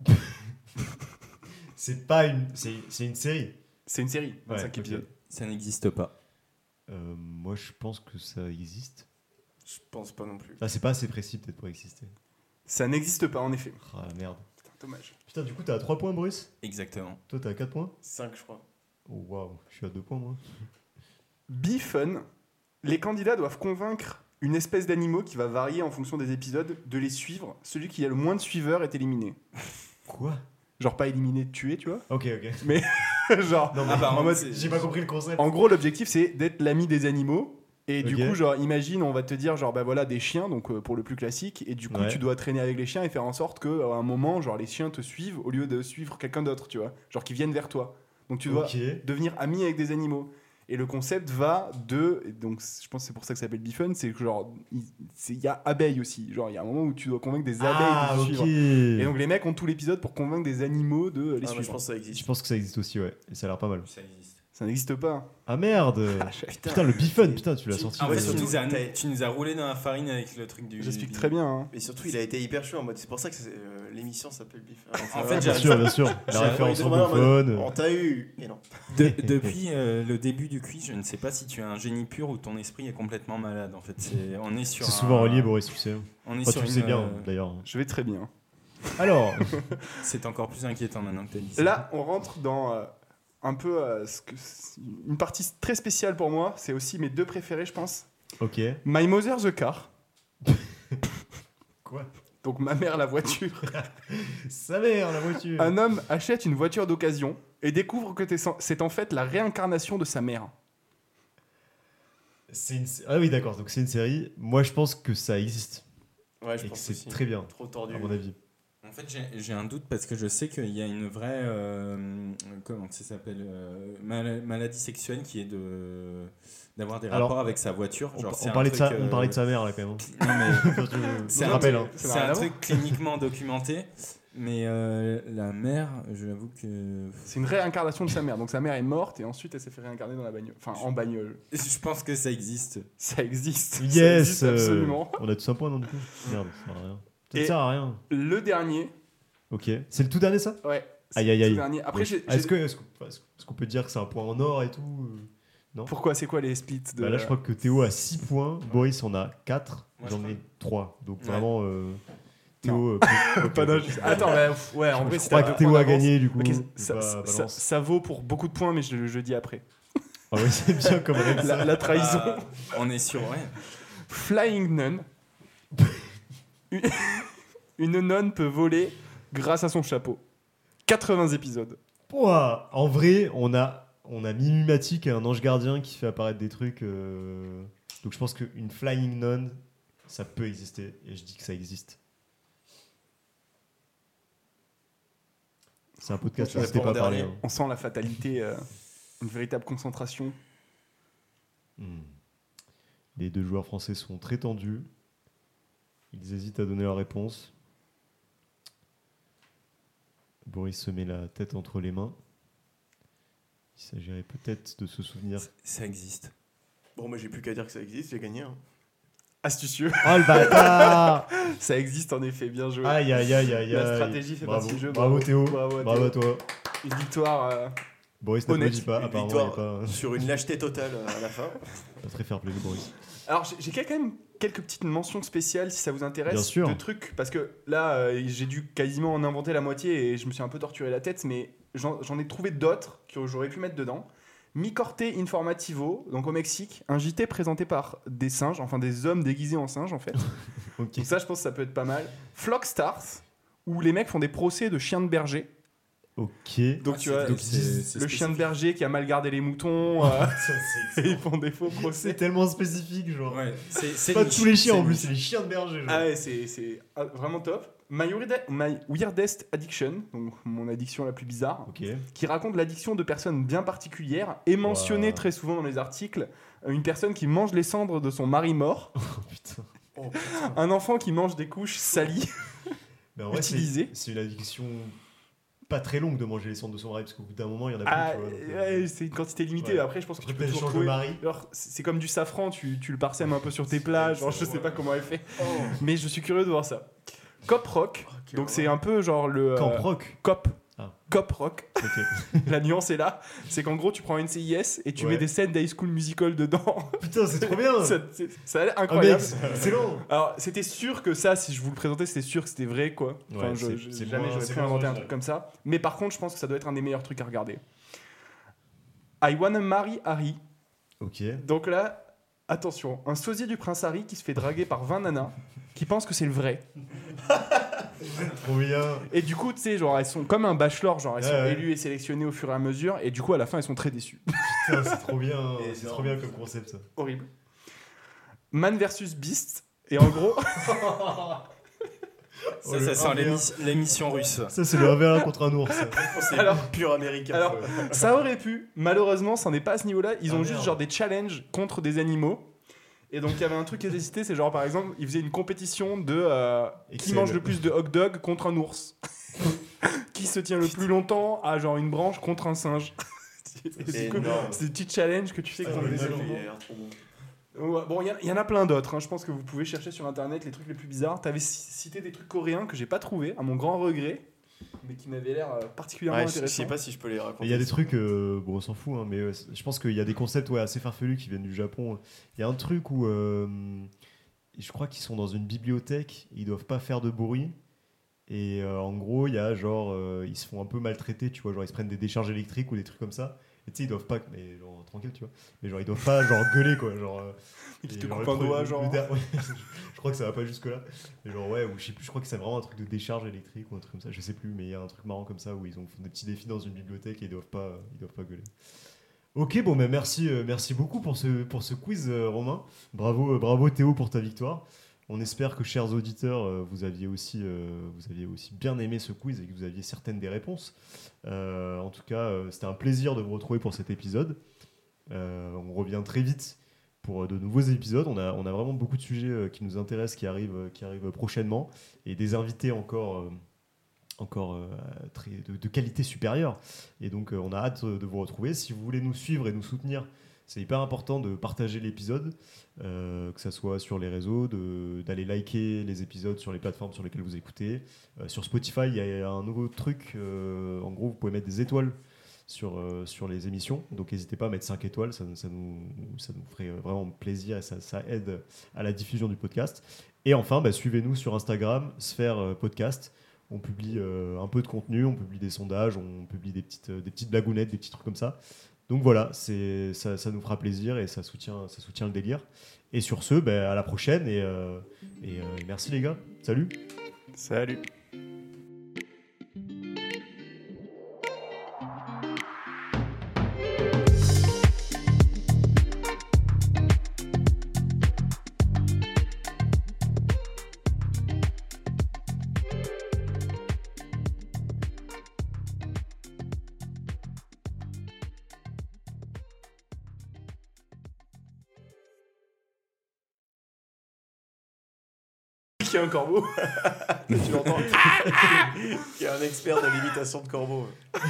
A: C'est pas une. C'est c'est une série.
B: C'est une série,
A: Ouais,
B: vingt-cinq
A: ok.
B: épisodes.
D: Ça n'existe pas.
A: Euh, moi, je pense que ça existe.
C: Je pense pas non plus.
A: Ah, c'est pas assez précis peut-être pour exister.
B: Ça n'existe pas, en effet.
A: Ah la merde.
B: Putain, dommage.
A: Putain, du coup, t'as à trois points, Bruce.
D: Exactement.
A: Toi, t'as à quatre points.
C: cinq, je crois.
A: Oh waouh, je suis à deux points, moi.
B: Be Fun, les candidats doivent convaincre une espèce d'animaux qui va varier en fonction des épisodes de les suivre. Celui qui a le moins de suiveurs est éliminé.
A: Quoi?
B: Genre pas éliminé, tué, tu vois.
A: Ok, ok.
B: Genre,
A: Non, mais
D: Ah bah,
B: en mode-
A: j'ai pas compris le concept.
B: en gros, l'objectif c'est d'être l'ami des animaux. Et du
A: Ok.
B: coup, genre, imagine, on va te dire, genre, bah voilà, des chiens, donc euh, pour le plus classique, et du coup,
A: Ouais.
B: tu dois traîner avec les chiens et faire en sorte qu'à un moment, genre, les chiens te suivent au lieu de suivre quelqu'un d'autre, tu vois. Genre, qu'ils viennent vers toi. Donc, tu dois
A: Ok.
B: devenir ami avec des animaux. Et le concept va de. et donc, je pense que c'est pour ça que ça s'appelle Bifun, c'est que, genre, il c'est- il y a abeilles aussi. Genre, il y a un moment où tu dois convaincre des abeilles
A: Ah,
B: de te
A: ok.
B: suivre. Et donc, les mecs ont tout l'épisode pour convaincre des animaux de les
C: Ah, moi,
B: suivre.
C: je pense que ça
A: Je
C: existe.
A: pense que ça existe aussi, ouais. Et ça a l'air pas mal.
D: Ça existe.
B: Ça n'existe pas.
A: Ah merde. Putain, le bifun, putain, tu l'as sorti.
D: En
C: Ouais,
D: fait, tu
C: surtout,
D: nous, as,
C: t'as-
D: tu nous as roulé dans la farine avec le truc du.
B: J'explique
D: du-
B: très bien. hein.
C: Et surtout, il a été hyper chaud en mode. C'est pour ça que c'est, euh, l'émission s'appelle Biff.
D: En fait,
A: Bien
D: j'ai-
A: sûr, bien sûr. La
D: j'ai-
A: référence
C: Il est vraiment en mode,
A: anglophone.
C: On t'a eu. Et non.
D: De- depuis euh, le début du quiz, je ne sais pas si tu as un génie pur ou ton esprit est complètement malade. En fait, c'est, on est sur.
A: C'est souvent
D: un-
A: relié, Boris, tu sais.
D: On est
A: Enfin,
D: sur
A: tu le
D: une,
A: sais bien,
D: euh,
A: d'ailleurs.
B: Je vais très bien.
A: Alors,
D: C'est encore plus inquiétant maintenant que tu as dit ça.
B: Là, on rentre dans euh, un peu euh, ce que une partie très spéciale pour moi. C'est aussi mes deux préférés, je pense.
A: ok.
B: My Mother the Car.
A: Quoi?
B: Donc ma mère la voiture.
A: Sa mère, la voiture.
B: Un homme achète une voiture d'occasion et découvre que t'es sen- c'est en fait la réincarnation de sa mère.
A: C'est une... Ah oui, d'accord, donc c'est une série. Moi, je pense que ça existe.
C: Ouais, je
A: Et que
C: pense
A: c'est
C: aussi.
A: très bien,
C: Trop tordu.
A: à mon avis.
D: En fait, j'ai, j'ai un doute parce que je sais qu'il y a une vraie. euh, comment ça s'appelle euh, mal- maladie sexuelle qui est de, d'avoir des
A: Alors,
D: rapports avec sa voiture.
A: On,
D: Genre,
A: on
D: c'est un
A: parlait de
D: truc,
A: ça,
D: euh,
A: on parlait de sa mère, là, quand même.
D: Non, mais
A: Quand tu-
D: c'est
A: je
D: un,
A: rappelle,
D: truc-
A: hein.
B: Ça
D: c'est
B: n'a rien
D: un
B: à
D: truc cliniquement documenté. Mais euh, la mère, j'avoue que.
B: C'est une réincarnation de sa mère. Donc sa mère est morte et ensuite elle s'est fait réincarner dans la bagnole. Enfin, en bagnole.
D: Je pense que ça existe.
B: Ça existe. Ça
A: Yes
B: existe
A: euh,
B: absolument.
A: On a tous un point, non, du coup? Merde, ça sert à rien. Ça ne
B: Et-
A: sert à rien.
B: Le dernier,
A: Ok. C'est le tout dernier, ça?
B: ouais,
A: Aïe aïe
B: tout
A: aïe.
B: dernier. Après,
A: Ouais.
B: j'ai-
A: Est-ce
B: j'ai-
A: que- est-ce qu'on est-ce qu'on peut dire que c'est un point en or et tout euh, Non.
B: Pourquoi c'est quoi les splits de...
A: Bah là, je crois que Théo a six points, Boris en a quatre,
D: Moi,
A: j'en
D: je
A: ai trois. Donc
D: Ouais.
A: vraiment, euh, Théo. euh, peut-
B: Pas
A: ok.
B: d'injustice. Attends, bah, pff, ouais, en
A: Je
B: vrai, si
A: crois
B: t'as
A: que
B: deux
A: Théo
B: points
A: a
B: d'avance-
A: gagné du coup.
B: Ok,
A: C'est
B: ça,
A: pas
B: ça-
A: balance.
B: ça vaut pour beaucoup de points, mais je, je dis après.
A: Ah ouais, c'est bien comme règle, ça.
B: La, la trahison.
D: Bah, on est sur ouais.
B: Flying Nun. Une- Une nonne peut voler grâce à son chapeau. quatre-vingts épisodes.
A: Ouah, en vrai, on a, on a Mimimatic et un ange gardien qui fait apparaître des trucs. euh, Donc je pense qu'une Flying Nun, ça peut exister. Et je dis que ça existe. C'est un podcast,
C: Je
A: n'hésitez
C: réponds
A: pas
C: en
A: à parler.
C: dernier.
A: hein.
B: On sent la fatalité, euh, une véritable concentration.
A: Hmm. Les deux joueurs français sont très tendus. Ils hésitent à donner leur réponse. Boris se met la tête entre les mains. Il s'agirait peut-être de se souvenir.
D: Ça existe.
C: Bon, moi j'ai plus qu'à dire que ça existe, j'ai gagné. hein.
B: Astucieux.
A: Oh le bâtard!
B: Ça existe en effet, bien joué.
A: Aïe aïe aïe aïe
B: La
A: aïe.
B: stratégie fait
A: Bravo.
B: partie du jeu.
A: Bravo Théo.
B: Bravo, à
A: Bravo à
B: Théo.
A: toi.
B: Une victoire. euh,
A: Boris
B: Honnête.
A: n'applaudit pas,
C: Une
A: apparemment il
C: victoire
A: est pas,
C: sur une lâcheté totale à la fin.
A: pas très fair play de Boris.
B: Alors j'ai- j'ai quand même quelques petites mentions spéciales si ça vous intéresse.
A: Bien sûr.
B: De trucs parce que là euh, j'ai dû quasiment en inventer la moitié et je me suis un peu torturé la tête, mais j'en j'en ai trouvé d'autres que j'aurais pu mettre dedans. Mi Corte Informativo, donc au Mexique, un J T présenté par des singes, enfin des hommes déguisés en singes en fait.
A: Ok.
B: Donc ça je pense que ça peut être pas mal. Flock Stars, où les mecs font des procès de chiens de berger.
A: Ok.
B: Donc
D: Ah,
B: tu
D: c'est-
B: vois,
D: donc c'est- c'est
B: le chien de
D: spécifique.
B: berger qui a mal gardé les moutons, euh, et ils font des faux
A: C'est
B: procès.
A: tellement spécifique, genre.
D: Ouais, c'est c'est
A: Pas
D: niche,
A: tous les chiens
D: c'est
A: en plus,
D: niche.
A: c'est les chiens de berger. Genre.
B: Ah ouais, c'est c'est, ah, vraiment top. My, Weird- My Weirdest Addiction, donc mon addiction la plus bizarre,
A: Ok.
B: qui raconte l'addiction de personnes bien particulières et mentionnée
A: Wow.
B: très souvent dans les articles. euh, Une personne qui mange les cendres de son mari mort,
A: Oh putain.
C: Oh, putain.
B: un enfant qui mange des couches salies.
A: Mais en vrai, c'est-
B: Utilisé.
A: c'est une addiction pas très longue de manger les cendres de son mari, parce qu'au bout d'un moment, il y en a plus.
B: Ah,
A: tu vois, donc, euh,
B: ouais, c'est une quantité limitée.
A: Ouais.
B: Après, je pense que tu
A: Après,
B: peux
A: elle
B: toujours
A: change de
B: trouver.
A: mari.
B: Alors, c'est c'est comme du safran, tu, tu le parsèmes un peu sur tes plats. Genre, je sais pas comment elle fait,
C: Oh.
B: mais je suis curieux de voir ça. Cop Rock,
C: Ok,
B: donc
C: ouais.
B: c'est un peu genre le. euh,
A: Camp Rock.
B: Cop.
A: Ah.
B: Cop Rock.
A: Ok.
B: La nuance est là. C'est qu'en gros, tu prends une C I S et tu
A: Ouais.
B: mets des scènes d'High School Musical dedans.
A: Putain, c'est trop bien.
B: ça, c'est- ça a l'air
A: Ah, mec,
B: incroyable.
A: c'est excellent.
B: Alors, c'était sûr que ça, si je vous le présentais, c'était sûr que c'était vrai, quoi. Enfin,
A: Ouais,
B: je,
A: c'est-
B: je-
A: c'est
B: jamais
A: moins-
B: j'aurais
A: c'est
B: pu
A: moins
B: inventer un
A: original.
B: truc comme ça. Mais par contre, je pense que ça doit être un des meilleurs trucs à regarder. I Wanna Marry Harry.
A: Ok.
B: Donc là, attention, un sosie du prince Harry qui se fait draguer par vingt nanas qui pensent que c'est le vrai.
A: Trop bien.
B: Et du coup, tu sais, genre, elles sont comme un bachelor, genre, elles
A: Ouais,
B: sont
A: ouais.
B: élues et sélectionnées au fur et à mesure. Et du coup, à la fin, elles sont très déçues.
A: Putain, c'est trop bien.
C: Et
A: C'est
C: non.
A: trop bien comme concept, ça.
B: Horrible. Man versus Beast. Et en gros,
A: Oh,
D: Ça,
A: le
D: ça sent
A: un v un.
D: l'émission- l'émission russe.
A: Ça, c'est le un v un contre un ours. ça.
C: C'est
B: Alors-
C: pur américain.
B: alors,
C: quoi.
B: ça aurait pu. Malheureusement, ça n'est pas à ce niveau-là. Ils
A: Ah,
B: ont
A: merde.
B: juste genre des challenges contre des animaux. Et donc, il y avait un truc qui était cité, c'est genre par exemple, ils faisaient une compétition de euh, qui
A: Excel.
B: mange le plus de hot dog contre un ours. Qui se tient le plus longtemps à genre une branche contre un singe. Et
C: C'est
B: du coup,
C: énorme.
B: c'est des petits challenges que tu sais
A: Ah,
B: qu'ils ont
A: ouais,
B: des
A: non,
B: enfants.
C: Il a l'air trop bon.
B: Ouais, bon, il y en a- il y, en a plein d'autres. hein. Je pense que vous pouvez chercher sur internet les trucs les plus bizarres. T'avais ci- cité des trucs coréens que j'ai pas trouvé, à mon grand regret, mais qui m'avaient l'air euh, particulièrement
C: Ouais, je je
B: intéressants.
C: sais pas si je peux les raconter.
A: Il y a des trucs, euh, bon, on s'en fout, hein, mais euh, je pense qu'il y a des concepts ouais, assez farfelus qui viennent du Japon. Il y a un truc où euh, je crois qu'ils sont dans une bibliothèque, ils doivent pas faire de bruit. Et euh, en gros, il y a genre, euh, ils se font un peu maltraiter, tu vois, genre ils se prennent des décharges électriques ou des trucs comme ça. Et tu sais, ils doivent pas, mais genre tranquille, tu vois, mais genre ils doivent pas genre gueuler quoi, genre. euh,
B: Qui
A: et
B: te
A: genre,
B: coupe
A: le
B: un
A: pro-
B: doigt,
A: le-
B: genre.
A: le der- ouais, je crois que ça va pas jusque là. Mais genre ouais, ou je sais plus, je crois que c'est vraiment un truc de décharge électrique ou un truc comme ça, je sais plus, mais il y a un truc marrant comme ça où ils ont font des petits défis dans une bibliothèque et ils doivent pas, ils doivent pas gueuler. Ok, bon, mais merci, euh, merci beaucoup pour ce, pour ce quiz, euh, Romain. Bravo, euh, bravo Théo pour ta victoire. On espère que, chers auditeurs, euh, vous, aviez aussi, euh, vous aviez aussi bien aimé ce quiz et que vous aviez certaines des réponses. Euh, en tout cas, euh, c'était un plaisir de vous retrouver pour cet épisode. Euh, on revient très vite pour de nouveaux épisodes. On a, on a vraiment beaucoup de sujets euh, qui nous intéressent, qui arrivent, euh, qui arrivent prochainement, et des invités encore, euh, encore euh, très, de, de qualité supérieure. Et donc, euh, on a hâte de vous retrouver. Si vous voulez nous suivre et nous soutenir, c'est hyper important de partager l'épisode, euh, que ça soit sur les réseaux, de, d'aller liker les épisodes sur les plateformes sur lesquelles vous écoutez. Euh, sur Spotify, il y a un nouveau truc. Euh, en gros, vous pouvez mettre des étoiles sur, euh, sur les émissions. Donc, n'hésitez pas à mettre cinq étoiles. Ça, ça, nous, ça nous ferait vraiment plaisir et ça, ça aide à la diffusion du podcast. Et enfin, bah, suivez-nous sur Instagram, Sphère Podcast. On publie euh, un peu de contenu, on publie des sondages, on publie des petites, des petites blagounettes, des petits trucs comme ça. Donc voilà, c'est, ça, ça nous fera plaisir et ça soutient, ça soutient le délire. Et sur ce, bah, à la prochaine et, euh, et euh, merci les gars. Salut.
B: Salut. Il y a un corbeau. Tu l'entends.
C: Qui est un expert de l'imitation de corbeau.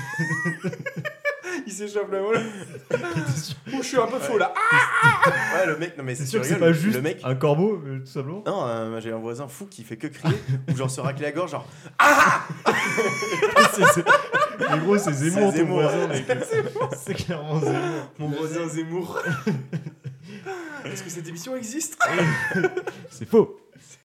B: Il s'échappe la moelle. Je suis un peu faux là.
C: Ouais, le mec, non mais
A: C'est
C: c'est
A: sûr que
C: tu
A: c'est
C: rigoles,
A: pas juste
C: le mec.
A: un corbeau, euh, tout simplement.
C: Non, euh, j'ai un voisin fou qui fait que crier, ou genre se racler la gorge, genre.
A: c'est, c'est... Mais gros, c'est Zemmour,
C: C'est
A: ton
C: Zemmour.
A: voisin, mec. C'est clairement Zemmour.
B: Mon voisin Zemmour. Est-ce que cette émission existe?
A: C'est faux.